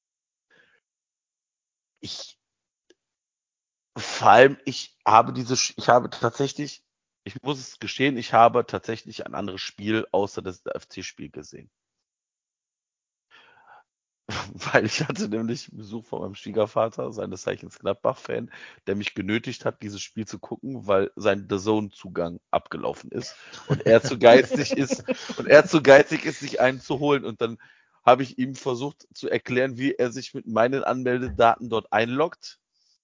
Ich, vor allem, ich habe diese, Sch- ich habe tatsächlich, ich muss es gestehen, ich habe tatsächlich ein anderes Spiel außer das F C-Spiel gesehen. Weil ich hatte nämlich Besuch von meinem Schwiegervater, seines Zeichens Gladbach-Fan, der mich genötigt hat, dieses Spiel zu gucken, weil sein The Zone-Zugang abgelaufen ist und er zu geizig ist und er zu geizig ist, sich einen zu holen. Und dann habe ich ihm versucht zu erklären, wie er sich mit meinen Anmeldedaten dort einloggt.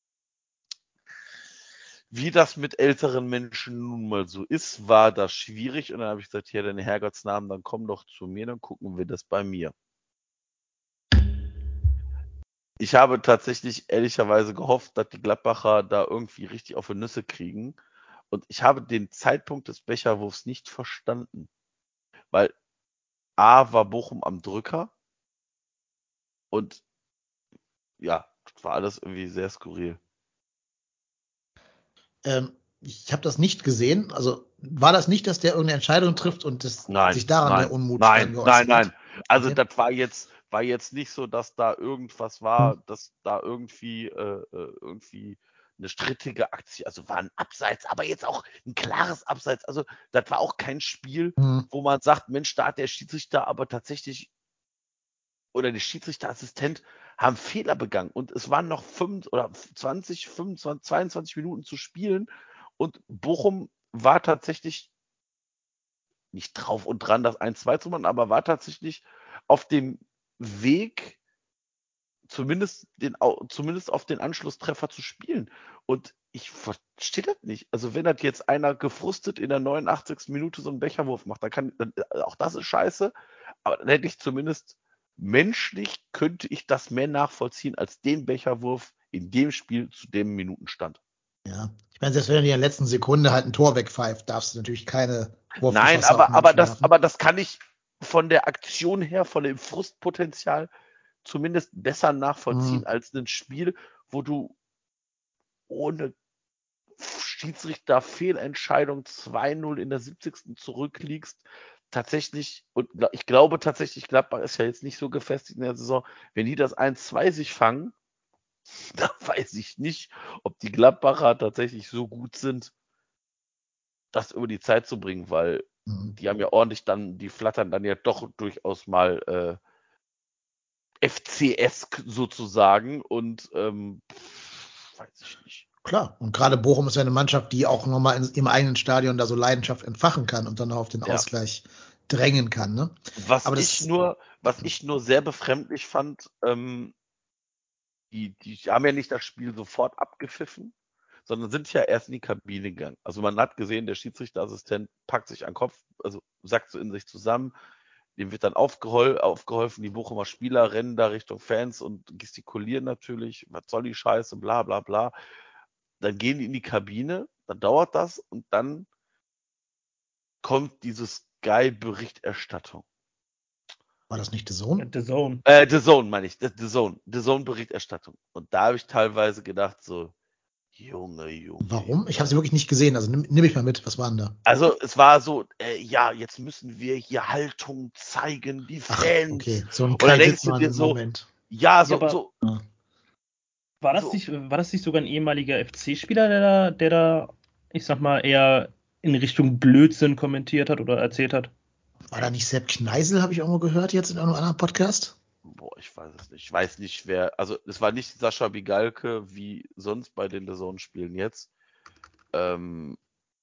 Wie das mit älteren Menschen nun mal so ist, war das schwierig. Und dann habe ich gesagt, ja, deine Herrgottsnamen, dann komm doch zu mir, dann gucken wir das bei mir. Ich habe tatsächlich ehrlicherweise gehofft, dass die Gladbacher da irgendwie richtig auf die Nüsse kriegen. Und ich habe den Zeitpunkt des Becherwurfs nicht verstanden. Weil A war Bochum am Drücker und ja, das war alles irgendwie sehr skurril. Ähm, ich habe das nicht gesehen. Also war das nicht, dass der irgendeine Entscheidung trifft und das, Nein, sich daran der nein, Unmut dann nein, nein, geäußert nein. hat? Also Okay. das war jetzt, war jetzt nicht so, dass da irgendwas war, dass da irgendwie, äh, äh, irgendwie eine strittige Aktion, also war ein Abseits, aber jetzt auch ein klares Abseits. Also das war auch kein Spiel, Hm. wo man sagt, Mensch, da hat der Schiedsrichter aber tatsächlich oder der Schiedsrichterassistent haben Fehler begangen und es waren noch fünf oder zwanzig, fünfundzwanzig, zweiundzwanzig Minuten zu spielen und Bochum war tatsächlich nicht drauf und dran, das eins zwei zu machen, aber war tatsächlich auf dem Weg, zumindest, den, zumindest auf den Anschlusstreffer zu spielen. Und ich verstehe das nicht. Also wenn das jetzt einer gefrustet in der neunundachtzigsten Minute so einen Becherwurf macht, dann kann, dann, auch das ist scheiße, aber dann hätte ich zumindest menschlich, könnte ich das mehr nachvollziehen als den Becherwurf in dem Spiel zu dem Minutenstand. Ja, ich meine, selbst wenn du in der letzten Sekunde halt ein Tor wegpfeift, darfst du natürlich keine Nein, Wurfgeschosse auf aber, aber, Menschen das, werfen. aber das kann ich von der Aktion her, von dem Frustpotenzial zumindest besser nachvollziehen Mhm. als ein Spiel, wo du ohne Schiedsrichter-Fehlentscheidung zwei null in der siebzigsten zurückliegst. Tatsächlich, und ich glaube tatsächlich, Gladbach ist ja jetzt nicht so gefestigt in der Saison, wenn die das eins zwei sich fangen, da weiß ich nicht, ob die Gladbacher tatsächlich so gut sind, das über die Zeit zu bringen, weil Mhm. die haben ja ordentlich dann, die flattern dann ja doch durchaus mal äh, F C-esk sozusagen und ähm, pff, weiß ich nicht. Klar. Und gerade Bochum ist ja eine Mannschaft, die auch nochmal im eigenen Stadion da so Leidenschaft entfachen kann und dann noch auf den Ja. Ausgleich drängen kann. Ne? Was Aber ich das, nur, was ich nur sehr befremdlich fand, ähm, die, die haben ja nicht das Spiel sofort abgepfiffen, sondern sind ja erst in die Kabine gegangen. Also man hat gesehen, der Schiedsrichterassistent packt sich an den Kopf, also sackt so in sich zusammen, dem wird dann aufgehol aufgeholfen, die Bochumer Spieler rennen da Richtung Fans und gestikulieren natürlich, was soll die Scheiße, bla bla bla. Dann gehen die in die Kabine, dann dauert das und dann kommt diese Sky-Berichterstattung. war das nicht The Zone? The Zone. Äh, The Zone meine ich, The Zone, The Zone-Berichterstattung. Und da habe ich teilweise gedacht so, Junge, Junge, Warum? Ich habe Junge. sie wirklich nicht gesehen. Also nimm, nimm mich mal mit. Was war denn da? Also es war so, äh, ja, jetzt müssen wir hier Haltung zeigen, die Ach, Fans. okay. So ein Und dann Kai denkst du dir so, Dittmann-Moment. ja, Ja, so, aber so, Ja. war das so. nicht, war das nicht sogar ein ehemaliger F C-Spieler, der da, der da, ich sag mal, eher in Richtung Blödsinn kommentiert hat oder erzählt hat? War da nicht Sepp Kneisel, habe ich auch mal gehört jetzt in einem anderen Podcast? Boah, ich weiß es nicht. Ich weiß nicht, wer, also es war nicht Sascha Bigalke wie sonst bei den The Zone-Spielen jetzt. Ähm,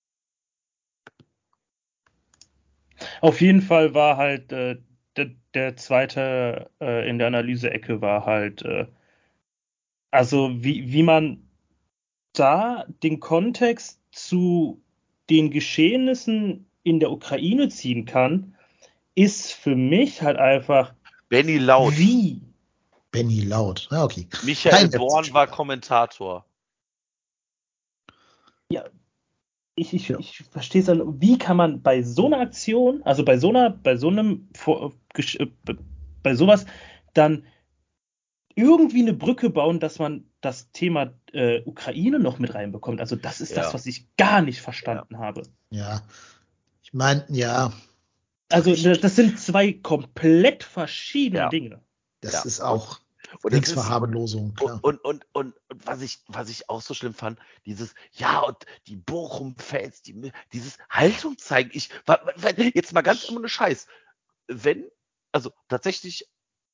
Auf jeden Fall war halt äh, der, der zweite äh, in der Analyse-Ecke war halt, äh, also wie, wie man da den Kontext zu den Geschehnissen in der Ukraine ziehen kann, ist für mich halt einfach Benny Laut. wie. Benny Laut. Ja, okay. Michael Kein Born war F C-Spieler. Kommentator. Ja, ich, ich, Ja. ich verstehe es dann, wie kann man bei so einer Aktion, also bei so einer, bei so einem, Vor- Gesch- äh, bei sowas dann irgendwie eine Brücke bauen, dass man das Thema äh, Ukraine noch mit reinbekommt. Also das ist das, Ja, was ich gar nicht ja. verstanden habe. Ja. Ich meine, ja. Also Ich, das, das sind zwei komplett verschiedene Ja, Dinge. das ja. ist Und, auch und es ist, und, Kriegsverharmlosung, klar. und, und, und, und was ich, was ich auch so schlimm fand, dieses, ja, und die Bochum-Fans, die, dieses Haltung zeigen. Ich, wa- wa- jetzt mal ganz immer eine Scheiß. Wenn, also tatsächlich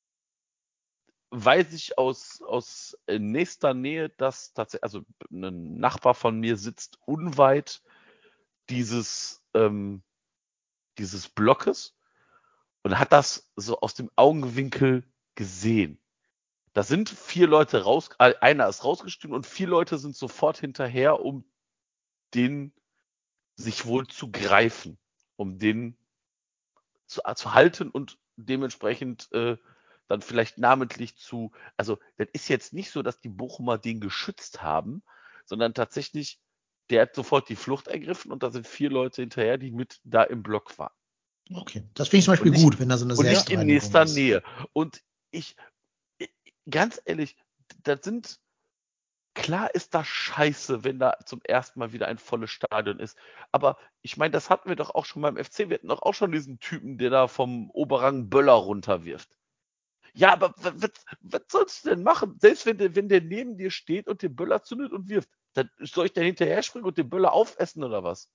weiß ich aus, aus äh, nächster Nähe, dass tatsächlich, also ein Nachbar von mir sitzt unweit dieses, ähm, dieses Blockes und hat das so aus dem Augenwinkel gesehen. Da sind vier Leute raus, äh, einer ist rausgestiegen und vier Leute sind sofort hinterher, um den sich wohl zu greifen, um den zu, äh, zu halten und dementsprechend äh, dann vielleicht namentlich zu, also das ist jetzt nicht so, dass die Bochumer den geschützt haben, sondern tatsächlich, der hat sofort die Flucht ergriffen und da sind vier Leute hinterher, die mit da im Block waren. Okay, das finde ich zum Beispiel Und nicht, gut, wenn da so eine und nicht in Selbstreinigung nächster ist. Nähe. Und ich, ganz ehrlich, das sind, klar ist das scheiße, wenn da zum ersten Mal wieder ein volles Stadion ist. Aber ich meine, das hatten wir doch auch schon beim F C. Wir hatten doch auch schon diesen Typen, der da vom Oberrang Böller runterwirft. Ja, aber was, was sollst du denn machen? Selbst wenn der, wenn der neben dir steht und den Böller zündet und wirft, dann soll ich da hinterher springen und den Böller aufessen oder was?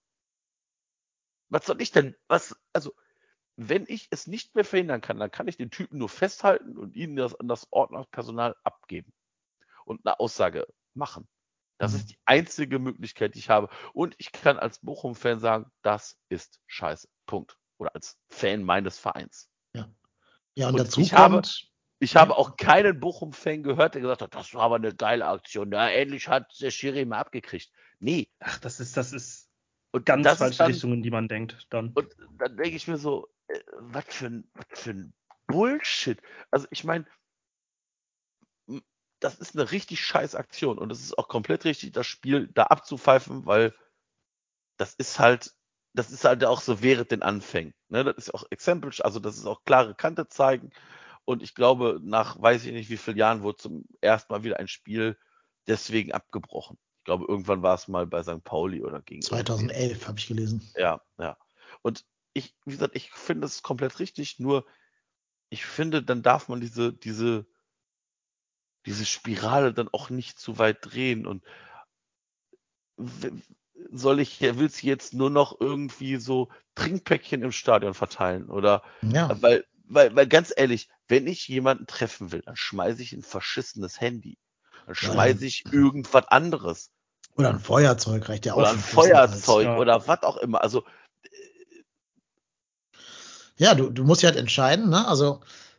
Was soll ich denn? Was, also, wenn ich es nicht mehr verhindern kann, dann kann ich den Typen nur festhalten und ihn das, an das Ordnerpersonal abgeben und eine Aussage machen. Das Mhm. ist die einzige Möglichkeit, die ich habe. Und ich kann als Bochum-Fan sagen, das ist scheiße. Punkt. Oder als Fan meines Vereins. Ja, ja und, Und dazu ich kommt, habe, ich ja, habe auch keinen Bochum-Fan gehört, der gesagt hat, das war aber eine geile Aktion. Ja, endlich hat der Schiri mal abgekriegt. Nee. Ach, das ist, das ist Und ganz das ist falsche dann, Richtung, in die man denkt dann. und dann denke ich mir so, äh, was für ein, was für ein Bullshit. Also ich meine, m- das ist eine richtig scheiß Aktion und es ist auch komplett richtig, das Spiel da abzupfeifen, weil das ist halt, das ist halt auch so während den Anfängen. Ne? Das ist auch exemplarisch, also das ist auch klare Kante zeigen. Und ich glaube, nach weiß ich nicht wie vielen Jahren wurde zum ersten Mal wieder ein Spiel deswegen abgebrochen. Ich glaube, irgendwann war es mal bei Sankt Pauli oder gegen irgendwen. zweitausendelf habe ich gelesen. Ja, ja. Und ich, wie gesagt, ich finde es komplett richtig, nur ich finde, dann darf man diese, diese, diese Spirale dann auch nicht zu weit drehen. Und w- soll ich, willst du jetzt nur noch irgendwie so Trinkpäckchen im Stadion verteilen? Oder Ja, weil, weil, weil ganz ehrlich, wenn ich jemanden treffen will, dann schmeiße ich ein verschissenes Handy. Dann ja dann, schmeiße ich irgendwas anderes. oder ein Feuerzeug reicht ja auch Oder ein schon größtenteils. Feuerzeug Ja. oder was auch immer. Also, Ja, du, du musst ja halt entscheiden, ne? Also,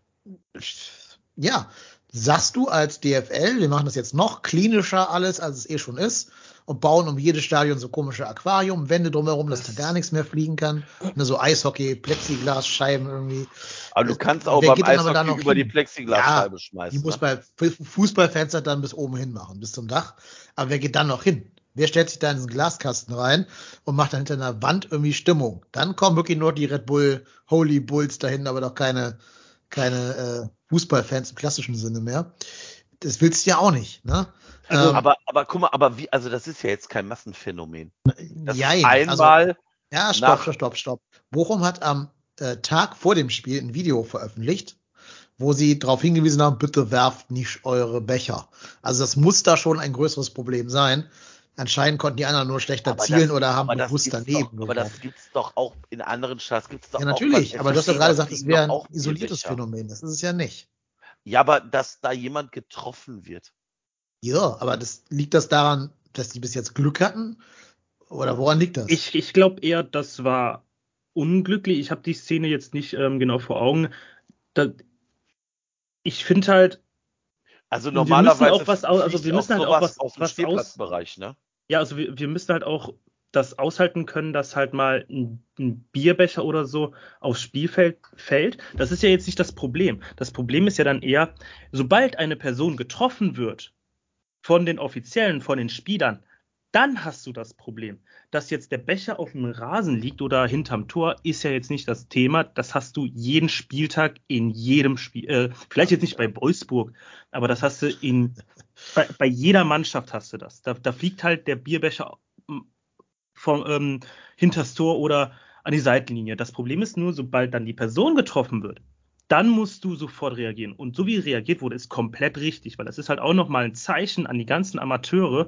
ja, sagst du als D F L, wir machen das jetzt noch klinischer alles, als es eh schon ist, und bauen um jedes Stadion so komische Aquariumwände drumherum, dass da gar nichts mehr fliegen kann. Ne, so Eishockey, Plexiglasscheiben irgendwie. aber du Äh, kannst auch Wer beim geht denn aber da Eishockey noch über die hin? Ja, Plexiglasscheibe die schmeißen. muss Ne? bei Fu- Fußballfans halt dann bis oben hin machen, bis zum Dach. Aber wer geht dann noch hin? Wer stellt sich da in diesen Glaskasten rein und macht dann hinter einer Wand irgendwie Stimmung? Dann kommen wirklich nur die Red Bull Holy Bulls dahin, aber doch keine, keine äh, Fußballfans im klassischen Sinne mehr. Das willst du ja auch nicht, ne? Also, Ähm, Aber, aber guck mal, aber wie, also das ist ja jetzt kein Massenphänomen. Das ist jein, also einmal ja, stopp, nach, stopp, stopp, stopp. Bochum hat am äh, Tag vor dem Spiel ein Video veröffentlicht, wo sie darauf hingewiesen haben, bitte werft nicht eure Becher. Also das muss da schon ein größeres Problem sein. Anscheinend konnten die anderen nur schlechter aber zielen das, oder haben aber das bewusst gibt's doch, daneben aber das geworfen. gibt's doch auch in anderen Staaten, gibt's Ja, doch auch beim natürlich, aber du hast doch F C, gerade da gesagt, es fliegen wäre doch ein auch isoliertes Bierbecher. Phänomen. Das ist es ja nicht. Ja, aber dass da jemand getroffen wird. Ja, aber das, liegt das daran, dass die bis jetzt Glück hatten? Oder woran liegt das? ich, ich glaube eher, das war unglücklich. Ich habe die Szene jetzt nicht ähm, genau vor Augen. Da, ich finde halt, Also wir müssen normalerweise auch was aus, also fliegt wir auch müssen halt auch sowas was, aus dem was aus, Spielplatzbereich, ne? ja, also wir, wir müssen halt auch das aushalten können, dass halt mal ein, ein Bierbecher oder so aufs Spielfeld fällt. Das ist ja jetzt nicht das Problem. Das Problem ist ja dann eher, sobald eine Person getroffen wird von den Offiziellen, von den Spielern, dann hast du das Problem. Dass jetzt der Becher auf dem Rasen liegt oder hinterm Tor, ist ja jetzt nicht das Thema. Das hast du jeden Spieltag in jedem Spiel. Äh, vielleicht jetzt nicht bei Wolfsburg, aber das hast du in bei, bei jeder Mannschaft hast du das. Da, da fliegt halt der Bierbecher vom ähm, hinters Tor oder an die Seitenlinie. Das Problem ist nur, sobald dann die Person getroffen wird, dann musst du sofort reagieren. Und so wie reagiert wurde, ist komplett richtig, weil das ist halt auch nochmal ein Zeichen an die ganzen Amateure,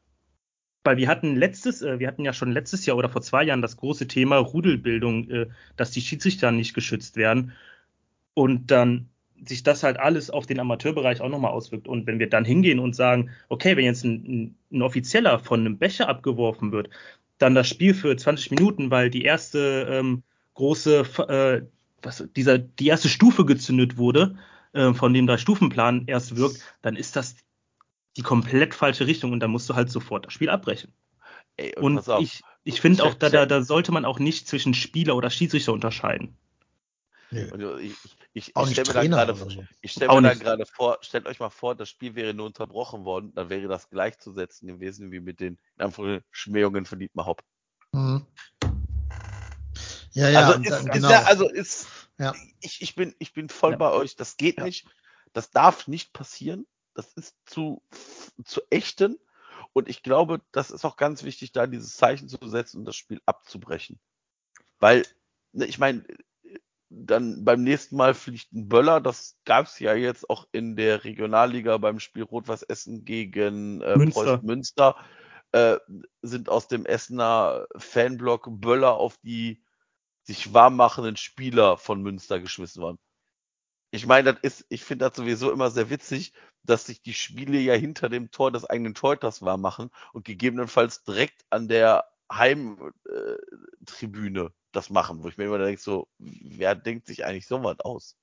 weil wir hatten letztes, äh, wir hatten ja schon letztes Jahr oder vor zwei Jahren das große Thema Rudelbildung, äh, dass die Schiedsrichter nicht geschützt werden und dann sich das halt alles auf den Amateurbereich auch nochmal auswirkt. Und wenn wir dann hingehen und sagen, okay, wenn jetzt ein, ein, ein Offizieller von einem Becher abgeworfen wird, dann das Spiel für zwanzig Minuten, weil die erste ähm, große, äh, was, dieser, die erste Stufe gezündet wurde, äh, von dem der Stufenplan erst wirkt, dann ist das die komplett falsche Richtung und da musst du halt sofort das Spiel abbrechen. Ey, und Und pass auf. ich, ich finde auch, Check, da, da, check. da sollte man auch nicht zwischen Spieler oder Schiedsrichter unterscheiden. Nö. Und ich ich, ich, Auch ich nicht stelle mir da Trainer gerade oder vor, so. ich stelle Auch mir da nicht. gerade vor, stellt euch mal vor, das Spiel wäre nur unterbrochen worden, dann wäre das gleichzusetzen gewesen wie mit den in Anführungszeichen, Schmähungen von Dietmar Hopp. Mhm. Ja, ja, Also und ist, dann, ist genau. ja, also ist, Ja. ich, ich bin, ich bin voll Ja. bei euch. Das geht Ja. nicht. Das darf nicht passieren. Das ist zu, zu echten. Und ich glaube, das ist auch ganz wichtig, da dieses Zeichen zu setzen und das Spiel abzubrechen. Weil, ne, ich meine, dann beim nächsten Mal fliegt ein Böller. Das gab es ja jetzt auch in der Regionalliga beim Spiel Rot-Weiß Essen gegen äh, Münster. Preußen Münster. Äh, sind aus dem Essener Fanblock Böller auf die sich warm machenden Spieler von Münster geschmissen worden. Ich meine, das ist, ich finde das sowieso immer sehr witzig, dass sich die Spiele ja hinter dem Tor des eigenen Torhüters warm machen und gegebenenfalls direkt an der Heimtribüne das machen, wo ich mir immer denke, so, wer denkt sich eigentlich sowas aus?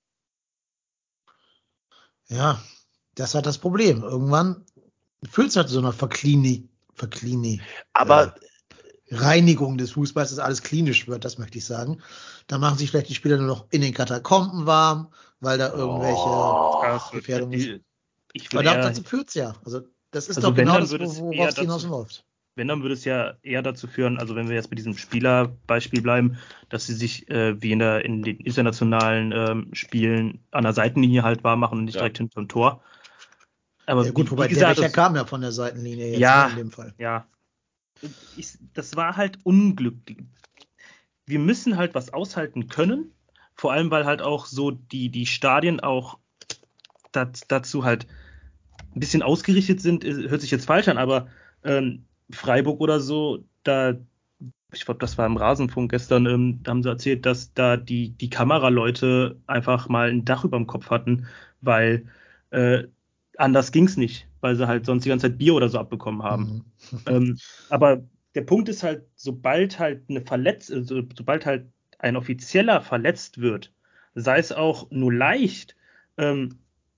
Ja, das war das Problem. Irgendwann führt es halt zu so einer Verklini, Verklini, Aber Reinigung des Fußballs, dass alles klinisch wird, das möchte ich sagen. Da machen sich vielleicht die Spieler nur noch in den Katakomben warm, weil da irgendwelche oh, Das wird, Gefährdungen ist. die, ich Aber würde da, eher, dazu führt's ja. Also das ist Also doch wenn, genau dann das, würde wo- es worauf eher es hinaus dazu- läuft. wenn, dann würde es ja eher dazu führen, also wenn wir jetzt bei diesem Spielerbeispiel bleiben, dass sie sich äh, wie in, der, in den internationalen ähm, Spielen an der Seitenlinie halt warm machen und nicht Ja. direkt hinterm Tor. Aber Ja gut, wie, wobei wie der gesagt, Becher das, kam ja von der Seitenlinie jetzt ja, ne, in dem Fall. ja, ich, das war halt unglücklich. Wir müssen halt was aushalten können, vor allem weil halt auch so die, die Stadien auch dat, dazu halt ein bisschen ausgerichtet sind, hört sich jetzt falsch an, aber ähm, Freiburg oder so, da, ich glaube, das war im Rasenfunk gestern, ähm, da haben sie erzählt, dass da die, die Kameraleute einfach mal ein Dach über dem Kopf hatten, weil äh, anders ging's nicht, weil sie halt sonst die ganze Zeit Bier oder so abbekommen haben. Mhm. Ähm, aber der Punkt ist halt, sobald halt eine Verletz also, sobald halt ein Offizieller verletzt wird, sei es auch nur leicht, ähm,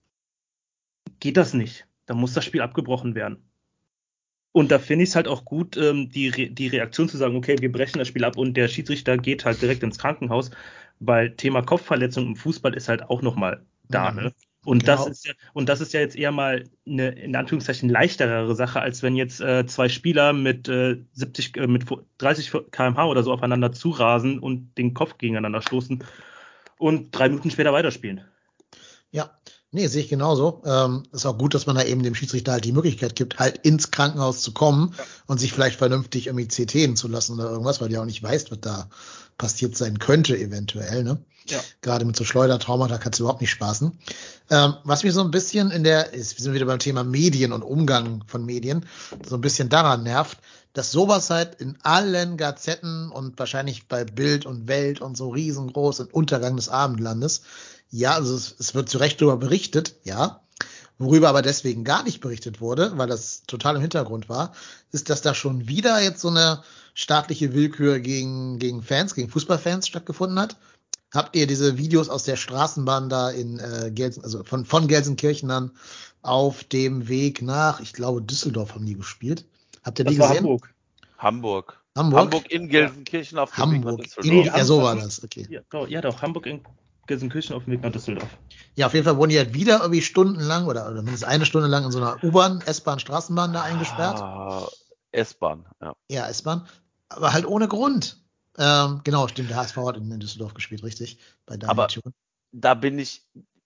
geht das nicht. Da muss das Spiel abgebrochen werden. Und da finde ich es halt auch gut, ähm, die, Re die Reaktion zu sagen, okay, wir brechen das Spiel ab und der Schiedsrichter geht halt direkt ins Krankenhaus, weil Thema Kopfverletzung im Fußball ist halt auch nochmal da, Mhm. ne? Und, Genau. das ist ja, und das ist ja jetzt eher mal eine, in Anführungszeichen, leichterere Sache, als wenn jetzt äh, zwei Spieler mit, äh, siebzig, äh, mit dreißig Kilometer pro Stunde oder so aufeinander zurasen und den Kopf gegeneinander stoßen und drei Minuten später weiterspielen. Ja, nee, sehe ich genauso. Ähm, ist auch gut, dass man da eben dem Schiedsrichter halt die Möglichkeit gibt, halt ins Krankenhaus zu kommen Ja. und sich vielleicht vernünftig irgendwie C T zu lassen oder irgendwas, weil du ja auch nicht weißt, was da passiert sein könnte eventuell, ne? Ja. Gerade mit so Schleudertrauma, da kannst du überhaupt nicht spaßen. Ähm, was mich so ein bisschen in der, ist, wir sind wieder beim Thema Medien und Umgang von Medien, so ein bisschen daran nervt, dass sowas halt in allen Gazetten und wahrscheinlich bei Bild und Welt und so riesengroß im Untergang des Abendlandes, ja, also es, es wird zu Recht darüber berichtet, ja. Worüber aber deswegen gar nicht berichtet wurde, weil das total im Hintergrund war, ist, dass da schon wieder jetzt so eine staatliche Willkür gegen, gegen Fans, gegen Fußballfans stattgefunden hat. Habt ihr diese Videos aus der Straßenbahn da in äh, Gelsen, also von, von Gelsenkirchen dann auf dem Weg nach, ich glaube, Düsseldorf haben die gespielt. Habt ihr Das die war gesehen? Hamburg. Hamburg. Hamburg? Hamburg in Gelsenkirchen auf dem Weg nach Hamburg. Düsseldorf. In, Nee, ja, Ham- so war Ham- das, okay. Ja, doch, ja, doch, Hamburg in Gelsenkirchen auf dem Weg nach Düsseldorf. Ja, auf jeden Fall wurden die halt wieder irgendwie stundenlang oder, oder mindestens eine Stunde lang in so einer U-Bahn, S-Bahn, Straßenbahn da eingesperrt. Ah, S-Bahn, ja. Ja, S-Bahn. Aber halt ohne Grund. Ähm, genau, stimmt, der H S V hat in, in Düsseldorf gespielt, richtig? Bei Daniel Aber Thüringen. da bin ich,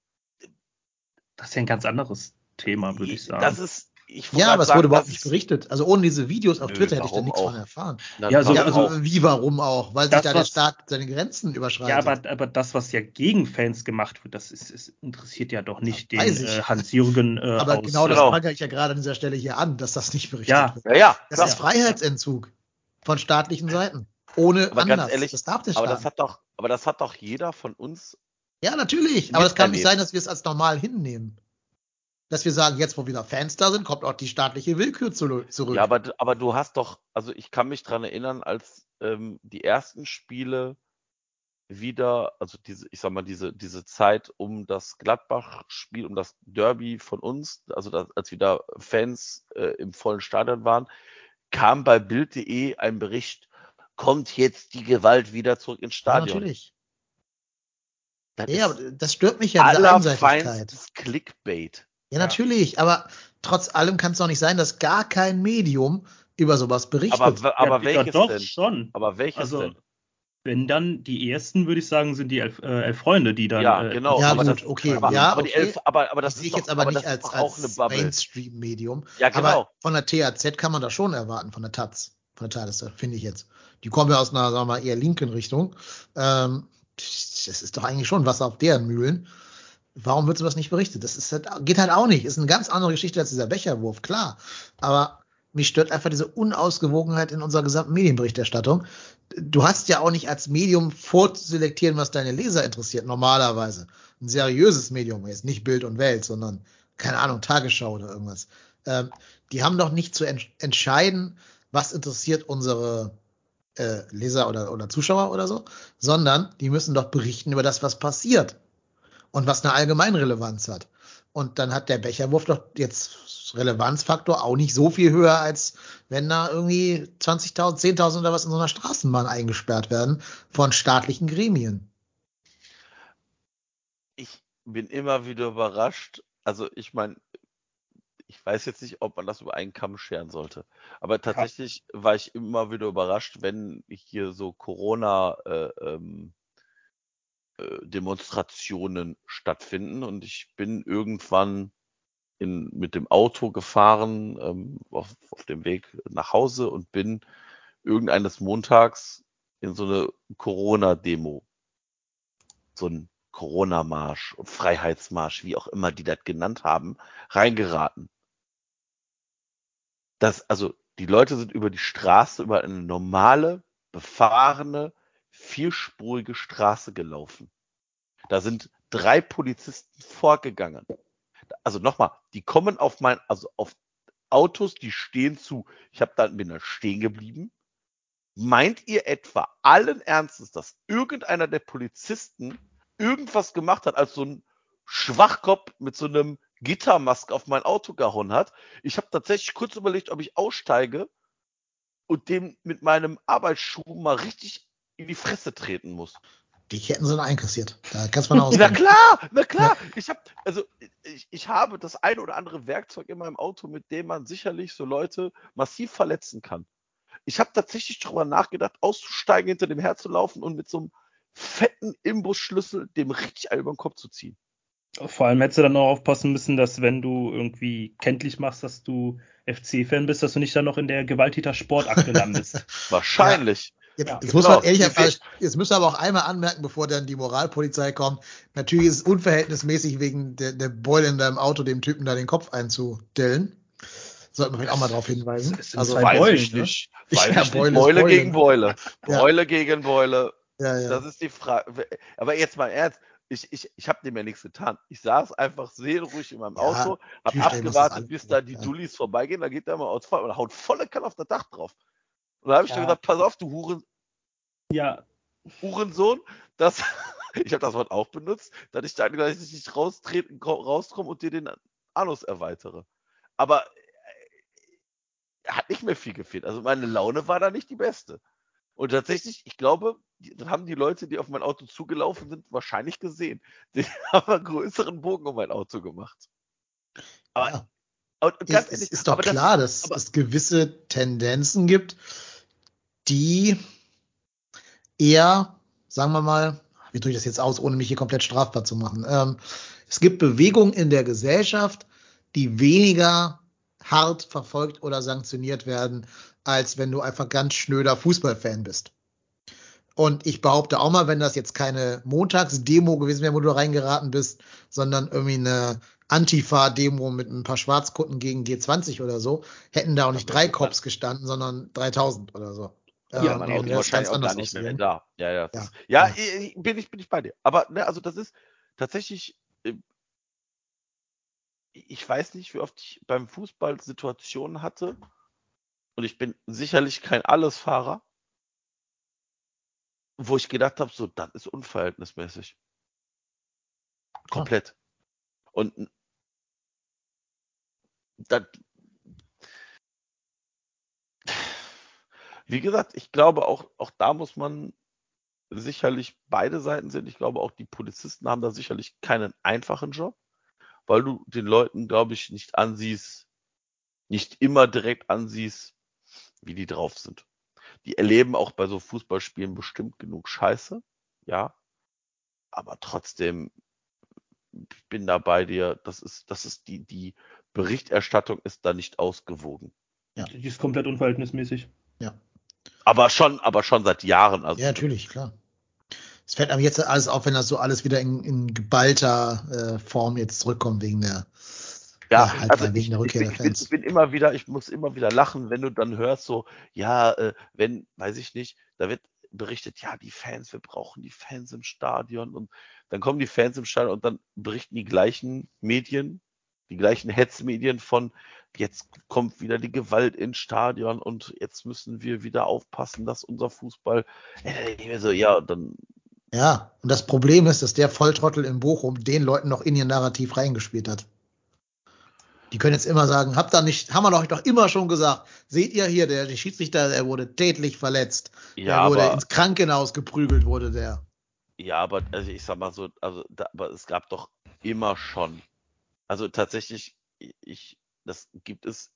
Das ist ja ein ganz anderes Thema, würde ich sagen. das ist, ich wollte Ja, gerade aber es sagen, wurde überhaupt das nicht ist, berichtet. Also ohne diese Videos auf nö, Twitter hätte ich da warum nichts auch? von erfahren. Na, Ja, so- Ja, warum also auch? wie, warum auch? Weil sich Das, da der was- Staat seine Grenzen Ja, überschreitet. aber, aber das, was ja gegen Fans gemacht wird, das ist, ist, interessiert ja doch nicht Ja, den weiß ich. äh, Hans-Jürgen äh, aber aus. genau das Genau. prangere ich ja gerade an dieser Stelle hier an, dass das nicht berichtet Ja. wird. Ja, ja, Das klar. ist Freiheitsentzug von staatlichen Seiten. Ohne Aber Anlass. ganz ehrlich, das darf der aber Staat. das hat doch, aber das hat doch jeder von uns. Ja, natürlich. Aber es kann nicht miterlebt. sein, dass wir es als normal hinnehmen. Dass wir sagen, jetzt wo wieder Fans da sind, kommt auch die staatliche Willkür zu, zurück. Ja, aber, d- aber du hast doch, also ich kann mich dran erinnern, als ähm, die ersten Spiele wieder, also diese, ich sag mal, diese, diese Zeit um das Gladbach-Spiel, um das Derby von uns, also das, als wieder Fans äh, im vollen Stadion waren, kam bei Bild punkt de ein Bericht, kommt jetzt die Gewalt wieder zurück ins Ja, Stadion. natürlich. Das Ja, ist aber das stört mich ja, diese Einseitigkeit. allerfeinstes Clickbait. Ja, natürlich, aber trotz allem kann es doch nicht sein, dass gar kein Medium über sowas berichtet. Aber, w- aber ja, welches doch denn? schon. Aber welches Also, denn? wenn dann die ersten, würde ich sagen, sind die elf, äh, elf Freunde, die dann. Ja, äh, genau. Ja, aber gut, das, okay, aber, ja, aber die okay. Elf, aber, aber Die das sehe ist ich doch, jetzt aber aber nicht das als, ist doch auch eine als Bubble. Mainstream-Medium. Ja, genau. Aber von der T H Z kann man das schon erwarten, von der Taz, von der Tageszeit, finde ich jetzt. Die kommen ja aus einer, sagen wir mal, eher linken Richtung. Ähm, das ist doch eigentlich schon Wasser auf deren Mühlen. Warum wird sowas nicht berichtet? Das ist halt, geht halt auch nicht. Ist eine ganz andere Geschichte als dieser Becherwurf, klar. Aber mich stört einfach diese Unausgewogenheit in unserer gesamten Medienberichterstattung. Du hast ja auch nicht als Medium vorzuselektieren, was deine Leser interessiert, normalerweise. Ein seriöses Medium, jetzt nicht Bild und Welt, sondern, keine Ahnung, Tagesschau oder irgendwas. Ähm, die haben doch nicht zu ent- entscheiden, was interessiert unsere äh, Leser oder, oder Zuschauer oder so, sondern die müssen doch berichten über das, was passiert und was eine Allgemeinrelevanz hat. Und dann hat der Becherwurf doch jetzt Relevanzfaktor auch nicht so viel höher, als wenn da irgendwie zwanzigtausend, zehntausend oder was in so einer Straßenbahn eingesperrt werden von staatlichen Gremien. Ich bin immer wieder überrascht. Also ich meine, ich weiß jetzt nicht, ob man das über einen Kamm scheren sollte. Aber tatsächlich war ich immer wieder überrascht, wenn hier so Corona äh, ähm, äh, Demonstrationen stattfinden. Und ich bin irgendwann in, mit dem Auto gefahren ähm, auf, auf dem Weg nach Hause und bin irgendeines Montags in so eine Corona-Demo, so ein Corona-Marsch, Freiheitsmarsch, wie auch immer die das genannt haben, reingeraten. Das, also die Leute sind über die Straße, über eine normale, befahrene, vierspurige Straße gelaufen. Da sind drei Polizisten vorgegangen. Also nochmal, die kommen auf mein, also auf Autos, die stehen zu. Ich habe dann bin da stehen geblieben. Meint ihr etwa allen Ernstes, dass irgendeiner der Polizisten irgendwas gemacht hat, als so ein Schwachkopf mit so einem Gittermaske auf mein Auto gehauen hat? Ich habe tatsächlich kurz überlegt, ob ich aussteige und dem mit meinem Arbeitsschuh mal richtig in die Fresse treten muss. Die hätten sie dann einkassiert. Da kannst du mal Na ausgehen. klar, na klar. Ich habe also ich, ich habe das ein oder andere Werkzeug in meinem Auto, mit dem man sicherlich so Leute massiv verletzen kann. Ich habe tatsächlich darüber nachgedacht, auszusteigen, hinter dem herzulaufen und mit so einem fetten Imbusschlüssel dem richtig einen über den Kopf zu ziehen. Vor allem hättest du dann auch aufpassen müssen, dass wenn du irgendwie kenntlich machst, dass du F C-Fan bist, dass du nicht dann noch in der Gewalttäter-Sportakte landest. Wahrscheinlich. Jetzt, Ja, jetzt muss genau. man ehrlich, Wir- jetzt müssen wir aber auch einmal anmerken, bevor dann die Moralpolizei kommt. Natürlich ist es unverhältnismäßig, wegen der, der Beule in deinem Auto dem Typen da den Kopf einzudellen. Sollten wir vielleicht auch mal darauf hinweisen. Es sind Also, zwei weiß Beulen, ich ne? nicht. Weiß Ja, ich nicht. Beule ist Beule Beule, gegen ne? Beule. Ja. Beule gegen Beule. ja, ja. Das ist die Frage. Aber jetzt mal ernst. Ich, ich, ich habe dem ja nichts getan. Ich saß einfach seelenruhig in meinem Ja, Auto, habe Türsteher muss das abgewartet, alles bis da die ja. Dullis vorbeigehen. Da geht der mal aus und haut volle Kanne auf das Dach drauf. Und da habe ich Ja. dann gesagt, pass auf, du Huren, Ja, Hurensohn, dass ich habe das Wort auch benutzt, dass ich da gleich nicht raustreten, rauskomme und dir den Anus erweitere. Aber äh, hat nicht mehr viel gefehlt. Also meine Laune war da nicht die beste. Und tatsächlich, ich glaube, die, das haben die Leute, die auf mein Auto zugelaufen sind, wahrscheinlich gesehen. Die haben einen größeren Bogen um mein Auto gemacht. Aber ja. und Es, ganz es ehrlich, ist doch aber das klar, ist, dass aber, es gewisse Tendenzen gibt, die eher, sagen wir mal, wie drücke ich das jetzt aus, ohne mich hier komplett strafbar zu machen? Ähm, es gibt Bewegungen in der Gesellschaft, die weniger hart verfolgt oder sanktioniert werden, als wenn du einfach ganz schnöder Fußballfan bist. Und ich behaupte auch mal, wenn das jetzt keine Montagsdemo gewesen wäre, wo du reingeraten bist, sondern irgendwie eine Antifa-Demo mit ein paar Schwarzkutten gegen G zwanzig oder so, hätten da auch nicht dann drei wird man, Cops gestanden, sondern dreitausend oder so. dann Ja, wäre Ähm, mein dann Auto wäre es wahrscheinlich ganz auch gar anders nicht mehr ausgegangen. da. Ja, ja, das Ja, ist, ja, ja. ich, bin ich bin ich bei dir. Aber ne, also das ist tatsächlich, äh, ich weiß nicht, wie oft ich beim Fußball Situationen hatte, und ich bin sicherlich kein Allesfahrer, wo ich gedacht habe, so, das ist unverhältnismäßig. Komplett. Und das, wie gesagt, ich glaube, auch, auch da muss man sicherlich beide Seiten sind. Ich glaube, auch die Polizisten haben da sicherlich keinen einfachen Job, weil du den Leuten, glaube ich, nicht ansiehst, nicht immer direkt ansiehst, wie die drauf sind. Die erleben auch bei so Fußballspielen bestimmt genug Scheiße, ja, aber trotzdem, ich bin da bei dir, das ist, das ist die, die Berichterstattung ist da nicht ausgewogen. Ja. Die ist komplett unverhältnismäßig. Ja. Aber schon, aber schon seit Jahren. Also Ja, natürlich, klar. Es fällt einem jetzt alles auf, wenn das so alles wieder in, in geballter äh, Form jetzt zurückkommt wegen der, Ja, ja, halt also wegen ich, der ich, Rückkehr bin, der ich, bin, Fans. ich bin immer wieder, ich muss immer wieder lachen, wenn du dann hörst, so, ja, äh, wenn, weiß ich nicht, da wird berichtet, ja, die Fans, wir brauchen die Fans im Stadion und dann kommen die Fans im Stadion und dann berichten die gleichen Medien, die gleichen Hetzmedien von, jetzt kommt wieder die Gewalt ins Stadion und jetzt müssen wir wieder aufpassen, dass unser Fußball, äh, ich mir so, ja, dann, Ja, und das Problem ist, dass der Volltrottel in Bochum den Leuten noch in ihr Narrativ reingespielt hat. Die können jetzt immer sagen, habt ihr nicht, haben wir doch, doch immer schon gesagt, seht ihr hier, der, der Schiedsrichter, der wurde tätlich verletzt, ja, der wurde aber, ins Krankenhaus geprügelt, wurde der. ja, aber, also ich sag mal so, also, da, aber es gab doch immer schon. Also tatsächlich, ich, das gibt es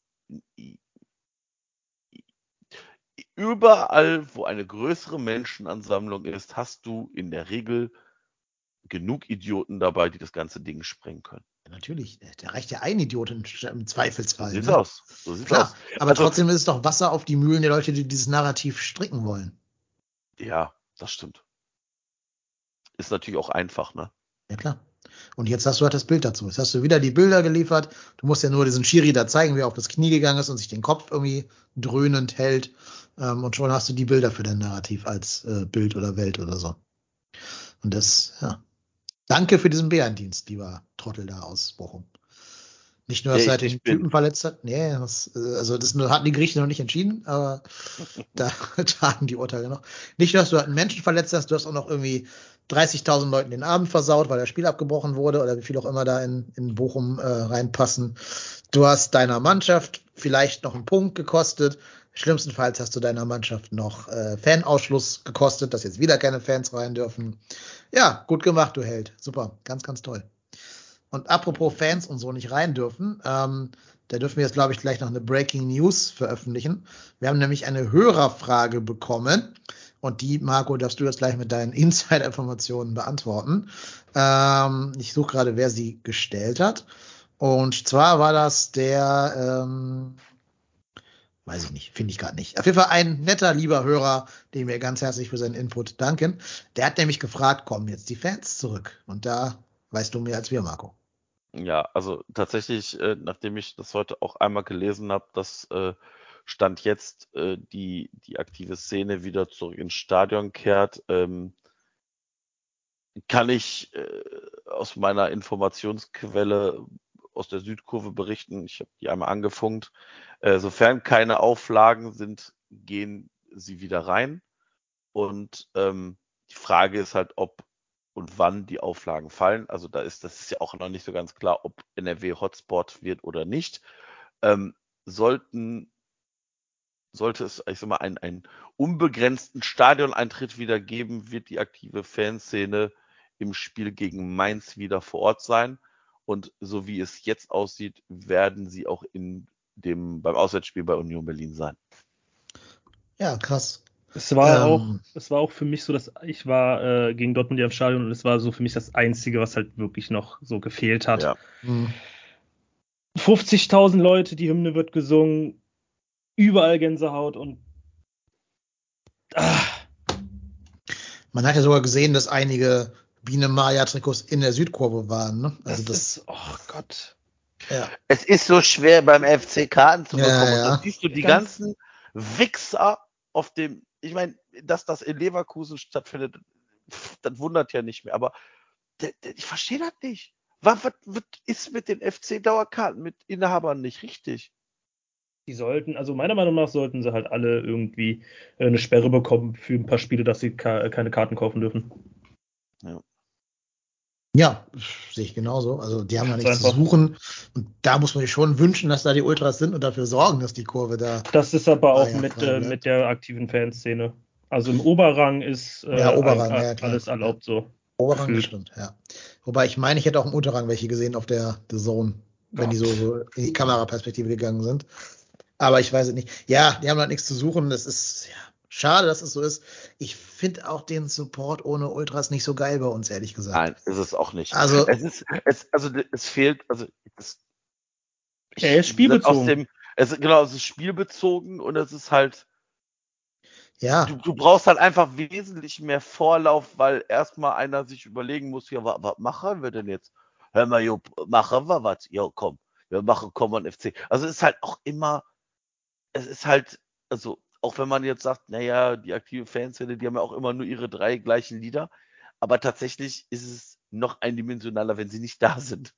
überall, wo eine größere Menschenansammlung ist, hast du in der Regel genug Idioten dabei, die das ganze Ding sprengen können. Ja, natürlich, da reicht ja ein Idiot im, im Zweifelsfall. So sieht's Ne? aus. So sieht's Klar, aus. aber Also, trotzdem ist es doch Wasser auf die Mühlen der Leute, die dieses Narrativ stricken wollen. ja, das stimmt. Ist natürlich auch einfach, ne? Ja, klar. Und jetzt hast du halt das Bild dazu. Jetzt hast du wieder die Bilder geliefert. Du musst ja nur diesen Schiri da zeigen, wie er auf das Knie gegangen ist und sich den Kopf irgendwie dröhnend hält. Ähm, und schon hast du die Bilder für dein Narrativ als äh, Bild oder Welt oder so. Und das, ja. Danke für diesen Bärendienst, lieber Trottel da aus Bochum. Nicht nur, dass Ja, er ich, den ich bin, Typen verletzt hat. Nee, das, äh, also das hatten die Gerichte noch nicht entschieden, aber da taten die Urteile noch. Nicht nur, dass du einen Menschen verletzt hast, du hast auch noch irgendwie dreißigtausend Leuten den Abend versaut, weil das Spiel abgebrochen wurde oder wie viel auch immer da in, in Bochum äh, reinpassen. Du hast deiner Mannschaft vielleicht noch einen Punkt gekostet. Schlimmstenfalls hast du deiner Mannschaft noch äh, Fanausschluss gekostet, dass jetzt wieder keine Fans rein dürfen. Ja, gut gemacht, du Held. Super, ganz, ganz toll. Und apropos Fans und so nicht rein dürfen, ähm, da dürfen wir jetzt, glaube ich, gleich noch eine Breaking News veröffentlichen. Wir haben nämlich eine Hörerfrage bekommen und die, Marco, darfst du jetzt gleich mit deinen Insider-Informationen beantworten. Ähm, ich suche gerade, wer sie gestellt hat. Und zwar war das der, ähm, weiß ich nicht, finde ich gerade nicht. Auf jeden Fall ein netter, lieber Hörer, dem wir ganz herzlich für seinen Input danken. Der hat nämlich gefragt, kommen jetzt die Fans zurück? Und da weißt du mehr als wir, Marco. ja, also tatsächlich, äh, nachdem ich das heute auch einmal gelesen habe, dass äh, Stand jetzt äh, die, die aktive Szene wieder zurück ins Stadion kehrt, ähm, kann ich äh, aus meiner Informationsquelle aus der Südkurve berichten. Ich habe die einmal angefunkt. Äh, sofern keine Auflagen sind, gehen sie wieder rein. Und ähm, die Frage ist halt, ob und wann die Auflagen fallen. Also da ist, das ist ja auch noch nicht so ganz klar, ob N R W Hotspot wird oder nicht. Ähm, sollten, sollte es, ich sag mal, einen, einen unbegrenzten Stadioneintritt wieder geben, wird die aktive Fanszene im Spiel gegen Mainz wieder vor Ort sein. Und so wie es jetzt aussieht, werden sie auch in dem, beim Auswärtsspiel bei Union Berlin sein. Ja, krass. Es war Ähm, auch, es war auch für mich so, dass ich war äh, gegen Dortmund ja im Stadion und es war so für mich das Einzige, was halt wirklich noch so gefehlt hat. Ja. mh. fünfzigtausend Leute, die Hymne wird gesungen, überall Gänsehaut und ah, Man hat ja sogar gesehen, dass einige Biene Maya-Trikots in der Südkurve waren. Ne? Also das das, ist, oh Gott. ja, Es ist so schwer beim F C Karten zu ja, bekommen. Und dann ja. siehst du die Ganz- ganzen Wichser auf dem, ich meine, dass das in Leverkusen stattfindet, pff, das wundert ja nicht mehr. Aber der, der, ich verstehe das nicht. Was, was, was ist mit den F C-Dauerkarten, mit Inhabern nicht richtig? Die sollten, also meiner Meinung nach sollten sie halt alle irgendwie äh, eine Sperre bekommen für ein paar Spiele, dass sie ka- keine Karten kaufen dürfen. Ja. Ja, sehe ich genauso. Also die haben da Das nichts ist zu einfach- suchen. Und da muss man sich schon wünschen, dass da die Ultras sind und dafür sorgen, dass die Kurve da Das ist aber Ah, auch ja, mit, frei äh, bleibt. mit der aktiven Fanszene. Also im Oberrang ist äh, Ja, Oberrang, all- ja, klar. alles erlaubt so. Oberrang, das gefühlt. stimmt, ja. Wobei ich meine, ich hätte auch im Unterrang welche gesehen auf der The Zone, wenn die so, so in die Kameraperspektive gegangen sind. Aber ich weiß es nicht. Ja, die haben halt nichts zu suchen. Das ist ja schade, dass es so ist. Ich finde auch den Support ohne Ultras nicht so geil bei uns, ehrlich gesagt. Nein, ist es auch nicht. Also, Es ist, es, also es fehlt, also es, Er ist spielbezogen. Aus dem, es, genau, es ist spielbezogen und es ist halt, ja, du, du brauchst halt einfach wesentlich mehr Vorlauf, weil erstmal einer sich überlegen muss, ja, was, was machen wir denn jetzt? Hör mal, jo, machen wir was? Jo, komm, wir machen Common F C. Also es ist halt auch immer, es ist halt, also auch wenn man jetzt sagt, naja, die aktive Fanszene, die haben ja auch immer nur ihre drei gleichen Lieder, aber tatsächlich ist es noch eindimensionaler, wenn sie nicht da sind.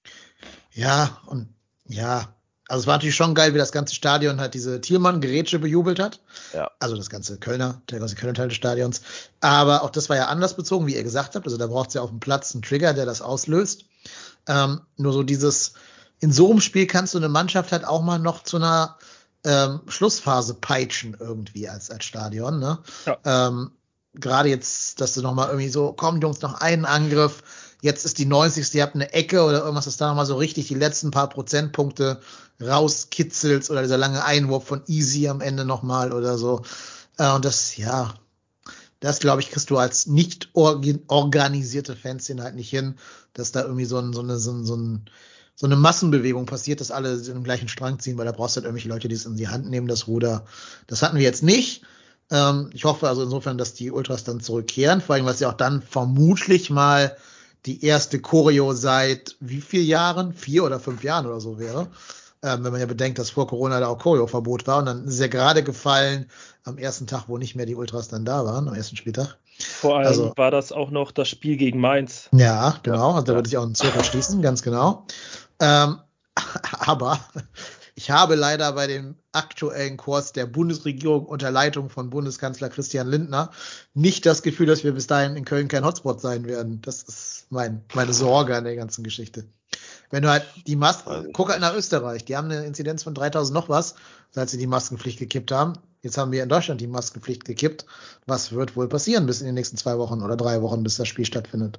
ja, und ja. Also es war natürlich schon geil, wie das ganze Stadion halt diese Thielmann-Gerätsche bejubelt hat. Ja. Also das ganze Kölner, der ganze Kölner Teil des Stadions. Aber auch das war ja anders bezogen, wie ihr gesagt habt. Also da braucht es ja auf dem Platz einen Trigger, der das auslöst. Ähm, nur so dieses, in so einem Spiel kannst du eine Mannschaft halt auch mal noch zu einer ähm, Schlussphase peitschen irgendwie als, als Stadion. Ne? Ja. Ähm, Gerade jetzt, dass du noch mal irgendwie so, komm Jungs, noch einen Angriff. Jetzt ist die neunzigste Ihr habt eine Ecke oder irgendwas, dass da noch mal so richtig die letzten paar Prozentpunkte rauskitzelst oder dieser lange Einwurf von Easy am Ende noch mal oder so. Äh, und das, ja, das, glaube ich, kriegst du als nicht orgi- organisierte Fanszene halt nicht hin, dass da irgendwie so, ein, so, eine, so, ein, so, ein, so eine Massenbewegung passiert, dass alle den gleichen Strang ziehen, weil da brauchst du halt irgendwelche Leute, die es in die Hand nehmen, das Ruder. Das hatten wir jetzt nicht. Ähm, ich hoffe also insofern, dass die Ultras dann zurückkehren, vor allem, was ja auch dann vermutlich mal die erste Choreo seit wie vielen Jahren? Vier oder fünf Jahren oder so wäre. Ähm, wenn man ja bedenkt, dass vor Corona da auch Choreo-Verbot war und dann ist ja gerade gefallen am ersten Tag, wo nicht mehr die Ultras dann da waren, am ersten Spieltag. Vor allem Also, war das auch noch das Spiel gegen Mainz. ja, genau, also da ja. würde ich auch einen Zirkel schließen, ganz genau. Ähm, aber ich habe leider bei dem aktuellen Kurs der Bundesregierung unter Leitung von Bundeskanzler Christian Lindner nicht das Gefühl, dass wir bis dahin in Köln kein Hotspot sein werden. Das ist mein, meine Sorge an der ganzen Geschichte. Wenn du halt die Masken, guck halt nach Österreich, die haben eine Inzidenz von dreitausend noch was, seit sie die Maskenpflicht gekippt haben. Jetzt haben wir in Deutschland die Maskenpflicht gekippt. Was wird wohl passieren bis in den nächsten zwei Wochen oder drei Wochen, bis das Spiel stattfindet?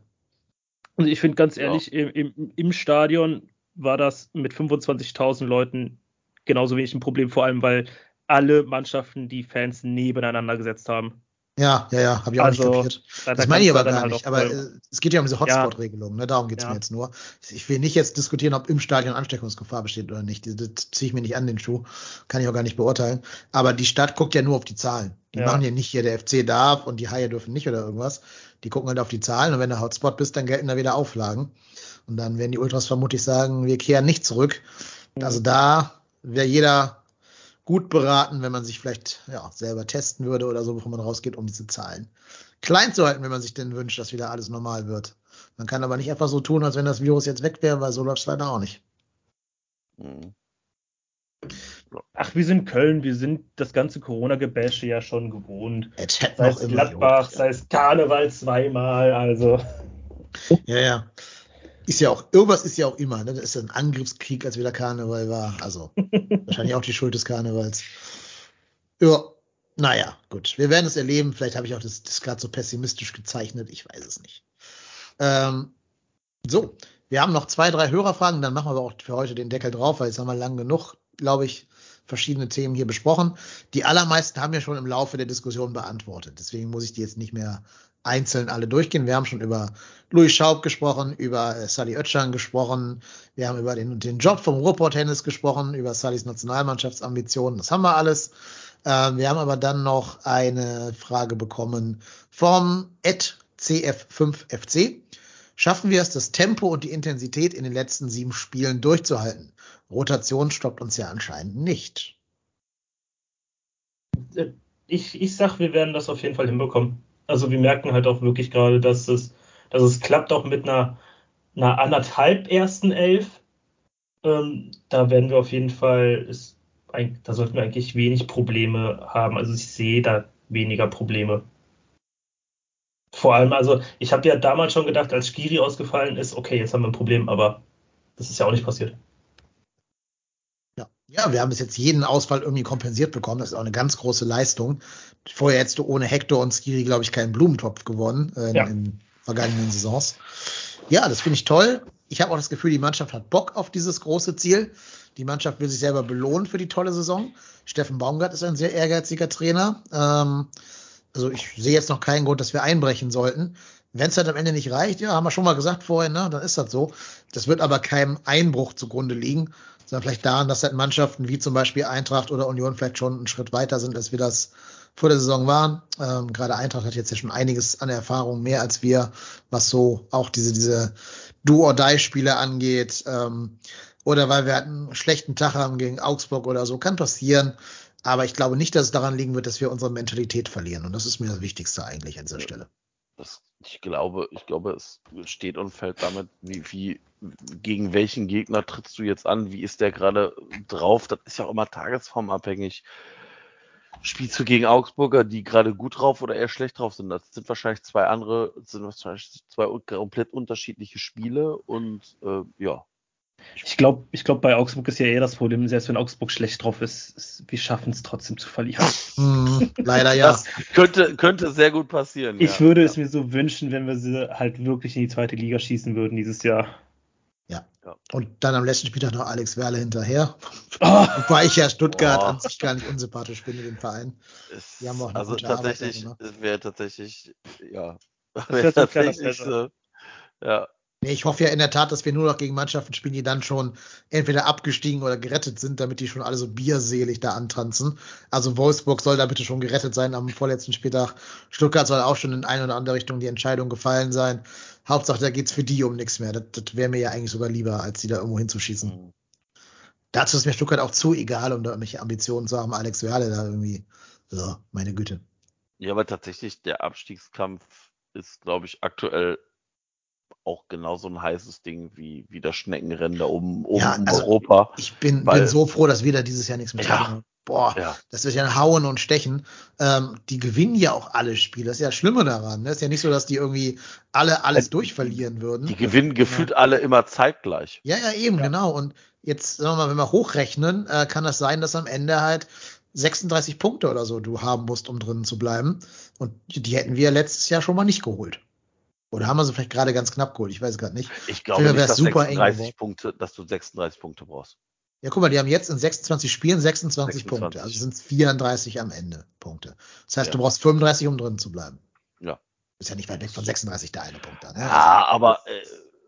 Und ich finde ganz Ja. ehrlich, im, im, im Stadion war das mit fünfundzwanzigtausend Leuten genauso wenig ein Problem, vor allem weil alle Mannschaften die Fans nebeneinander gesetzt haben. Ja, ja, ja, habe ich auch Also, nicht kapiert. Da, da Das meine ich kannst du aber dann gar halt nicht. auch Aber voll, äh, es geht ja um diese Ja. Hotspot-Regelung, ne? Darum geht's Ja. mir jetzt nur. Ich will nicht jetzt diskutieren, ob im Stadion Ansteckungsgefahr besteht oder nicht. Das, das ziehe ich mir nicht an den Schuh. Kann ich auch gar nicht beurteilen. Aber die Stadt guckt ja nur auf die Zahlen. Die Ja. machen ja nicht hier, der F C darf und die Haie dürfen nicht oder irgendwas. Die gucken halt auf die Zahlen und wenn du Hotspot bist, dann gelten da wieder Auflagen. Und dann werden die Ultras vermutlich sagen, wir kehren nicht zurück. Also da wäre jeder gut beraten, wenn man sich vielleicht ja, selber testen würde oder so, bevor man rausgeht, um diese Zahlen klein zu halten, wenn man sich denn wünscht, dass wieder alles normal wird. Man kann aber nicht einfach so tun, als wenn das Virus jetzt weg wäre, weil so läuft es leider auch nicht. Mhm. Ach, wir sind Köln, wir sind das ganze Corona-Gebäsche ja schon gewohnt. Es hätte Sei noch es immer Gladbach, gejuckt, ja. sei es Karneval zweimal, also. Ja, ja. Ist ja auch, irgendwas ist ja auch immer, ne? Das ist ja ein Angriffskrieg, als wieder Karneval war. Also, wahrscheinlich auch die Schuld des Karnevals. Ja, naja, gut. Wir werden es erleben. Vielleicht habe ich auch das, das gerade so pessimistisch gezeichnet. Ich weiß es nicht. Ähm, so, wir haben noch zwei, drei Hörerfragen. Dann machen wir aber auch für heute den Deckel drauf, weil jetzt haben wir lang genug, glaube ich, verschiedene Themen hier besprochen. Die allermeisten haben wir schon im Laufe der Diskussion beantwortet. Deswegen muss ich die jetzt nicht mehr einzeln alle durchgehen. Wir haben schon über Louis Schaub gesprochen, über äh, Sally Oetschan gesprochen. Wir haben über den, den Job vom Ruhrpott-Tennis gesprochen, über Sallys Nationalmannschaftsambitionen. Das haben wir alles. Äh, wir haben aber dann noch eine Frage bekommen vom C F fünf F C. Schaffen wir es, das Tempo und die Intensität in den letzten sieben Spielen durchzuhalten? Rotation stoppt uns ja anscheinend nicht. Ich, ich sag, wir werden das auf jeden Fall hinbekommen. Also wir merken halt auch wirklich gerade, dass es, dass es klappt auch mit einer, einer anderthalb ersten Elf. Ähm, da werden wir auf jeden Fall, ist, da sollten wir eigentlich wenig Probleme haben. Also ich sehe da weniger Probleme. Vor allem, also ich habe ja damals schon gedacht, als Skiri ausgefallen ist, okay, jetzt haben wir ein Problem, aber das ist ja auch nicht passiert. Ja, Ja, wir haben bis jetzt jeden Ausfall irgendwie kompensiert bekommen. Das ist auch eine ganz große Leistung. Vorher hättest du ohne Hector und Skiri, glaube ich, keinen Blumentopf gewonnen äh, in, Ja. in vergangenen Saisons. Ja, das finde ich toll. Ich habe auch das Gefühl, die Mannschaft hat Bock auf dieses große Ziel. Die Mannschaft will sich selber belohnen für die tolle Saison. Steffen Baumgart ist ein sehr ehrgeiziger Trainer. Ähm, also ich sehe jetzt noch keinen Grund, dass wir einbrechen sollten. Wenn es halt am Ende nicht reicht, ja, haben wir schon mal gesagt vorhin, ne, dann ist das so. Das wird aber keinem Einbruch zugrunde liegen, sondern vielleicht daran, dass halt Mannschaften wie zum Beispiel Eintracht oder Union vielleicht schon einen Schritt weiter sind, als wir das vor der Saison waren. Ähm, gerade Eintracht hat jetzt ja schon einiges an Erfahrung mehr als wir, was so auch diese, diese Do-or-Die-Spiele angeht. Ähm, oder weil wir halt einen schlechten Tag haben gegen Augsburg oder so, kann passieren. Aber ich glaube nicht, dass es daran liegen wird, dass wir unsere Mentalität verlieren. Und das ist mir das Wichtigste eigentlich an dieser Ja. Stelle. Das, ich glaube, ich glaube, es steht und fällt damit, wie, wie, gegen welchen Gegner trittst du jetzt an, wie ist der gerade drauf? Das ist ja auch immer tagesformabhängig. Spielst du gegen Augsburger, die gerade gut drauf oder eher schlecht drauf sind? Das sind wahrscheinlich zwei andere, sind wahrscheinlich zwei komplett unterschiedliche Spiele und äh, ja. Ich glaube, ich glaub, bei Augsburg ist ja eher das Problem, selbst wenn Augsburg schlecht drauf ist, ist wir schaffen es trotzdem zu verlieren. Hm, leider ja. Das könnte, könnte sehr gut passieren. Ich ja. würde ja. es mir so wünschen, wenn wir sie halt wirklich in die zweite Liga schießen würden dieses Jahr. Ja. Ja. Und dann am letzten Spieltag noch Alex Werle hinterher. Oh, Wobei ich ja Stuttgart Boah. an sich gar nicht unsympathisch finde, den Verein. Es, Die haben auch eine also gute Arbeit da tatsächlich, gemacht. es wäre tatsächlich, ja, das wäre wäre so ein kleiner tatsächlich Pleasure. so, ja. Nee, ich hoffe ja in der Tat, dass wir nur noch gegen Mannschaften spielen, die dann schon entweder abgestiegen oder gerettet sind, damit die schon alle so bierselig da antanzen. Also Wolfsburg soll da bitte schon gerettet sein am vorletzten Spieltag. Stuttgart soll auch schon in eine oder andere Richtung die Entscheidung gefallen sein. Hauptsache, da geht's für die um nichts mehr. Das, das wäre mir ja eigentlich sogar lieber, als die da irgendwo hinzuschießen. Mhm. Dazu ist mir Stuttgart auch zu egal, um da irgendwelche Ambitionen zu haben, Alex Werle da irgendwie. So, meine Güte. Ja, aber tatsächlich, der Abstiegskampf ist, glaube ich, aktuell auch genauso ein heißes Ding wie, wie das Schneckenrennen da oben, oben Ja, um also Europa. ich bin, Weil, bin so froh, dass wir da dieses Jahr nichts mehr zu Ja. tun haben. Boah, ja, das wird ja ein Hauen und Stechen. Ähm, die gewinnen ja auch alle Spiele. Das ist ja das Schlimme daran. Ne? Das ist ja nicht so, dass die irgendwie alle alles durchverlieren würden. die gewinnen gefühlt alle immer zeitgleich. Ja, ja, eben, Ja. genau. Und jetzt, sagen wir mal, wenn wir hochrechnen, äh, kann das sein, dass am Ende halt sechsunddreißig Punkte oder so du haben musst, um drinnen zu bleiben. Und die, die hätten wir letztes Jahr schon mal nicht geholt. Oder haben wir sie vielleicht gerade ganz knapp geholt? Ich weiß es gerade nicht. Ich Auf jeden glaube Fall nicht, wäre es dass super eng geworden. sechsunddreißig Punkte, dass du sechsunddreißig Punkte brauchst. Ja, guck mal, die haben jetzt in sechsundzwanzig Spielen sechsundzwanzig sechsundzwanzig. Punkte. Also sind es vierunddreißig am Ende Punkte. Das heißt, Ja. du brauchst fünfunddreißig, um drin zu bleiben. Ja. Ist ja nicht weit weg von sechsunddreißig, der eine Punkt dann. Ne? Also, Ja, aber äh,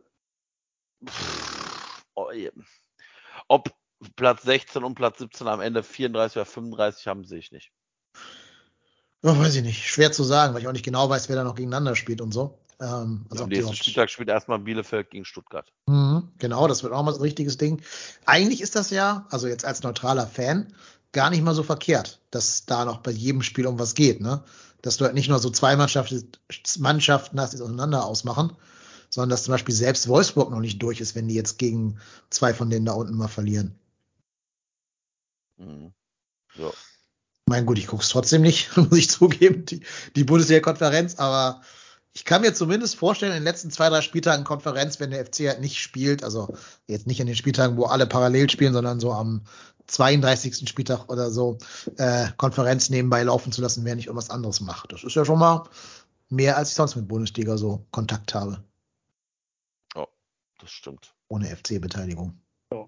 pff, oh, je. ob Platz sechzehn und Platz siebzehn am Ende vierunddreißig oder fünfunddreißig haben, sehe ich nicht. oh, weiß ich nicht. Schwer zu sagen, weil ich auch nicht genau weiß, wer da noch gegeneinander spielt und so. Ähm, also Am ob die nächsten überhaupt- Spieltag spielt erstmal Bielefeld gegen Stuttgart. Mhm, genau, das wird auch mal so ein richtiges Ding. Eigentlich ist das ja, also jetzt als neutraler Fan, gar nicht mal so verkehrt, dass da noch bei jedem Spiel um was geht, ne? Dass du halt nicht nur so zwei Mannschaften, Mannschaften hast, die es auseinander ausmachen, sondern dass zum Beispiel selbst Wolfsburg noch nicht durch ist, wenn die jetzt gegen zwei von denen da unten mal verlieren. Mhm. Ja. Mein gut, ich gucke es trotzdem nicht, muss ich zugeben, die, die Bundesliga-Konferenz, aber ich kann mir zumindest vorstellen, in den letzten zwei, drei Spieltagen Konferenz, wenn der F C halt nicht spielt, also jetzt nicht in den Spieltagen, wo alle parallel spielen, sondern so am zweiunddreißigsten Spieltag oder so, äh, Konferenz nebenbei laufen zu lassen, wer nicht irgendwas anderes macht. Das ist ja schon mal mehr, als ich sonst mit Bundesliga so Kontakt habe, Oh, das stimmt. ohne F C-Beteiligung. Ja.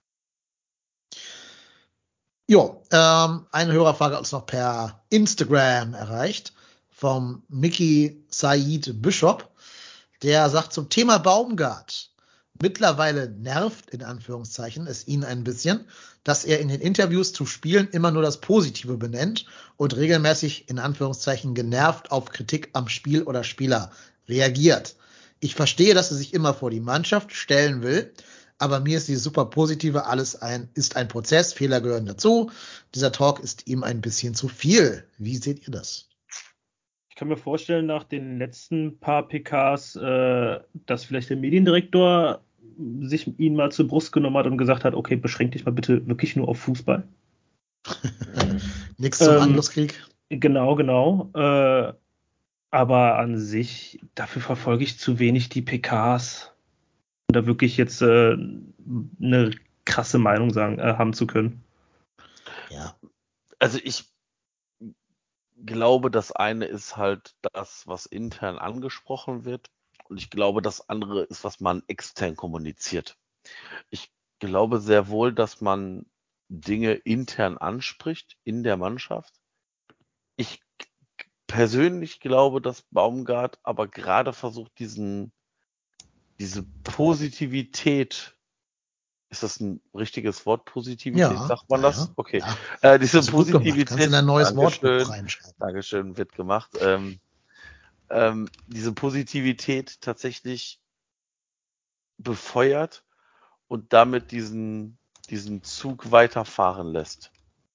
Jo, ähm, eine Hörerfrage hat uns noch per Instagram erreicht vom Mickey Said Bishop. Der sagt zum Thema Baumgart, mittlerweile nervt, in Anführungszeichen, es ihn ein bisschen, dass er in den Interviews zu Spielen immer nur das Positive benennt und regelmäßig, in Anführungszeichen, genervt auf Kritik am Spiel oder Spieler reagiert. Ich verstehe, dass er sich immer vor die Mannschaft stellen will, aber mir ist dieses super Positive alles ein, ist ein Prozess, Fehler gehören dazu. Dieser Talk ist ihm ein bisschen zu viel. Wie seht ihr das? Ich kann mir vorstellen, nach den letzten paar P Ks, äh, dass vielleicht der Mediendirektor sich ihn mal zur Brust genommen hat und gesagt hat, okay, beschränk dich mal bitte wirklich nur auf Fußball. Nichts zum Ähm, Angriffskrieg. Genau, genau. Äh, aber an sich, dafür verfolge ich zu wenig die P Ks. Um da wirklich jetzt äh, eine krasse Meinung sagen, äh, haben zu können. Ja. Also ich glaube, das eine ist halt das, was intern angesprochen wird. Und ich glaube, das andere ist, was man extern kommuniziert. Ich glaube sehr wohl, dass man Dinge intern anspricht in der Mannschaft. Ich persönlich glaube, dass Baumgart aber gerade versucht, diesen, diese Positivität, ist das ein richtiges Wort, Positivität, Ja, sagt man ja, das? ja, Okay. ja. Äh, diese Hast du gut gemacht. Kannst Positivität, in ein neues Wortbuch Dankeschön, reinschreiben. Dankeschön, wird gemacht. Ähm, ähm, diese Positivität tatsächlich befeuert und damit diesen, diesen Zug weiterfahren lässt.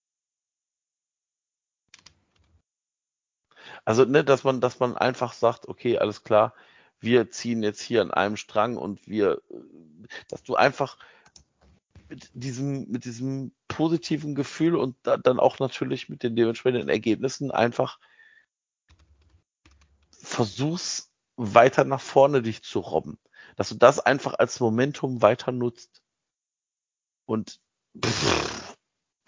Also, ne, dass man, dass man einfach sagt, okay, alles klar, wir ziehen jetzt hier an einem Strang und wir, äh, dass du einfach mit diesem, mit diesem positiven Gefühl und da, dann auch natürlich mit den dementsprechenden Ergebnissen einfach versuchst, weiter nach vorne dich zu robben. Dass du das einfach als Momentum weiter nutzt. Und pff,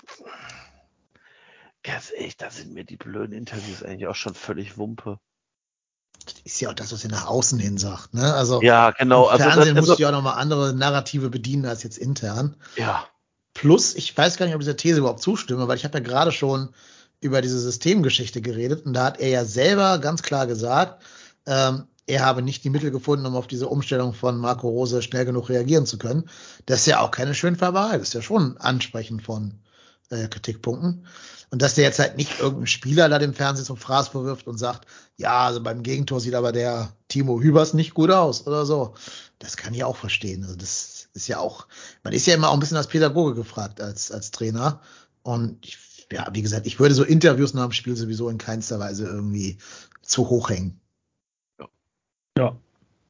ganz ehrlich, da sind mir die blöden Interviews eigentlich auch schon völlig Wumpe. Das ist ja auch das, was er nach außen hin sagt. Ne? Also Ja, genau. im Also, Fernsehen das, musst also, du ja auch nochmal andere Narrative bedienen als jetzt intern. ja. Plus, ich weiß gar nicht, ob ich dieser These überhaupt zustimme, weil ich habe ja gerade schon über diese Systemgeschichte geredet und da hat er ja selber ganz klar gesagt, ähm, er habe nicht die Mittel gefunden, um auf diese Umstellung von Marco Rose schnell genug reagieren zu können. Das ist ja auch keine Schönfärberei, das ist ja schon ein Ansprechen von äh, Kritikpunkten. Und dass der jetzt halt nicht irgendein Spieler da dem Fernsehen zum Fraß vorwirft und sagt, ja, also beim Gegentor sieht aber der Timo Hübers nicht gut aus oder so. Das kann ich auch verstehen. Also das ist ja auch, man ist ja immer auch ein bisschen als Pädagoge gefragt, als, als Trainer. Und ich, ja, wie gesagt, ich würde so Interviews nach dem Spiel sowieso in keinster Weise irgendwie zu hoch hängen. Ja.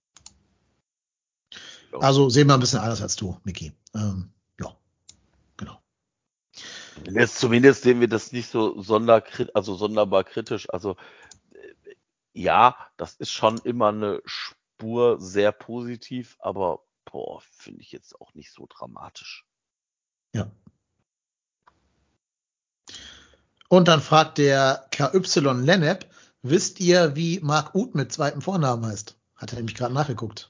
Also sehen wir ein bisschen anders als du, Miki. Ähm, ja, genau. Jetzt zumindest sehen wir das nicht so sonderkrit also sonderbar kritisch. Also äh, ja, das ist schon immer eine Spur sehr positiv, aber boah, finde ich jetzt auch nicht so dramatisch. Ja. Und dann fragt der K Y Lennep, wisst ihr, wie Marc Uth mit zweitem Vornamen heißt? Hat er nämlich gerade nachgeguckt.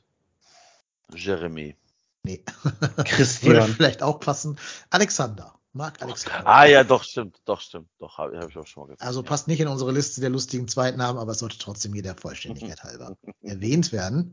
Jeremy. Nee. Christian. Würde vielleicht auch passen. Alexander. Marc Alexander. Ah ja, doch, stimmt, doch, stimmt. Doch, habe hab ich auch schon mal gesehen. Also ja. passt nicht in unsere Liste der lustigen Zweitnamen, aber es sollte trotzdem hier der Vollständigkeit halber erwähnt werden.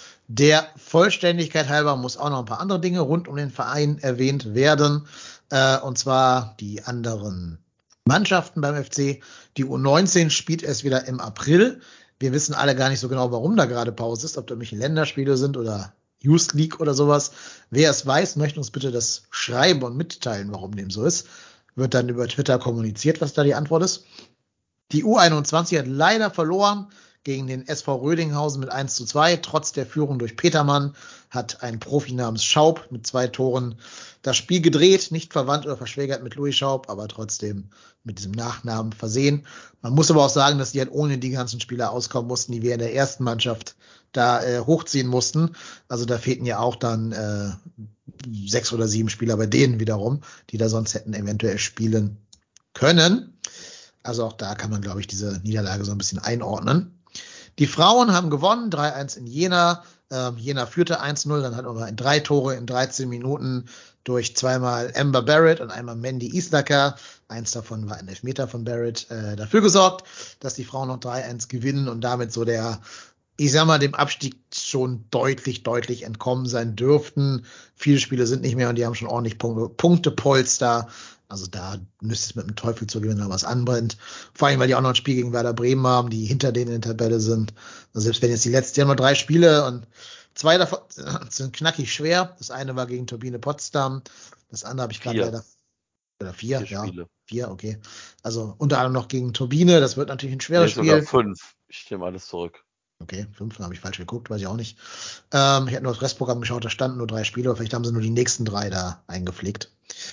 Der Vollständigkeit halber muss auch noch ein paar andere Dinge rund um den Verein erwähnt werden. Äh, und zwar die anderen Mannschaften beim F C. Die U neunzehn spielt erst wieder im April. Wir wissen alle gar nicht so genau, warum da gerade Pause ist, ob da irgendwelche Länderspiele sind oder Youth League oder sowas. Wer es weiß, möchte uns bitte das schreiben und mitteilen, warum dem so ist. Wird dann über Twitter kommuniziert, was da die Antwort ist. Die U einundzwanzig hat leider verloren gegen den S V Rödinghausen mit eins zu zwei. Trotz der Führung durch Petermann hat ein Profi namens Schaub mit zwei Toren das Spiel gedreht, nicht verwandt oder verschwägert mit Louis Schaub, aber trotzdem mit diesem Nachnamen versehen. Man muss aber auch sagen, dass die halt ohne die ganzen Spieler auskommen mussten, die wir in der ersten Mannschaft da äh, hochziehen mussten. Also da fehlten ja auch dann äh, sechs oder sieben Spieler bei denen wiederum, die da sonst hätten eventuell spielen können. Also auch da kann man, glaube ich, diese Niederlage so ein bisschen einordnen. Die Frauen haben gewonnen, drei eins in Jena. Ähm, Jena führte eins null, dann hat man in drei Tore in dreizehn Minuten durch zweimal Amber Barrett und einmal Mandy Islacker, eins davon war ein Elfmeter von Barrett, äh, dafür gesorgt, dass die Frauen noch drei eins gewinnen und damit so der, ich sag mal, dem Abstieg schon deutlich, deutlich entkommen sein dürften. Viele Spiele sind nicht mehr und die haben schon ordentlich Punkte, Punktepolster. Also da müsste es mit dem Teufel zu gewinnen, was anbrennt. Vor allem, weil die auch noch ein Spiel gegen Werder Bremen haben, die hinter denen in der Tabelle sind. Also selbst wenn jetzt die letzten, die haben nur drei Spiele und zwei davon sind knackig schwer. Das eine war gegen Turbine Potsdam. Das andere habe ich gerade Vier. leider. Oder vier, Vier ja. Spiele. Vier, okay. Also unter anderem noch gegen Turbine. Das wird natürlich ein schweres Nee, sogar Spiel. fünf. Ich nehme alles zurück. Okay, fünf, habe ich falsch geguckt, weiß ich auch nicht. Ähm, ich hatte nur das Restprogramm geschaut, da standen nur drei Spiele, aber vielleicht haben sie nur die nächsten drei da eingepflegt.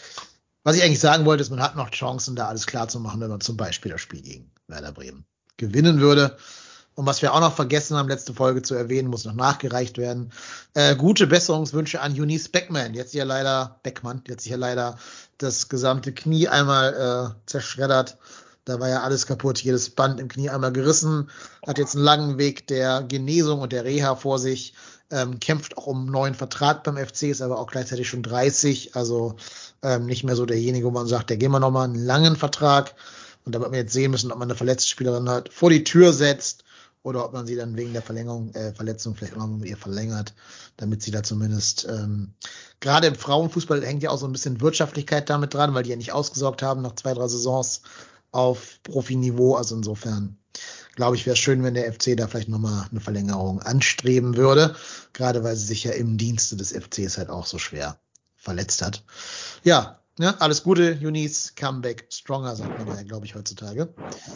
Was ich eigentlich sagen wollte, ist, man hat noch Chancen, da alles klar zu machen, wenn man zum Beispiel das Spiel gegen Werder Bremen gewinnen würde. Und was wir auch noch vergessen haben, letzte Folge zu erwähnen, muss noch nachgereicht werden. Äh, gute Besserungswünsche an Eunice Beckman. Jetzt ja leider, Beckmann, jetzt hier leider das gesamte Knie einmal äh, zerschreddert. Da war ja alles kaputt, jedes Band im Knie einmal gerissen. Hat jetzt einen langen Weg der Genesung und der Reha vor sich. Ähm, kämpft auch um einen neuen Vertrag beim F C, ist aber auch gleichzeitig schon dreißig. Also ähm, nicht mehr so derjenige, wo man sagt, der gehen wir nochmal einen langen Vertrag. Und da wird man jetzt sehen müssen, ob man eine verletzte Spielerin halt vor die Tür setzt oder ob man sie dann wegen der Verlängerung, äh, Verletzung vielleicht immer mit ihr verlängert, damit sie da zumindest, ähm, gerade im Frauenfußball hängt ja auch so ein bisschen Wirtschaftlichkeit damit dran, weil die ja nicht ausgesorgt haben nach zwei, drei Saisons auf Profiniveau. Also insofern glaube ich, wäre es schön, wenn der F C da vielleicht nochmal eine Verlängerung anstreben würde, gerade weil sie sich ja im Dienste des F Cs halt auch so schwer verletzt hat. Ja, ja, alles Gute, Eunice, Comeback stronger, sagt man ja, glaube ich, heutzutage.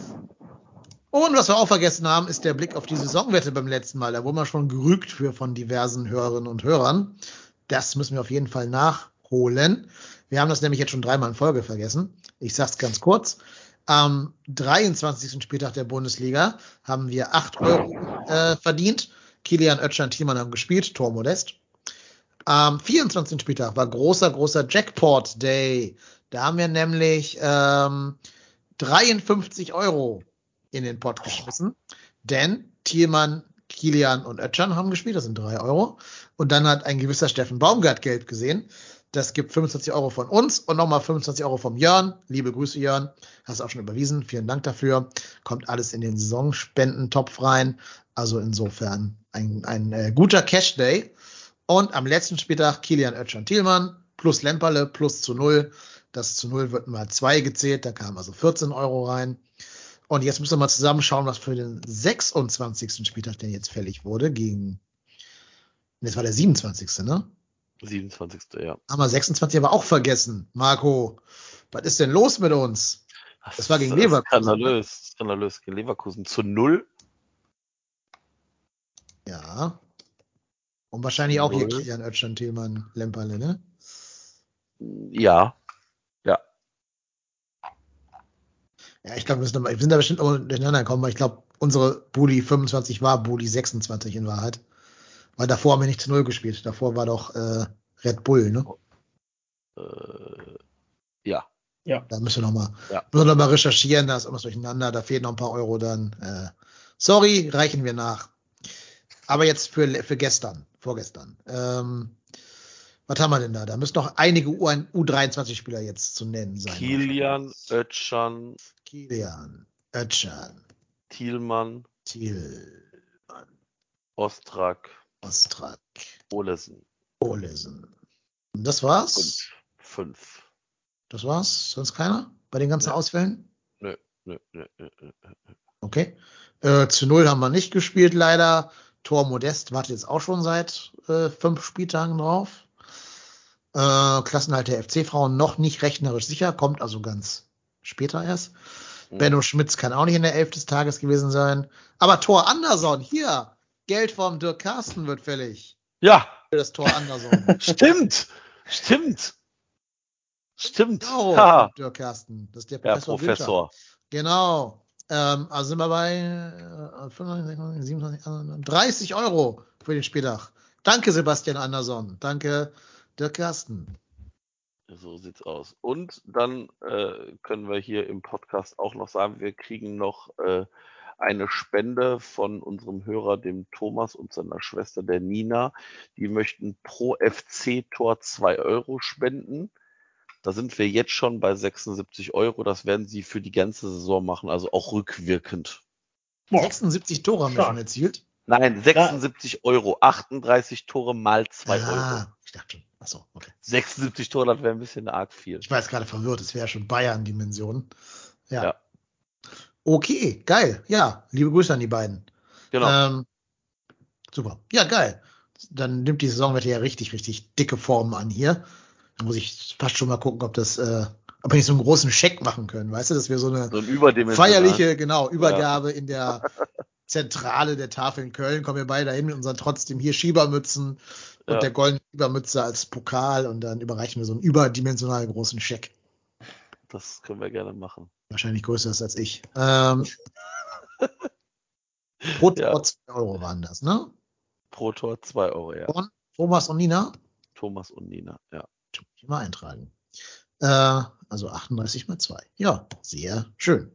Und was wir auch vergessen haben, ist der Blick auf die Saisonwette beim letzten Mal. Da wurden wir schon gerügt für von diversen Hörerinnen und Hörern. Das müssen wir auf jeden Fall nachholen. Wir haben das nämlich jetzt schon dreimal in Folge vergessen. Ich sag's ganz kurz. Am dreiundzwanzigsten Spieltag der Bundesliga haben wir acht Euro äh, verdient. Kilian Özcan Thielmann haben gespielt, Tor Modest. Am vierundzwanzigsten Spieltag war großer, großer Jackpot Day. Da haben wir nämlich ähm, dreiundfünfzig Euro in den Pot geschmissen. Denn Thielmann, Kilian und Özcan haben gespielt, das sind drei Euro. Und dann hat ein gewisser Steffen Baumgart Geld gesehen. Das gibt fünfundzwanzig Euro von uns und nochmal fünfundzwanzig Euro vom Jörn. Liebe Grüße, Jörn. Hast du auch schon überwiesen. Vielen Dank dafür. Kommt alles in den Saisonspendentopf rein. Also insofern ein, ein äh, guter Cash-Day. Und am letzten Spieltag Kilian Özcan Thielmann plus Lemperle plus zu null. Das zu null wird mal zwei gezählt. Da kamen also vierzehn Euro rein. Und jetzt müssen wir mal zusammenschauen, was für den sechsundzwanzigsten Spieltag denn jetzt fällig wurde gegen, das war der siebenundzwanzigste, ne? siebenundzwanzigste Ja. Haben wir sechsundzwanzig aber auch vergessen. Marco, was ist denn los mit uns? Das war gegen Das ist Leverkusen. skandalös. Skandalös gegen Leverkusen. Zu null. Ja. Und wahrscheinlich auch hier Null. Kilian Özcan Thielmann Lemperle, ne? Ja. Ja. Ja, ich glaube, wir sind, wir sind da bestimmt auch durcheinander gekommen, weil ich glaube, unsere Bulli fünfundzwanzig war Bulli sechsundzwanzig in Wahrheit. Weil davor haben wir nicht zu null gespielt. Davor war doch äh, Red Bull, ne? Äh, ja. Ja. Da müssen wir nochmal Ja. noch mal recherchieren, da ist irgendwas durcheinander, da fehlen noch ein paar Euro dann. Äh, sorry, reichen wir nach. Aber jetzt für, für gestern, vorgestern. Ähm, was haben wir denn da? Da müssen noch einige U dreiundzwanzig-Spieler jetzt zu nennen sein. Kilian, Özcan, Kilian, Özcan, Thielmann, Thielmann, Ostrak, Ostrak, Olesen. Olesen. Und das war's? Fünf. Fünf. Das war's? Sonst keiner? Bei den ganzen Ja. Ausfällen? Nö, nö, nö, nö, nö. Okay. Äh, zu null haben wir nicht gespielt, leider. Tor Modest wartet jetzt auch schon seit äh, fünf Spieltagen drauf. Äh, Klassenhalt der F C-Frauen noch nicht rechnerisch sicher, kommt also ganz später erst. Mhm. Benno Schmitz kann auch nicht in der Elf des Tages gewesen sein. Aber Tor Anderson, hier, Geld vom Dirk Carsten wird fällig. Ja. Für das Tor Anderson. Stimmt. Stimmt. Stimmt. Genau, Ha. Dirk Carsten. Das ist der Ja, Professor. Professor. Genau. Ähm, also sind wir bei äh, fünfundzwanzig, siebenundzwanzig, dreißig Euro für den Spieltag. Danke, Sebastian Andersson. Danke, Dirk Carsten. So sieht's aus. Und dann äh, können wir hier im Podcast auch noch sagen, wir kriegen noch äh, eine Spende von unserem Hörer, dem Thomas, und seiner Schwester, der Nina. Die möchten pro F C-Tor zwei Euro spenden. Da sind wir jetzt schon bei sechsundsiebzig Euro. Das werden sie für die ganze Saison machen, also auch rückwirkend. Boah. sechsundsiebzig Tore haben wir Stark. schon erzielt. Nein, sechsundsiebzig Euro. achtunddreißig Tore mal zwei ah, Euro. Ich dachte schon. Achso, okay. sechsundsiebzig Tore, das wäre ein bisschen arg viel. Ich war jetzt gerade verwirrt. Es wäre schon Bayern-Dimension. Ja. Ja. Okay, geil. Ja, liebe Grüße an die beiden. Genau. Ähm, super. Ja, geil. Dann nimmt die Saisonwette ja richtig, richtig dicke Formen an hier. Da muss ich fast schon mal gucken, ob das, äh, ob wir nicht so einen großen Scheck machen können, weißt du, dass wir so eine So ein überdimensional. feierliche, genau, Übergabe ja. in der Zentrale der Tafel in Köln, kommen wir beide dahin mit unseren trotzdem hier Schiebermützen und Ja. der goldenen Übermütze als Pokal und dann überreichen wir so einen überdimensional großen Scheck. Das können wir gerne machen. Wahrscheinlich größer ist als ich. Ähm, Pro Ja. Tor zwei Euro waren das, ne? Pro Tor zwei Euro, ja. Von Thomas und Nina? Thomas und Nina, ja. Muss ich mal eintragen. Äh, also achtunddreißig mal zwei. Ja, sehr schön.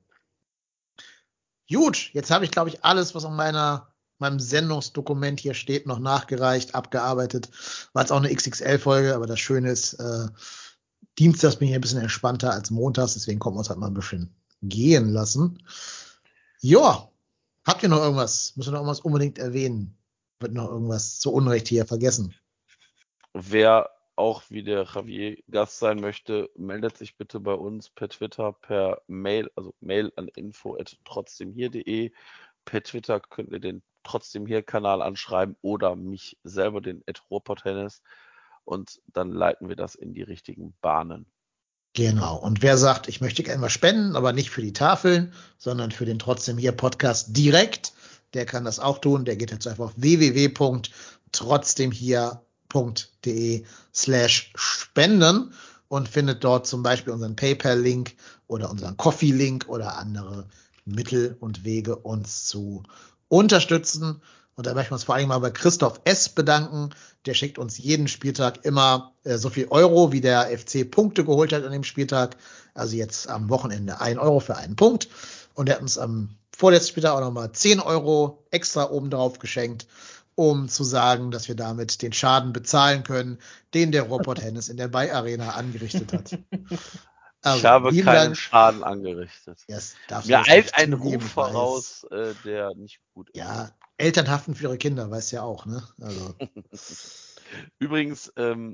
Gut, jetzt habe ich, glaube ich, alles, was auf meiner, meinem Sendungsdokument hier steht, noch nachgereicht, abgearbeitet. War jetzt auch eine X X L-Folge, aber das Schöne ist, äh, Dienstags bin ich ein bisschen entspannter als montags, deswegen konnten wir uns halt mal ein bisschen gehen lassen. Ja, habt ihr noch irgendwas? Müssen wir noch irgendwas unbedingt erwähnen? Wird noch irgendwas zu Unrecht hier vergessen? Wer auch wie der Javier Gast sein möchte, meldet sich bitte bei uns per Twitter, per Mail, also Mail an info at trotzdemhier punkt de. Per Twitter könnt ihr den Trotzdem hier Kanal anschreiben oder mich selber, den at Ruhrpott-Hennes, und dann leiten wir das in die richtigen Bahnen. Genau. Und wer sagt, ich möchte gerne mal spenden, aber nicht für die Tafeln, sondern für den Trotzdem hier Podcast direkt, der kann das auch tun. Der geht jetzt einfach auf w w w punkt trotzdemhier punkt de slash spenden und findet dort zum Beispiel unseren PayPal-Link oder unseren Coffee-Link oder andere Mittel und Wege, uns zu unterstützen. Und da möchten wir uns vor allem mal bei Christoph S. bedanken. Der schickt uns jeden Spieltag immer äh, so viel Euro, wie der F C Punkte geholt hat an dem Spieltag. Also jetzt am Wochenende ein Euro für einen Punkt. Und er hat uns am vorletzten Spieltag auch nochmal zehn Euro extra obendrauf geschenkt, um zu sagen, dass wir damit den Schaden bezahlen können, den der Ruhrpott-Hennes in der Bay Arena angerichtet hat. Also, ich habe lieben keinen Dank. Schaden angerichtet. Yes, darfst du Mir jetzt eilt nicht ein zugeben, Ruf ich weiß. voraus, äh, der nicht gut ist. Ja, Eltern haften für ihre Kinder, weißt ja auch, ne? Also. Übrigens, ähm,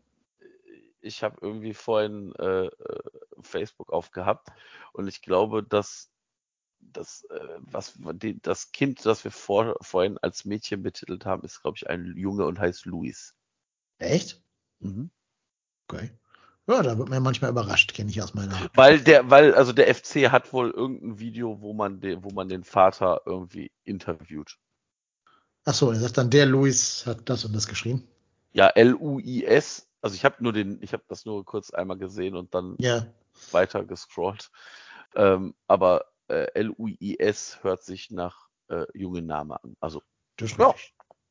ich habe irgendwie vorhin äh, Facebook aufgehabt und ich glaube, dass das, äh, was die, das Kind, das wir vor, vorhin als Mädchen betitelt haben, ist, glaube ich, ein Junge und heißt Luis. Echt? Mhm. Okay. Ja, da wird man ja manchmal überrascht, kenne ich aus meiner. Weil der, weil, also der F C hat wohl irgendein Video, wo man den, wo man den Vater irgendwie interviewt. Ach so, er sagt dann, der Luis hat das und das geschrieben. Ja, L U I S. Also ich habe nur den, ich habe das nur kurz einmal gesehen und dann Ja. weiter gescrollt. Ähm, aber äh, L U I S hört sich nach äh, jungen Name an. Also Das ist ja, richtig.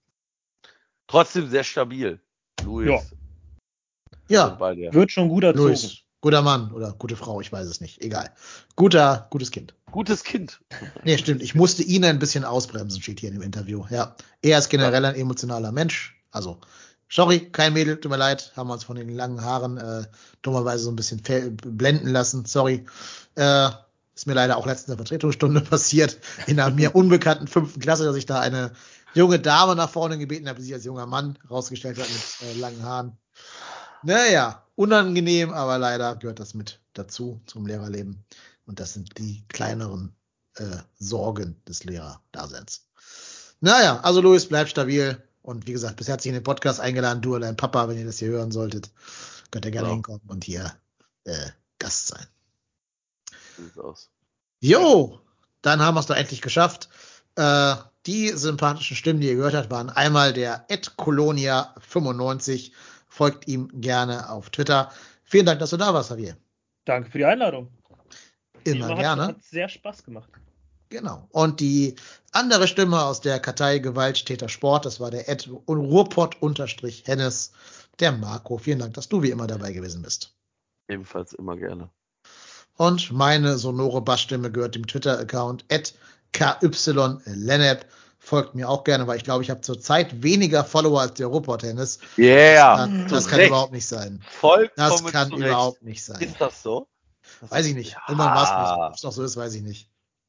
trotzdem sehr stabil. Luis. Ja. sind bei dir. Wird schon gut erzogen. Luis, guter Mann oder gute Frau, ich weiß es nicht. Egal. Guter, gutes Kind. Gutes Kind. Nee, stimmt. Ich musste ihn ein bisschen ausbremsen, steht hier in dem Interview. Ja. Er ist generell ein emotionaler Mensch. Also, sorry, kein Mädel, tut mir leid. Haben wir uns von den langen Haaren äh, dummerweise so ein bisschen blenden lassen. Sorry. Äh, ist mir leider auch letztens in der Vertretungsstunde passiert, in einer mir unbekannten fünften Klasse, dass ich da eine junge Dame nach vorne gebeten habe, die sich als junger Mann rausgestellt hat mit äh, langen Haaren. Naja, unangenehm, aber leider gehört das mit dazu zum Lehrerleben. Und das sind die kleineren äh, Sorgen des Lehrerdaseins. Naja, also Luis, bleib stabil. Und wie gesagt, bis herzlich in den Podcast eingeladen, du oder dein Papa, wenn ihr das hier hören solltet. Könnt ihr gerne Ja. hinkommen und hier äh, Gast sein. Sieht's aus. Jo, dann haben wir es doch endlich geschafft. Äh, die sympathischen Stimmen, die ihr gehört habt, waren einmal der at Colonia fünfundneunzig. Folgt ihm gerne auf Twitter. Vielen Dank, dass du da warst, Javier. Danke für die Einladung. Immer, Immer gerne. Hat, hat sehr Spaß gemacht. Genau. Und die andere Stimme aus der Kartei Gewalttäter Sport, das war der at Ruhrpott-Hennes, der Marco. Vielen Dank, dass du wie immer dabei gewesen bist. Ebenfalls immer gerne. Und meine sonore Bassstimme gehört dem Twitter-Account at K Y Lennep. Folgt mir auch gerne, weil ich glaube, ich habe zurzeit weniger Follower als der Ruhrpott-Hennes. Yeah, das kann, das kann überhaupt nicht sein. Vollkommen Das kann zurecht. überhaupt nicht sein. Ist das so? Das weiß ist, ich nicht. Ja. Irgendwann war es nicht. Ob es noch so ist, weiß ich nicht.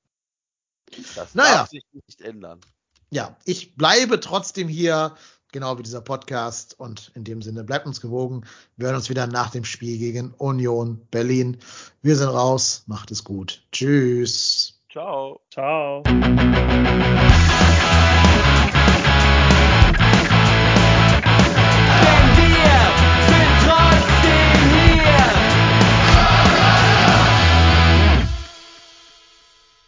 Das naja. darf sich nicht ändern. Ja, ich bleibe trotzdem hier, genau wie dieser Podcast. Und in dem Sinne, bleibt uns gewogen. Wir hören uns wieder nach dem Spiel gegen Union Berlin. Wir sind raus. Macht es gut. Tschüss. Ciao. Ciao.